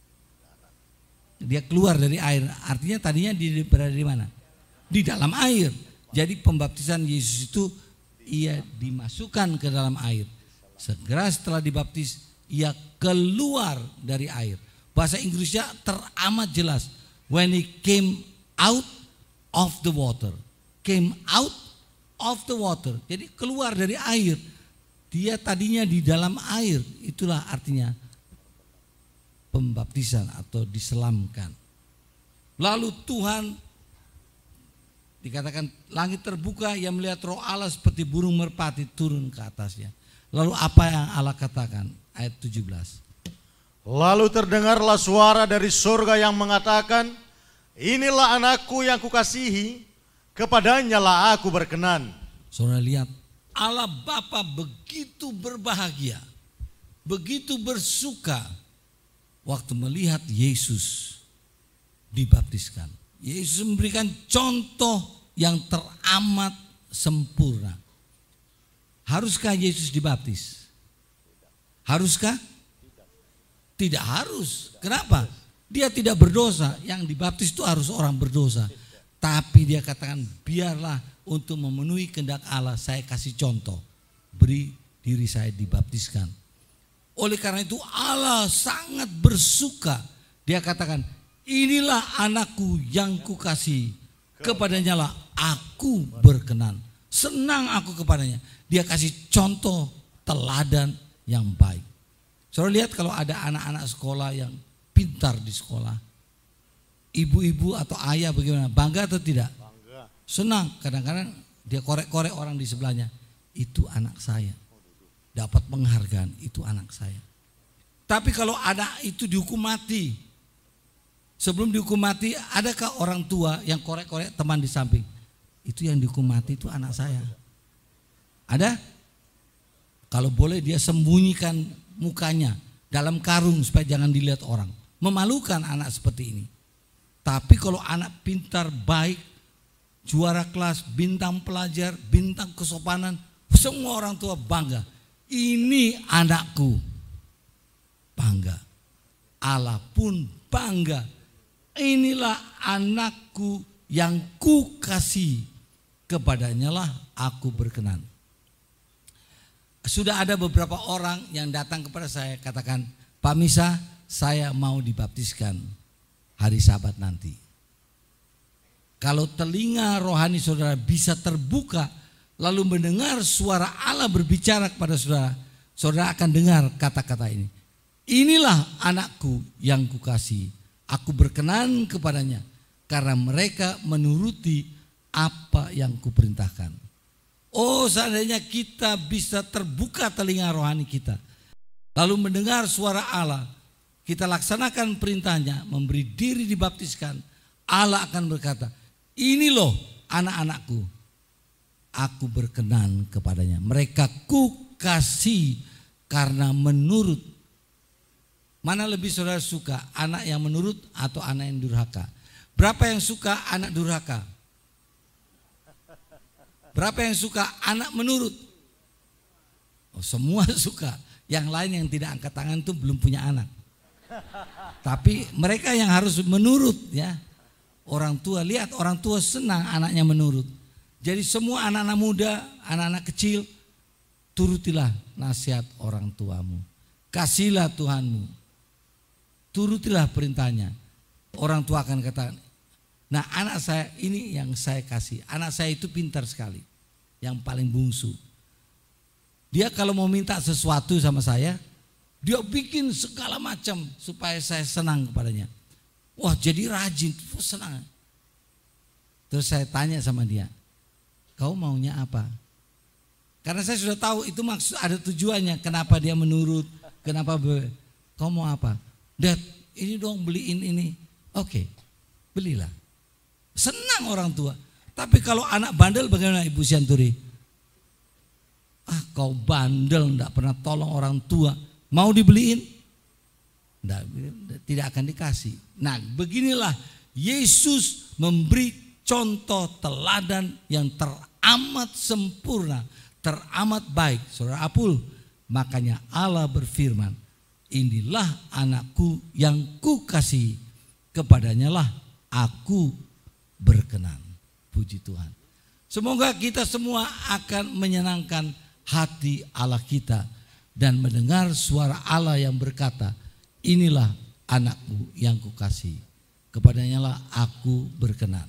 [SPEAKER 1] Dia keluar dari air, artinya tadinya dia berada di mana? Di dalam air. Jadi pembaptisan Yesus itu ia dimasukkan ke dalam air. Segera setelah dibaptis, ia keluar dari air. Bahasa Inggrisnya teramat jelas. When he came out of the water. Came out of the water. Jadi keluar dari air. Dia tadinya di dalam air. Itulah artinya pembaptisan atau diselamkan. Lalu Tuhan, dikatakan langit terbuka, ia melihat roh Allah seperti burung merpati turun ke atasnya. Lalu apa yang Allah katakan? Ayat 17.
[SPEAKER 2] Lalu terdengarlah suara dari surga yang mengatakan, inilah anakku yang kukasihi, kepadanya lah aku berkenan.
[SPEAKER 1] Saudara lihat, Allah Bapa begitu berbahagia, begitu bersuka waktu melihat Yesus dibaptiskan. Yesus memberikan contoh yang teramat sempurna. Haruskah Yesus dibaptis? Haruskah? Tidak harus. Kenapa? Dia tidak berdosa. Yang dibaptis itu harus orang berdosa. Tapi dia katakan, biarlah untuk memenuhi kehendak Allah saya kasih contoh. Beri diri saya dibaptiskan. Oleh karena itu Allah sangat bersuka. Dia katakan, inilah anakku yang kukasihi, kepadanya lah aku berkenan. Senang aku kepadanya. Dia kasih contoh teladan yang baik. Saudara lihat kalau ada anak-anak sekolah yang pintar di sekolah, ibu-ibu atau ayah bagaimana? Bangga atau tidak?
[SPEAKER 2] Bangga.
[SPEAKER 1] Senang. Kadang-kadang dia korek-korek orang di sebelahnya. Itu anak saya. Dapat penghargaan, itu anak saya. Tapi kalau anak itu dihukum mati, sebelum dihukum mati, adakah orang tua yang korek-korek teman di samping? Itu yang dihukum mati itu anak saya. Ada? Kalau boleh dia sembunyikan mukanya dalam karung supaya jangan dilihat orang. Memalukan anak seperti ini. Tapi kalau anak pintar, baik, juara kelas, bintang pelajar, bintang kesopanan, semua orang tua bangga. Ini anakku. Bangga. Allah pun bangga. Inilah anakku yang kukasihi, kepadanya lah aku berkenan. Sudah ada beberapa orang yang datang kepada saya, katakan, Pak Misa, saya mau dibaptiskan hari Sabat nanti. Kalau telinga rohani saudara bisa terbuka, lalu mendengar suara Allah berbicara kepada saudara, saudara akan dengar kata-kata ini. Inilah anakku yang kukasihi, aku berkenan kepadanya, karena mereka menuruti apa yang kuperintahkan. Oh, seandainya kita bisa terbuka telinga rohani kita, lalu mendengar suara Allah, kita laksanakan perintahnya, memberi diri dibaptiskan, Allah akan berkata, ini loh anak-anakku, aku berkenan kepadanya. Mereka kukasihi karena menurut. Mana lebih saudara suka, anak yang menurut atau anak yang durhaka? Berapa yang suka anak durhaka? Berapa yang suka anak menurut? Oh, semua suka. Yang lain yang tidak angkat tangan itu belum punya anak. Tapi mereka yang harus menurut ya. Orang tua, lihat orang tua senang anaknya menurut. Jadi semua anak-anak muda, anak-anak kecil, turutilah nasihat orang tuamu. Kasihlah Tuhanmu. Turutilah perintahnya. Orang tua akan katakan, nah anak saya ini yang saya kasih. Anak saya itu pintar sekali. Yang paling bungsu. Dia kalau mau minta sesuatu sama saya, dia bikin segala macam supaya saya senang kepadanya. Wah jadi rajin, senang. Terus saya tanya sama dia, kau maunya apa? Karena saya sudah tahu itu maksud ada tujuannya. Kenapa dia menurut, kenapa kau mau apa? Dad ini dong beliin ini. Oke, belilah. Senang orang tua. Tapi kalau anak bandel bagaimana Ibu Sianturi? Ah kau bandel, enggak pernah tolong orang tua. Mau dibeliin? Enggak, tidak akan dikasih. Nah beginilah Yesus memberi contoh teladan yang teramat sempurna, teramat baik. Saudara Apul, Makanya Allah berfirman, inilah anakku yang kukasihi, kepadanya lah aku berkenan. Puji Tuhan. Semoga kita semua akan menyenangkan hati Allah kita dan mendengar suara Allah yang berkata, inilah anakku yang kukasihi, kepadanya lah aku berkenan.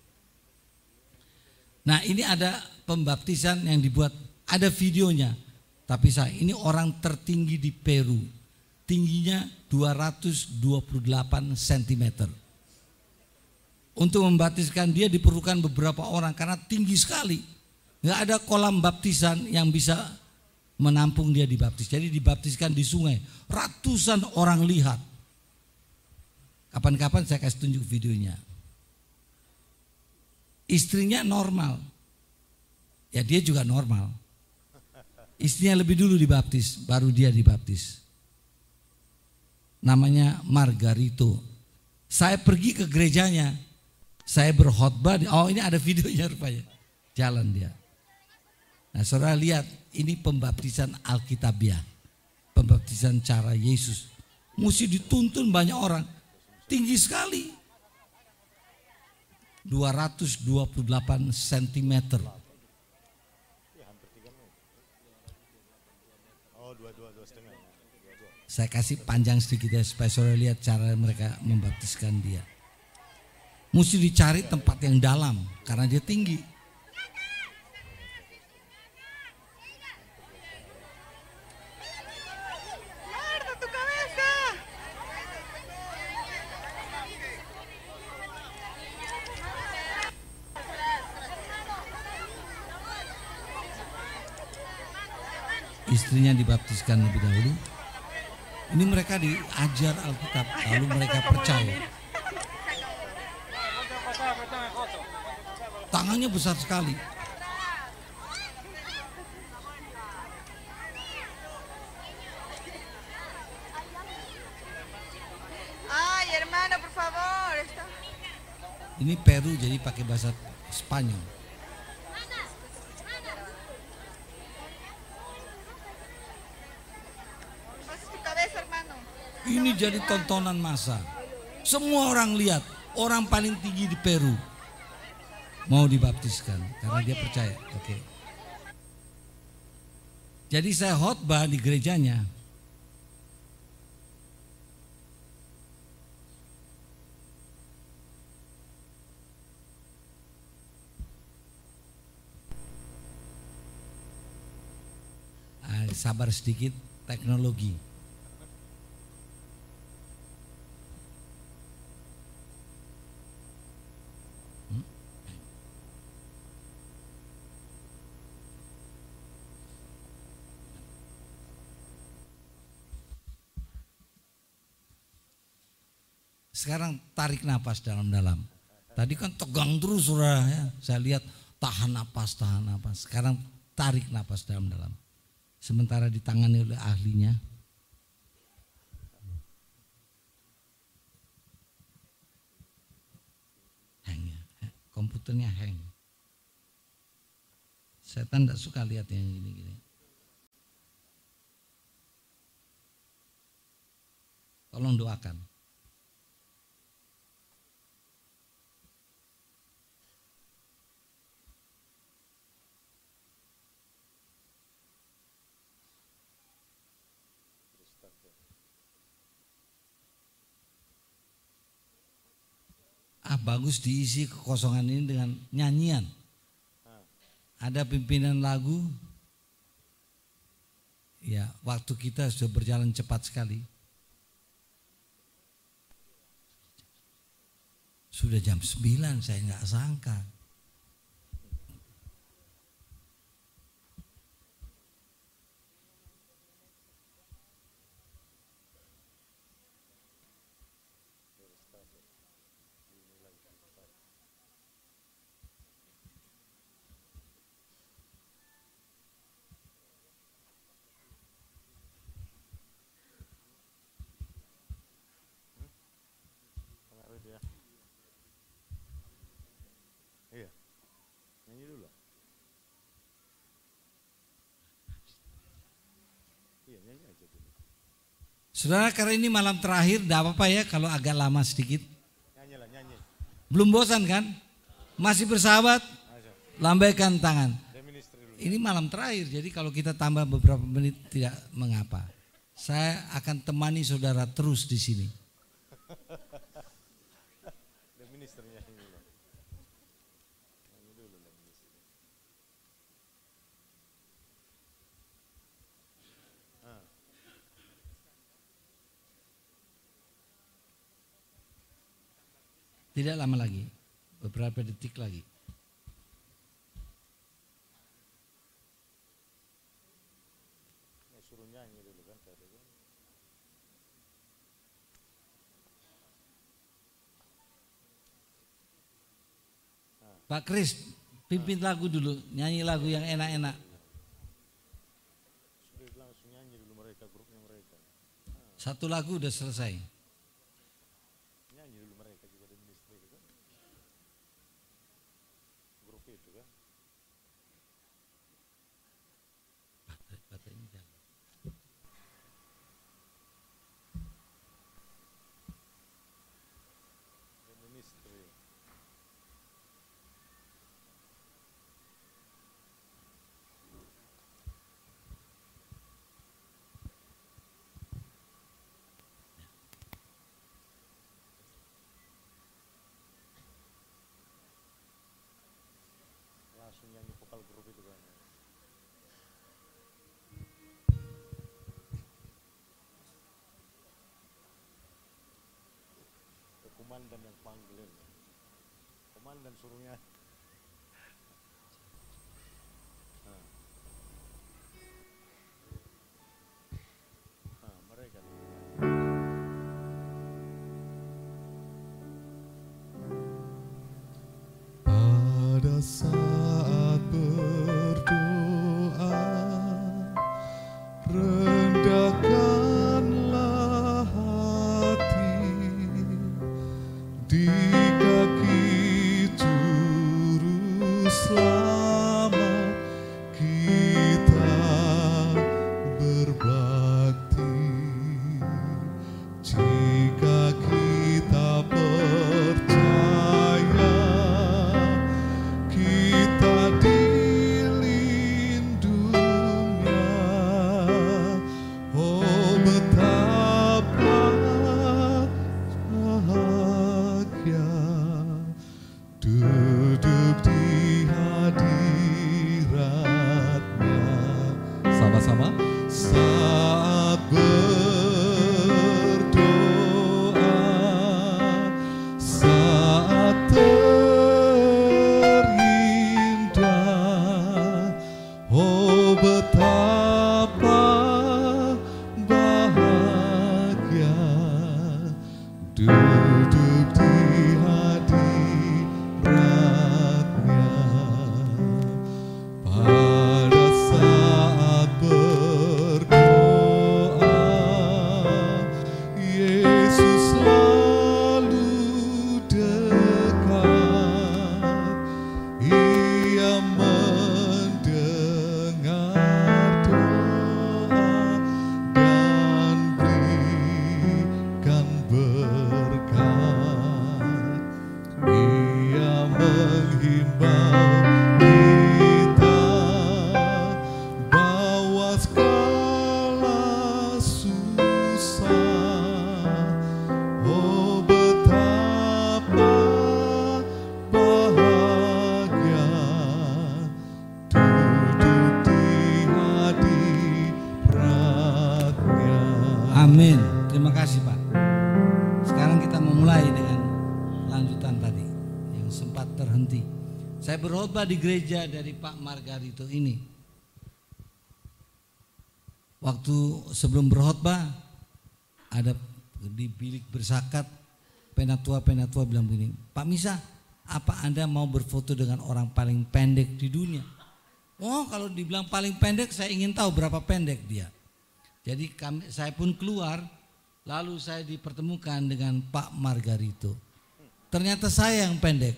[SPEAKER 1] Nah, ini ada pembaptisan yang dibuat, ada videonya. Tapi ini orang tertinggi di Peru, tingginya 228 cm. Untuk membaptiskan dia diperlukan beberapa orang karena tinggi sekali. Nggak ada kolam baptisan yang bisa menampung dia dibaptis. Jadi dibaptiskan di sungai. Ratusan orang lihat. Kapan-kapan saya kasih tunjuk videonya. Istrinya normal. Ya dia juga normal. Istrinya lebih dulu dibaptis, baru dia dibaptis. Namanya Margarito. Saya pergi ke gerejanya. Saya berkhotbah, oh ini ada videonya rupanya. Jalan dia. Nah saudara lihat, ini pembaptisan Alkitabiah. Pembaptisan cara Yesus. Mesti dituntun banyak orang. Tinggi sekali. 228 cm. Saya kasih panjang sedikit ya supaya saudara lihat cara mereka membaptiskan dia. Mesti dicari tempat yang dalam karena dia tinggi. Istrinya dibaptiskan lebih dahulu. Ini mereka diajar Alkitab, lalu mereka percaya. Tangannya besar sekali.
[SPEAKER 3] Ay, hermano, por favor.
[SPEAKER 1] Ini Peru jadi pakai bahasa Spanyol. Ini jadi tontonan massa. Semua orang lihat, orang paling tinggi di Peru mau dibaptiskan karena dia percaya. Oke. Jadi saya khotbah di gerejanya. Sabar sedikit, teknologi. Sekarang tarik napas dalam-dalam. Tadi kan tegang terus saudara ya. Saya lihat tahan napas. Sekarang tarik napas dalam-dalam. Sementara ditangani oleh ahlinya. Hang ya. Komputernya hang. Setan tidak suka lihat yang gini-gini. Tolong doakan. Bagus diisi kekosongan ini dengan nyanyian. Ada pimpinan lagu. Ya, waktu kita sudah berjalan cepat sekali. Sudah jam 9, saya nggak sangka. Saudara, karena ini malam terakhir, tidak apa-apa ya kalau agak lama sedikit.
[SPEAKER 2] Nyanyilah, nyanyi.
[SPEAKER 1] Belum bosan kan? Masih bersahabat? Lambaikan tangan. Ini malam terakhir, jadi kalau kita tambah beberapa menit tidak mengapa. Saya akan temani saudara terus di sini. Tidak lama lagi, beberapa detik lagi. Pak Kris, pimpin lagu dulu, nyanyi lagu yang enak-enak. Satu lagu udah selesai.
[SPEAKER 2] Komandan yang panggil, komandan suruhnya. Mereka.
[SPEAKER 4] Pada saat berdoa, rendahkanlah hati di kaki juru selamat kita berbakti. Jika kita percaya kita dilindungnya, oh betapa bahagia duduk di hadiratnya. Sama-sama. Saat berdoa, saat terindah, oh betapa bahagia duduk di hadiratnya. Pada saat berdoa, Yesus selalu dekat. Ia mendengar doa dan berikan berkat. Ia menghimbau kita bahwa segala susah, oh betapa bahagia duduk di hadiratnya.
[SPEAKER 1] Amin. Terima kasih Pak. Sekarang kita memulai dengan lanjutan tadi yang sempat terhenti. Saya berkhotbah di gereja dari Pak Margarito ini. Waktu sebelum berkhotbah ada di bilik bersakat penatua bilang begini, Pak Misa, apa Anda mau berfoto dengan orang paling pendek di dunia? Oh, kalau dibilang paling pendek saya ingin tahu berapa pendek dia. Jadi saya pun keluar, lalu saya dipertemukan dengan Pak Margarito. Ternyata saya yang pendek.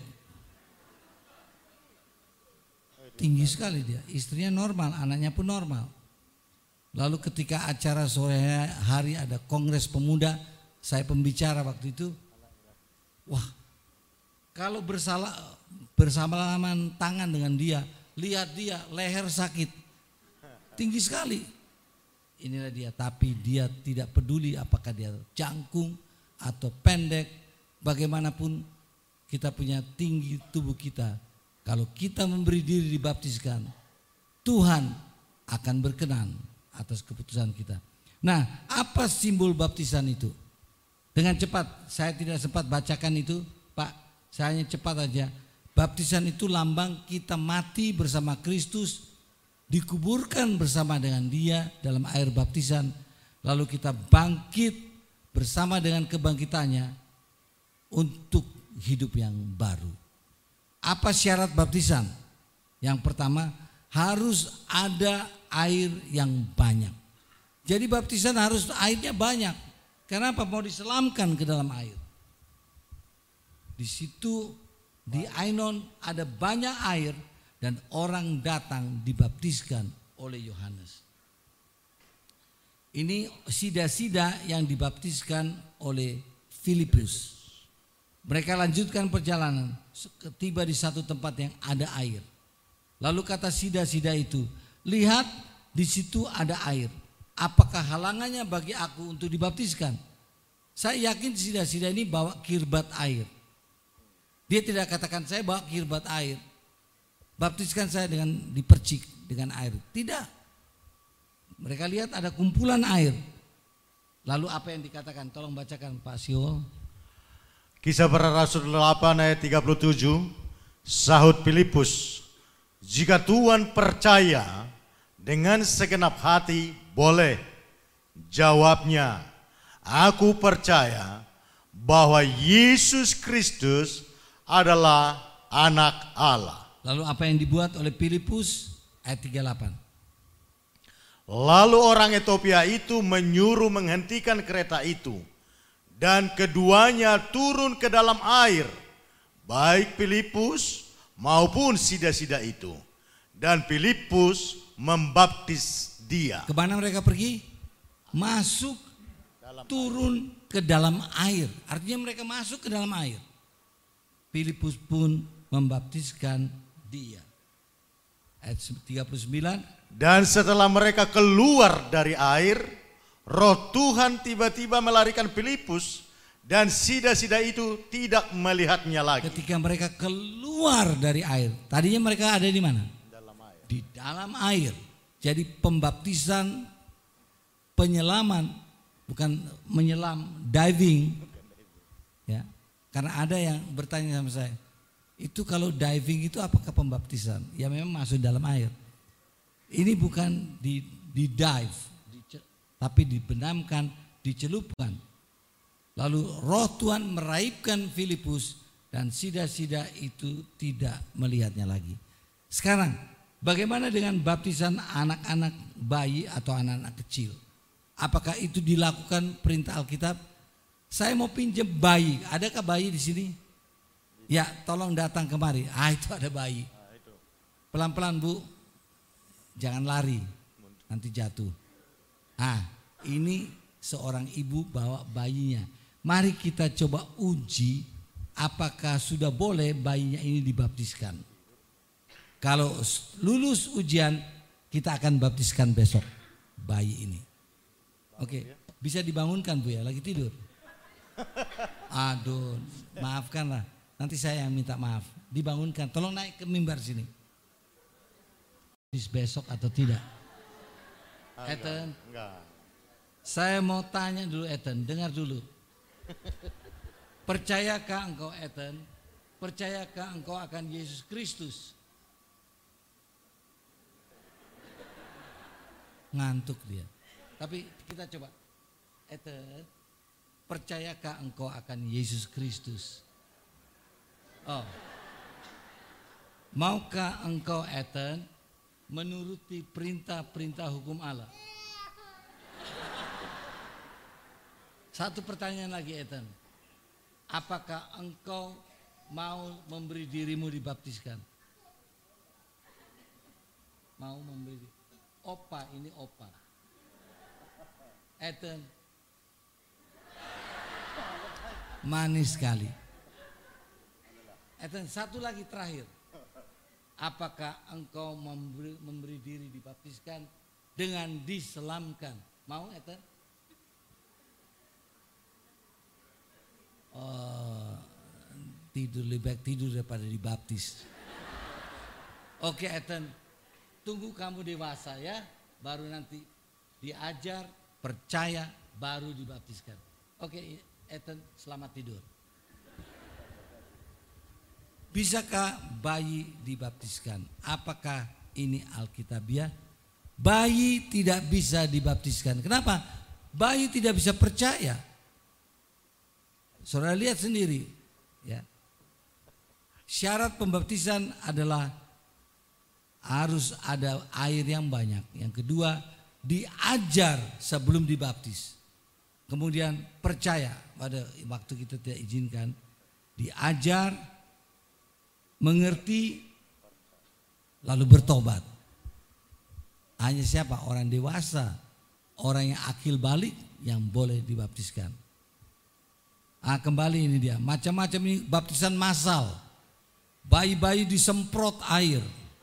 [SPEAKER 1] Tinggi sekali dia, istrinya normal, anaknya pun normal. Lalu ketika acara sore hari ada kongres pemuda, saya pembicara waktu itu. Wah, kalau bersalaman tangan dengan dia, lihat dia leher sakit, tinggi sekali. Inilah dia, tapi dia tidak peduli apakah dia jangkung atau pendek, bagaimanapun kita punya tinggi tubuh kita. Kalau kita memberi diri dibaptiskan, Tuhan akan berkenan atas keputusan kita. Nah, apa simbol baptisan itu? Dengan cepat, saya tidak sempat bacakan itu, Pak. Saya hanya cepat aja. Baptisan itu lambang kita mati bersama Kristus, dikuburkan bersama dengan Dia dalam air baptisan, lalu kita bangkit bersama dengan kebangkitannya untuk hidup yang baru. Apa syarat baptisan? Yang pertama, harus ada air yang banyak. Jadi baptisan harus airnya banyak. Kenapa? Mau diselamkan ke dalam air. Di situ di Ainon ada banyak air dan orang datang dibaptiskan oleh Yohanes. Ini sida-sida yang dibaptiskan oleh Filipus. Mereka lanjutkan perjalanan, tiba di satu tempat yang ada air. Lalu kata sida-sida itu, lihat di situ ada air. Apakah halangannya bagi aku untuk dibaptiskan? Saya yakin sida-sida ini bawa kirbat air. Dia tidak katakan saya bawa kirbat air, baptiskan saya dengan dipercik dengan air. Tidak. Mereka lihat ada kumpulan air. Lalu apa yang dikatakan? Tolong bacakan Pak Sio.
[SPEAKER 2] Kisah Para Rasul 8 ayat 37, sahut Filipus, jika Tuhan percaya dengan segenap hati boleh. Jawabnya, aku percaya bahwa Yesus Kristus adalah anak Allah.
[SPEAKER 1] Lalu apa yang dibuat oleh Filipus? Ayat 38.
[SPEAKER 2] Lalu orang Ethiopia itu menyuruh menghentikan kereta itu, dan keduanya turun ke dalam air, baik Filipus maupun sida-sida itu. Dan Filipus membaptis dia.
[SPEAKER 1] Kemana mereka pergi? Masuk, turun ke dalam air. Artinya mereka masuk ke dalam air. Filipus pun membaptiskan dia. Ayat 39.
[SPEAKER 2] Dan setelah mereka keluar dari air, Roh Tuhan tiba-tiba melarikan Filipus, dan sida-sida itu tidak melihatnya lagi.
[SPEAKER 1] Ketika mereka keluar dari air, tadinya mereka ada di mana?
[SPEAKER 2] Dalam air.
[SPEAKER 1] Di dalam air. Jadi pembaptisan, penyelaman, bukan menyelam, diving. Ya, karena ada yang bertanya sama saya, itu kalau diving itu apakah pembaptisan? Ya memang masuk dalam air. Ini bukan di dive, tapi dibenamkan, dicelupkan. Lalu roh Tuhan meraibkan Filipus dan sida-sida itu tidak melihatnya lagi. Sekarang bagaimana dengan baptisan anak-anak bayi atau anak-anak kecil? Apakah itu dilakukan perintah Alkitab? Saya mau pinjam bayi, adakah bayi di sini? Ya, tolong datang kemari. Itu ada bayi. Pelan-pelan Bu, jangan lari, nanti jatuh. Ini seorang ibu bawa bayinya. Mari kita coba uji apakah sudah boleh bayinya ini dibaptiskan. Kalau lulus ujian, kita akan baptiskan besok bayi ini. Oke, bisa dibangunkan Bu ya, lagi tidur. Aduh, maafkanlah. Nanti saya yang minta maaf. Dibangunkan, tolong naik ke mimbar sini. Besok atau tidak? Ethan,
[SPEAKER 2] Enggak.
[SPEAKER 1] saya mau tanya dulu Ethan, dengar dulu. Percayakah engkau Ethan? Percayakah engkau akan Yesus Kristus? Ngantuk dia. Tapi kita coba. Ethan, percayakah engkau akan Yesus Kristus? Oh. Maukah engkau Ethan menuruti perintah-perintah hukum Allah? Satu pertanyaan lagi Ethan. Apakah engkau mau memberi dirimu dibaptiskan? Mau memberi? Opa, ini opa. Ethan. Manis sekali. Ethan, satu lagi terakhir. Apakah engkau memberi diri dibaptiskan dengan diselamkan? Mau Ethan? Oh, tidur, lebih baik tidur daripada dibaptis. Oke Ethan, tunggu kamu dewasa ya, baru nanti diajar, percaya, baru dibaptiskan. Oke Ethan, selamat tidur. Bisakah bayi dibaptiskan? Apakah ini Alkitabiah? Bayi tidak bisa dibaptiskan. Kenapa? Bayi tidak bisa percaya. Saudara lihat sendiri, ya. Syarat pembaptisan adalah harus ada air yang banyak. Yang kedua, diajar sebelum dibaptis. Kemudian percaya pada waktu kita tidak izinkan, diajar, mengerti, lalu bertobat. Hanya siapa? Orang dewasa, orang yang akil balik yang boleh dibaptiskan. Kembali ini dia, macam-macam ini baptisan massal. Bayi-bayi disemprot air.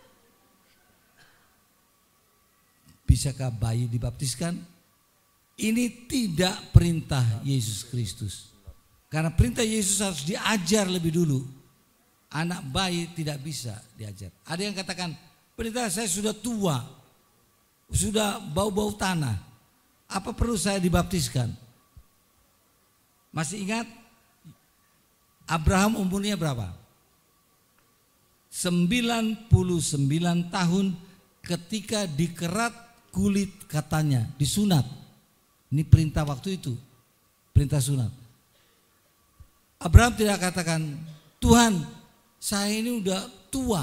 [SPEAKER 1] Bisakah bayi dibaptiskan? Ini tidak perintah Yesus Kristus. Karena perintah Yesus harus diajar lebih dulu. Anak bayi tidak bisa diajar. Ada yang katakan, pendeta saya sudah tua, sudah bau-bau tanah. Apa perlu saya dibaptiskan? Masih ingat Abraham umurnya berapa? 99 tahun ketika dikerat kulit katanya, disunat. Ini perintah waktu itu, perintah sunat. Abraham tidak katakan, Tuhan saya ini udah tua,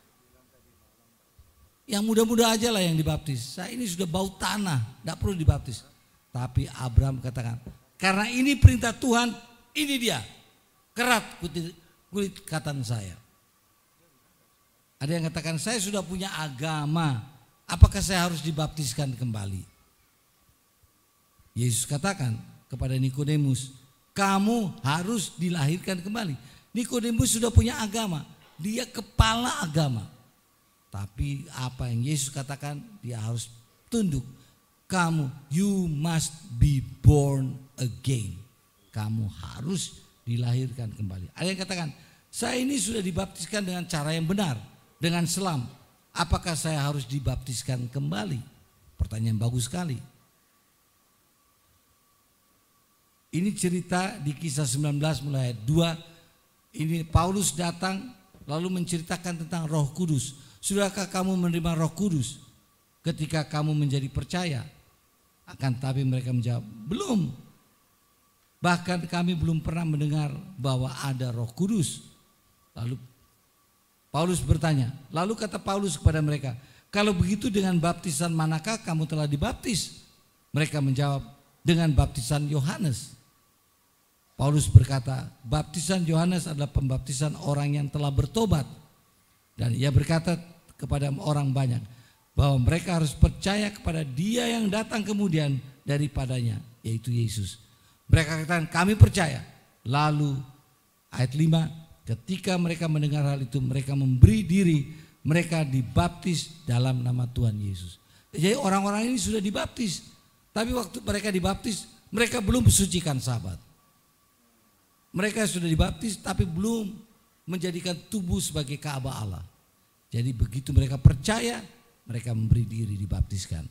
[SPEAKER 1] yang muda-muda aja lah yang dibaptis. Saya ini sudah bau tanah, tidak perlu dibaptis. Tapi Abraham katakan, karena ini perintah Tuhan, ini dia, kerat kulit katan saya. Ada yang katakan, saya sudah punya agama, apakah saya harus dibaptiskan kembali? Yesus katakan kepada Nikodemus, kamu harus dilahirkan kembali. Nikodemus sudah punya agama, dia kepala agama. Tapi apa yang Yesus katakan, dia harus tunduk. Kamu, you must be born again. Kamu harus dilahirkan kembali. Ada yang katakan, saya ini sudah dibaptiskan dengan cara yang benar, dengan selam. Apakah saya harus dibaptiskan kembali? Pertanyaan bagus sekali. Ini cerita di Kisah 19 mulai ayat 2. Ini Paulus datang lalu menceritakan tentang Roh Kudus. Sudahkah kamu menerima Roh Kudus ketika kamu menjadi percaya? Akan tapi mereka menjawab, belum. Bahkan kami belum pernah mendengar bahwa ada Roh Kudus. Lalu Paulus bertanya, lalu kata Paulus kepada mereka, kalau begitu dengan baptisan manakah kamu telah dibaptis? Mereka menjawab, dengan baptisan Yohanes. Paulus berkata, baptisan Yohanes adalah pembaptisan orang yang telah bertobat. Dan ia berkata kepada orang banyak bahwa mereka harus percaya kepada Dia yang datang kemudian daripadanya, yaitu Yesus. Mereka katakan, kami percaya. Lalu ayat 5, ketika mereka mendengar hal itu, mereka memberi diri, mereka dibaptis dalam nama Tuhan Yesus. Jadi orang-orang ini sudah dibaptis, tapi waktu mereka dibaptis, mereka belum mensucikan sahabat. Mereka sudah dibaptis tapi belum menjadikan tubuh sebagai Ka'bah Allah. Jadi begitu mereka percaya, mereka memberi diri dibaptiskan.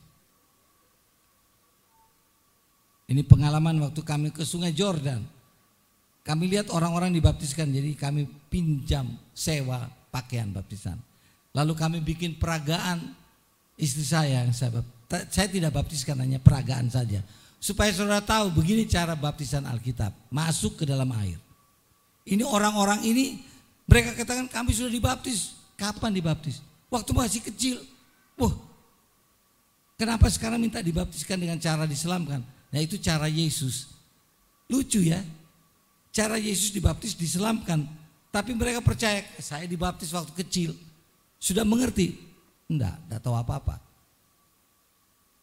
[SPEAKER 1] Ini pengalaman waktu kami ke Sungai Jordan. Kami lihat orang-orang dibaptiskan, jadi kami pinjam sewa pakaian baptisan. Lalu kami bikin peragaan istri saya yang saya tidak baptiskan, hanya peragaan saja. Supaya saudara tahu begini cara baptisan Alkitab, masuk ke dalam air. Ini orang-orang ini mereka katakan kami sudah dibaptis. Kapan dibaptis? Waktu masih kecil. Wah, kenapa sekarang minta dibaptiskan dengan cara diselamkan? Nah itu cara Yesus. Lucu ya, cara Yesus dibaptis diselamkan. Tapi mereka percaya saya dibaptis waktu kecil. Sudah mengerti? Enggak tahu apa-apa.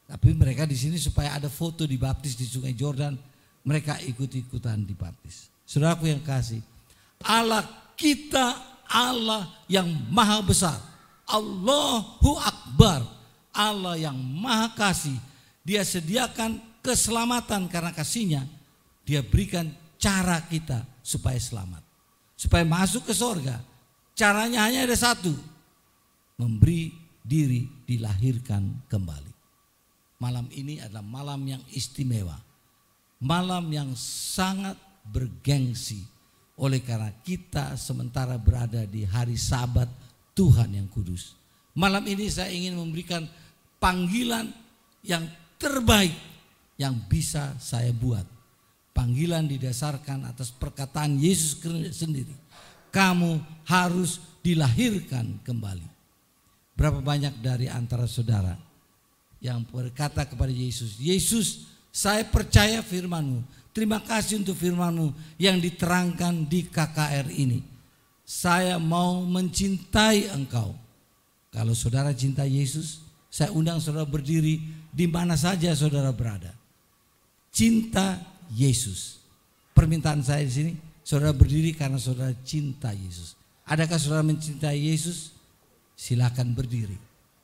[SPEAKER 1] Tapi mereka di sini supaya ada foto dibaptis di Sungai Yordan, mereka ikut-ikutan dibaptis. Saudaraku yang kasih, Allah kita Allah yang maha besar, Allahu Akbar, Allah yang maha kasih. Dia sediakan keselamatan karena kasihnya. Dia berikan cara kita supaya selamat, supaya masuk ke sorga. Caranya hanya ada satu, memberi diri dilahirkan kembali. Malam ini adalah malam yang istimewa, malam yang sangat bergengsi, oleh karena kita sementara berada di hari Sabat Tuhan yang kudus. Malam ini saya ingin memberikan panggilan yang terbaik yang bisa saya buat. Panggilan didasarkan atas perkataan Yesus sendiri. Kamu harus dilahirkan kembali. Berapa banyak dari antara saudara yang berkata kepada Yesus, Yesus, saya percaya firman-Mu. Terima kasih untuk firman-Mu yang diterangkan di KKR ini. Saya mau mencintai Engkau. Kalau saudara cinta Yesus, saya undang saudara berdiri di mana saja saudara berada. Cinta Yesus. Permintaan saya di sini, saudara berdiri karena saudara cinta Yesus. Adakah saudara mencintai Yesus? Silakan berdiri.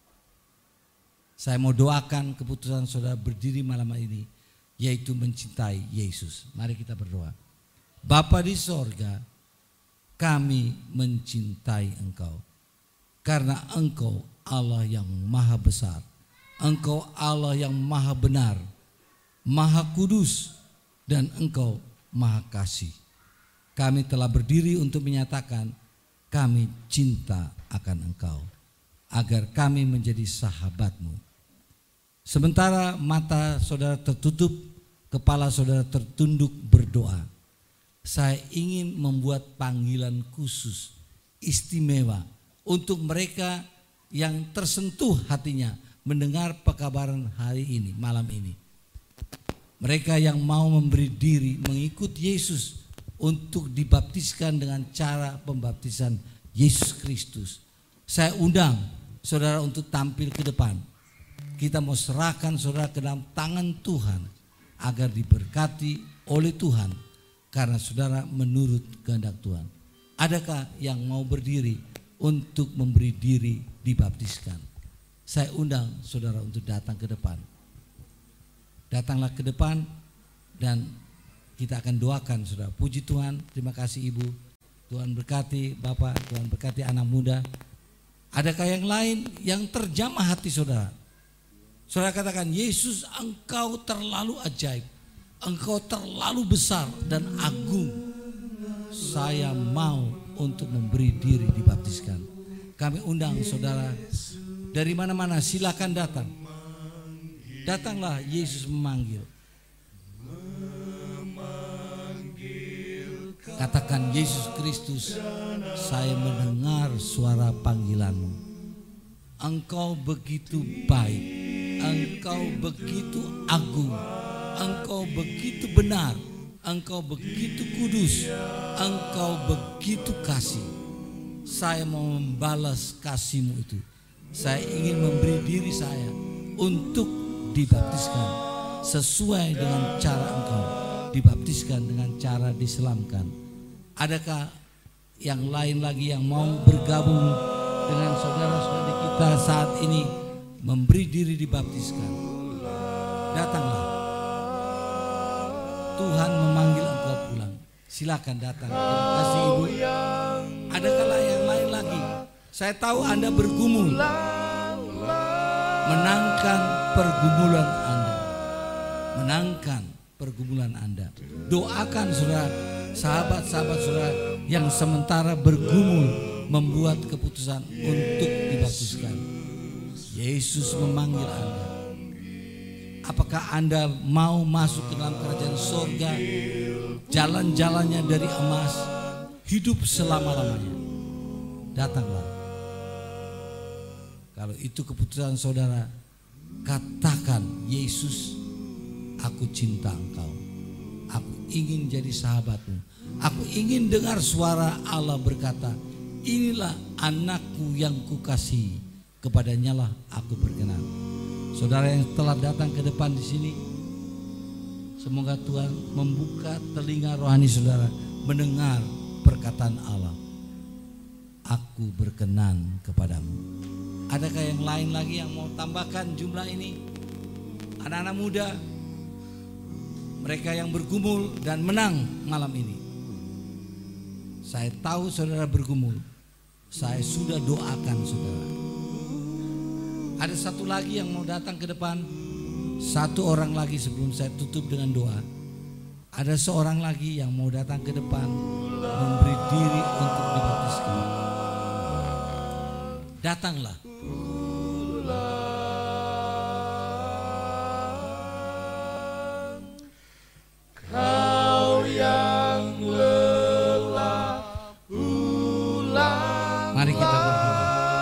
[SPEAKER 1] Saya mau doakan keputusan saudara berdiri malam ini, yaitu mencintai Yesus. Mari kita berdoa. Bapa di sorga, kami mencintai Engkau. Karena Engkau Allah yang maha besar. Engkau Allah yang maha benar, maha kudus, dan Engkau maha kasih. Kami telah berdiri untuk menyatakan kami cinta akan Engkau, agar kami menjadi sahabat-Mu. Sementara mata saudara tertutup, kepala saudara tertunduk berdoa, saya ingin membuat panggilan khusus, istimewa untuk mereka yang tersentuh hatinya mendengar pekabaran hari ini, malam ini. Mereka yang mau memberi diri mengikut Yesus untuk dibaptiskan dengan cara pembaptisan Yesus Kristus. Saya undang saudara untuk tampil ke depan. Kita mau serahkan saudara ke dalam tangan Tuhan agar diberkati oleh Tuhan karena saudara menurut kehendak Tuhan. Adakah yang mau berdiri untuk memberi diri dibaptiskan? Saya undang saudara untuk datang ke depan. Datanglah ke depan dan kita akan doakan saudara. Puji Tuhan, terima kasih Ibu. Tuhan berkati Bapak, Tuhan berkati anak muda. Adakah yang lain yang terjamah hati saudara? Saudara katakan, Yesus Engkau terlalu ajaib, Engkau terlalu besar dan agung. Saya mau untuk memberi diri dibaptiskan. Kami undang saudara dari mana-mana, silakan datang. Datanglah, Yesus memanggil. Katakan, Yesus Kristus, saya mendengar suara panggilan-Mu. Engkau begitu baik, Engkau begitu agung, Engkau begitu benar, Engkau begitu kudus, Engkau begitu kasih. Saya mau membalas kasih-Mu itu. Saya ingin memberi diri saya untuk dibaptiskan sesuai dengan cara Engkau, dibaptiskan dengan cara diselamkan. Adakah yang lain lagi yang mau bergabung dengan saudara-saudari kita saat ini memberi diri dibaptiskan? Datanglah. Tuhan memanggil engkau pulang. Silakan datang. Terima kasih Ibu. Adakah yang lain lagi? Saya tahu Anda bergumul. Menangkan pergumulan Anda. Menangkan pergumulan Anda. Doakan saudara, sahabat-sahabat saudara yang sementara bergumul membuat keputusan untuk dibaptiskan. Yesus memanggil Anda. Apakah Anda mau masuk ke dalam kerajaan sorga, jalan-jalannya dari emas, hidup selama-lamanya? Datanglah. Kalau itu keputusan saudara, katakan, Yesus, aku cinta Engkau. Aku ingin jadi sahabat-Mu. Aku ingin dengar suara Allah berkata, inilah anakku yang kukasihi, kepadanyalah aku berkenan. Saudara yang telah datang ke depan di sini, semoga Tuhan membuka telinga rohani saudara mendengar perkataan Allah. Aku berkenan kepadamu. Adakah yang lain lagi yang mau tambahkan jumlah ini? Anak-anak muda, mereka yang bergumul dan menang malam ini. Saya tahu saudara bergumul. Saya sudah doakan saudara. Ada satu lagi yang mau datang ke depan. Satu orang lagi sebelum saya tutup dengan doa. Ada seorang lagi yang mau datang ke depan memberi diri untuk dibaptiskan. Datanglah.
[SPEAKER 4] Kau yang lelah pulang.
[SPEAKER 1] Mari kita berdoa.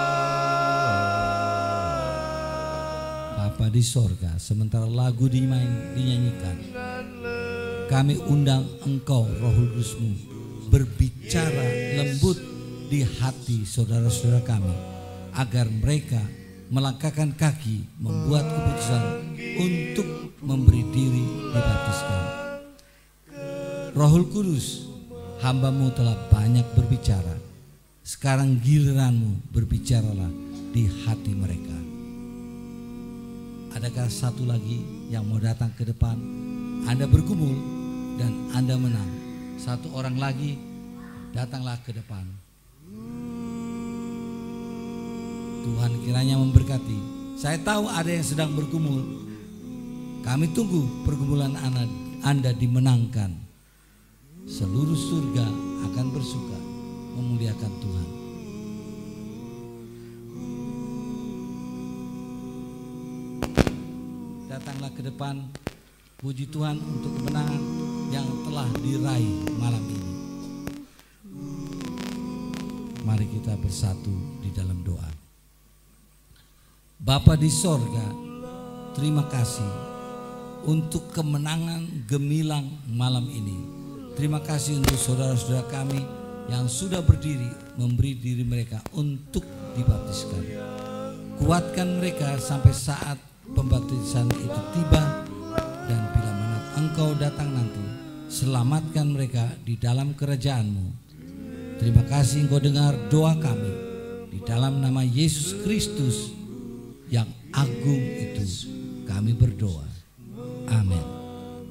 [SPEAKER 1] Bapa di sorga, sementara lagu dinyanyikan, kami undang Engkau Roh Kudus-Mu berbicara lembut di hati saudara-saudara kami, agar mereka melangkahkan kaki membuat keputusan untuk memberi diri dibaptiskan. Roh Kudus, hamba-Mu telah banyak berbicara. Sekarang giliran-Mu, berbicaralah di hati mereka. Adakah satu lagi yang mau datang ke depan? Anda bergumul dan Anda menang. Satu orang lagi, datanglah ke depan. Tuhan kiranya memberkati. Saya tahu ada yang sedang bergumul. Kami tunggu pergumulan Anda dimenangkan. Seluruh surga akan bersuka memuliakan Tuhan. Datanglah ke depan. Puji Tuhan untuk kemenangan yang telah diraih malam ini. Mari kita bersatu di dalam doa. Bapa di sorga, terima kasih untuk kemenangan gemilang malam ini. Terima kasih untuk saudara-saudara kami yang sudah berdiri memberi diri mereka untuk dibaptiskan. Kuatkan mereka sampai saat pembaptisan itu tiba, dan bila mana Engkau datang nanti, selamatkan mereka di dalam kerajaan-Mu. Terima kasih Engkau dengar doa kami di dalam nama Yesus Kristus yang agung itu kami berdoa. Amin.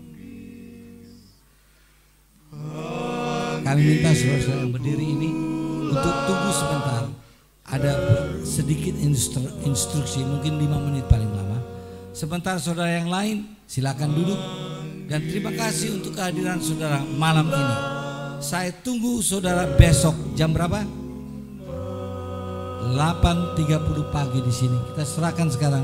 [SPEAKER 1] Kami minta saudara-saudara yang berdiri ini untuk tunggu sebentar. Ada sedikit instruksi, mungkin 5 menit paling lama. Sebentar saudara yang lain silakan duduk. Dan terima kasih untuk kehadiran saudara malam ini. Saya tunggu saudara besok jam berapa? 8.30 pagi di sini. Kita serahkan sekarang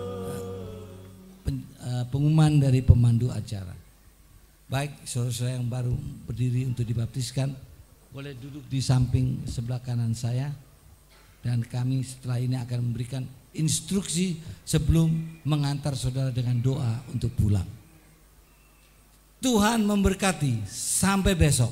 [SPEAKER 1] pengumuman dari pemandu acara. Baik, saudara-saudara yang baru berdiri untuk dibaptiskan, boleh duduk di samping sebelah kanan saya. Dan kami setelah ini akan memberikan instruksi sebelum mengantar saudara dengan doa untuk pulang. Tuhan memberkati, sampai besok.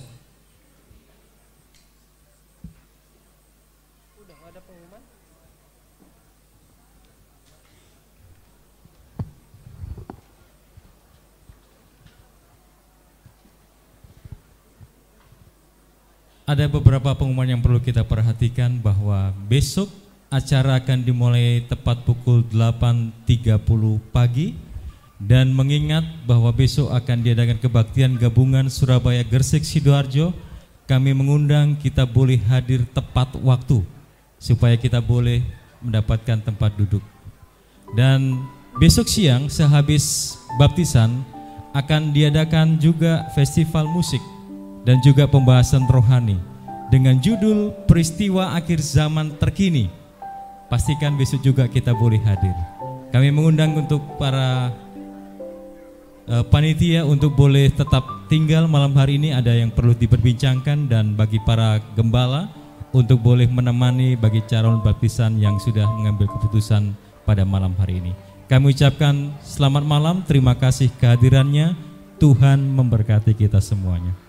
[SPEAKER 5] Ada beberapa pengumuman yang perlu kita perhatikan, bahwa besok acara akan dimulai tepat pukul 8.30 pagi, dan mengingat bahwa besok akan diadakan kebaktian gabungan Surabaya Gresik Sidoarjo, kami mengundang kita boleh hadir tepat waktu supaya kita boleh mendapatkan tempat duduk. Dan besok siang sehabis baptisan akan diadakan juga festival musik dan juga pembahasan rohani dengan judul Peristiwa Akhir Zaman Terkini. Pastikan besok juga kita boleh hadir. Kami mengundang untuk para panitia untuk boleh tetap tinggal malam hari ini. Ada yang perlu diperbincangkan, dan bagi para gembala untuk boleh menemani bagi calon baptisan yang sudah mengambil keputusan pada malam hari ini. Kami ucapkan selamat malam, terima kasih kehadirannya. Tuhan memberkati kita semuanya.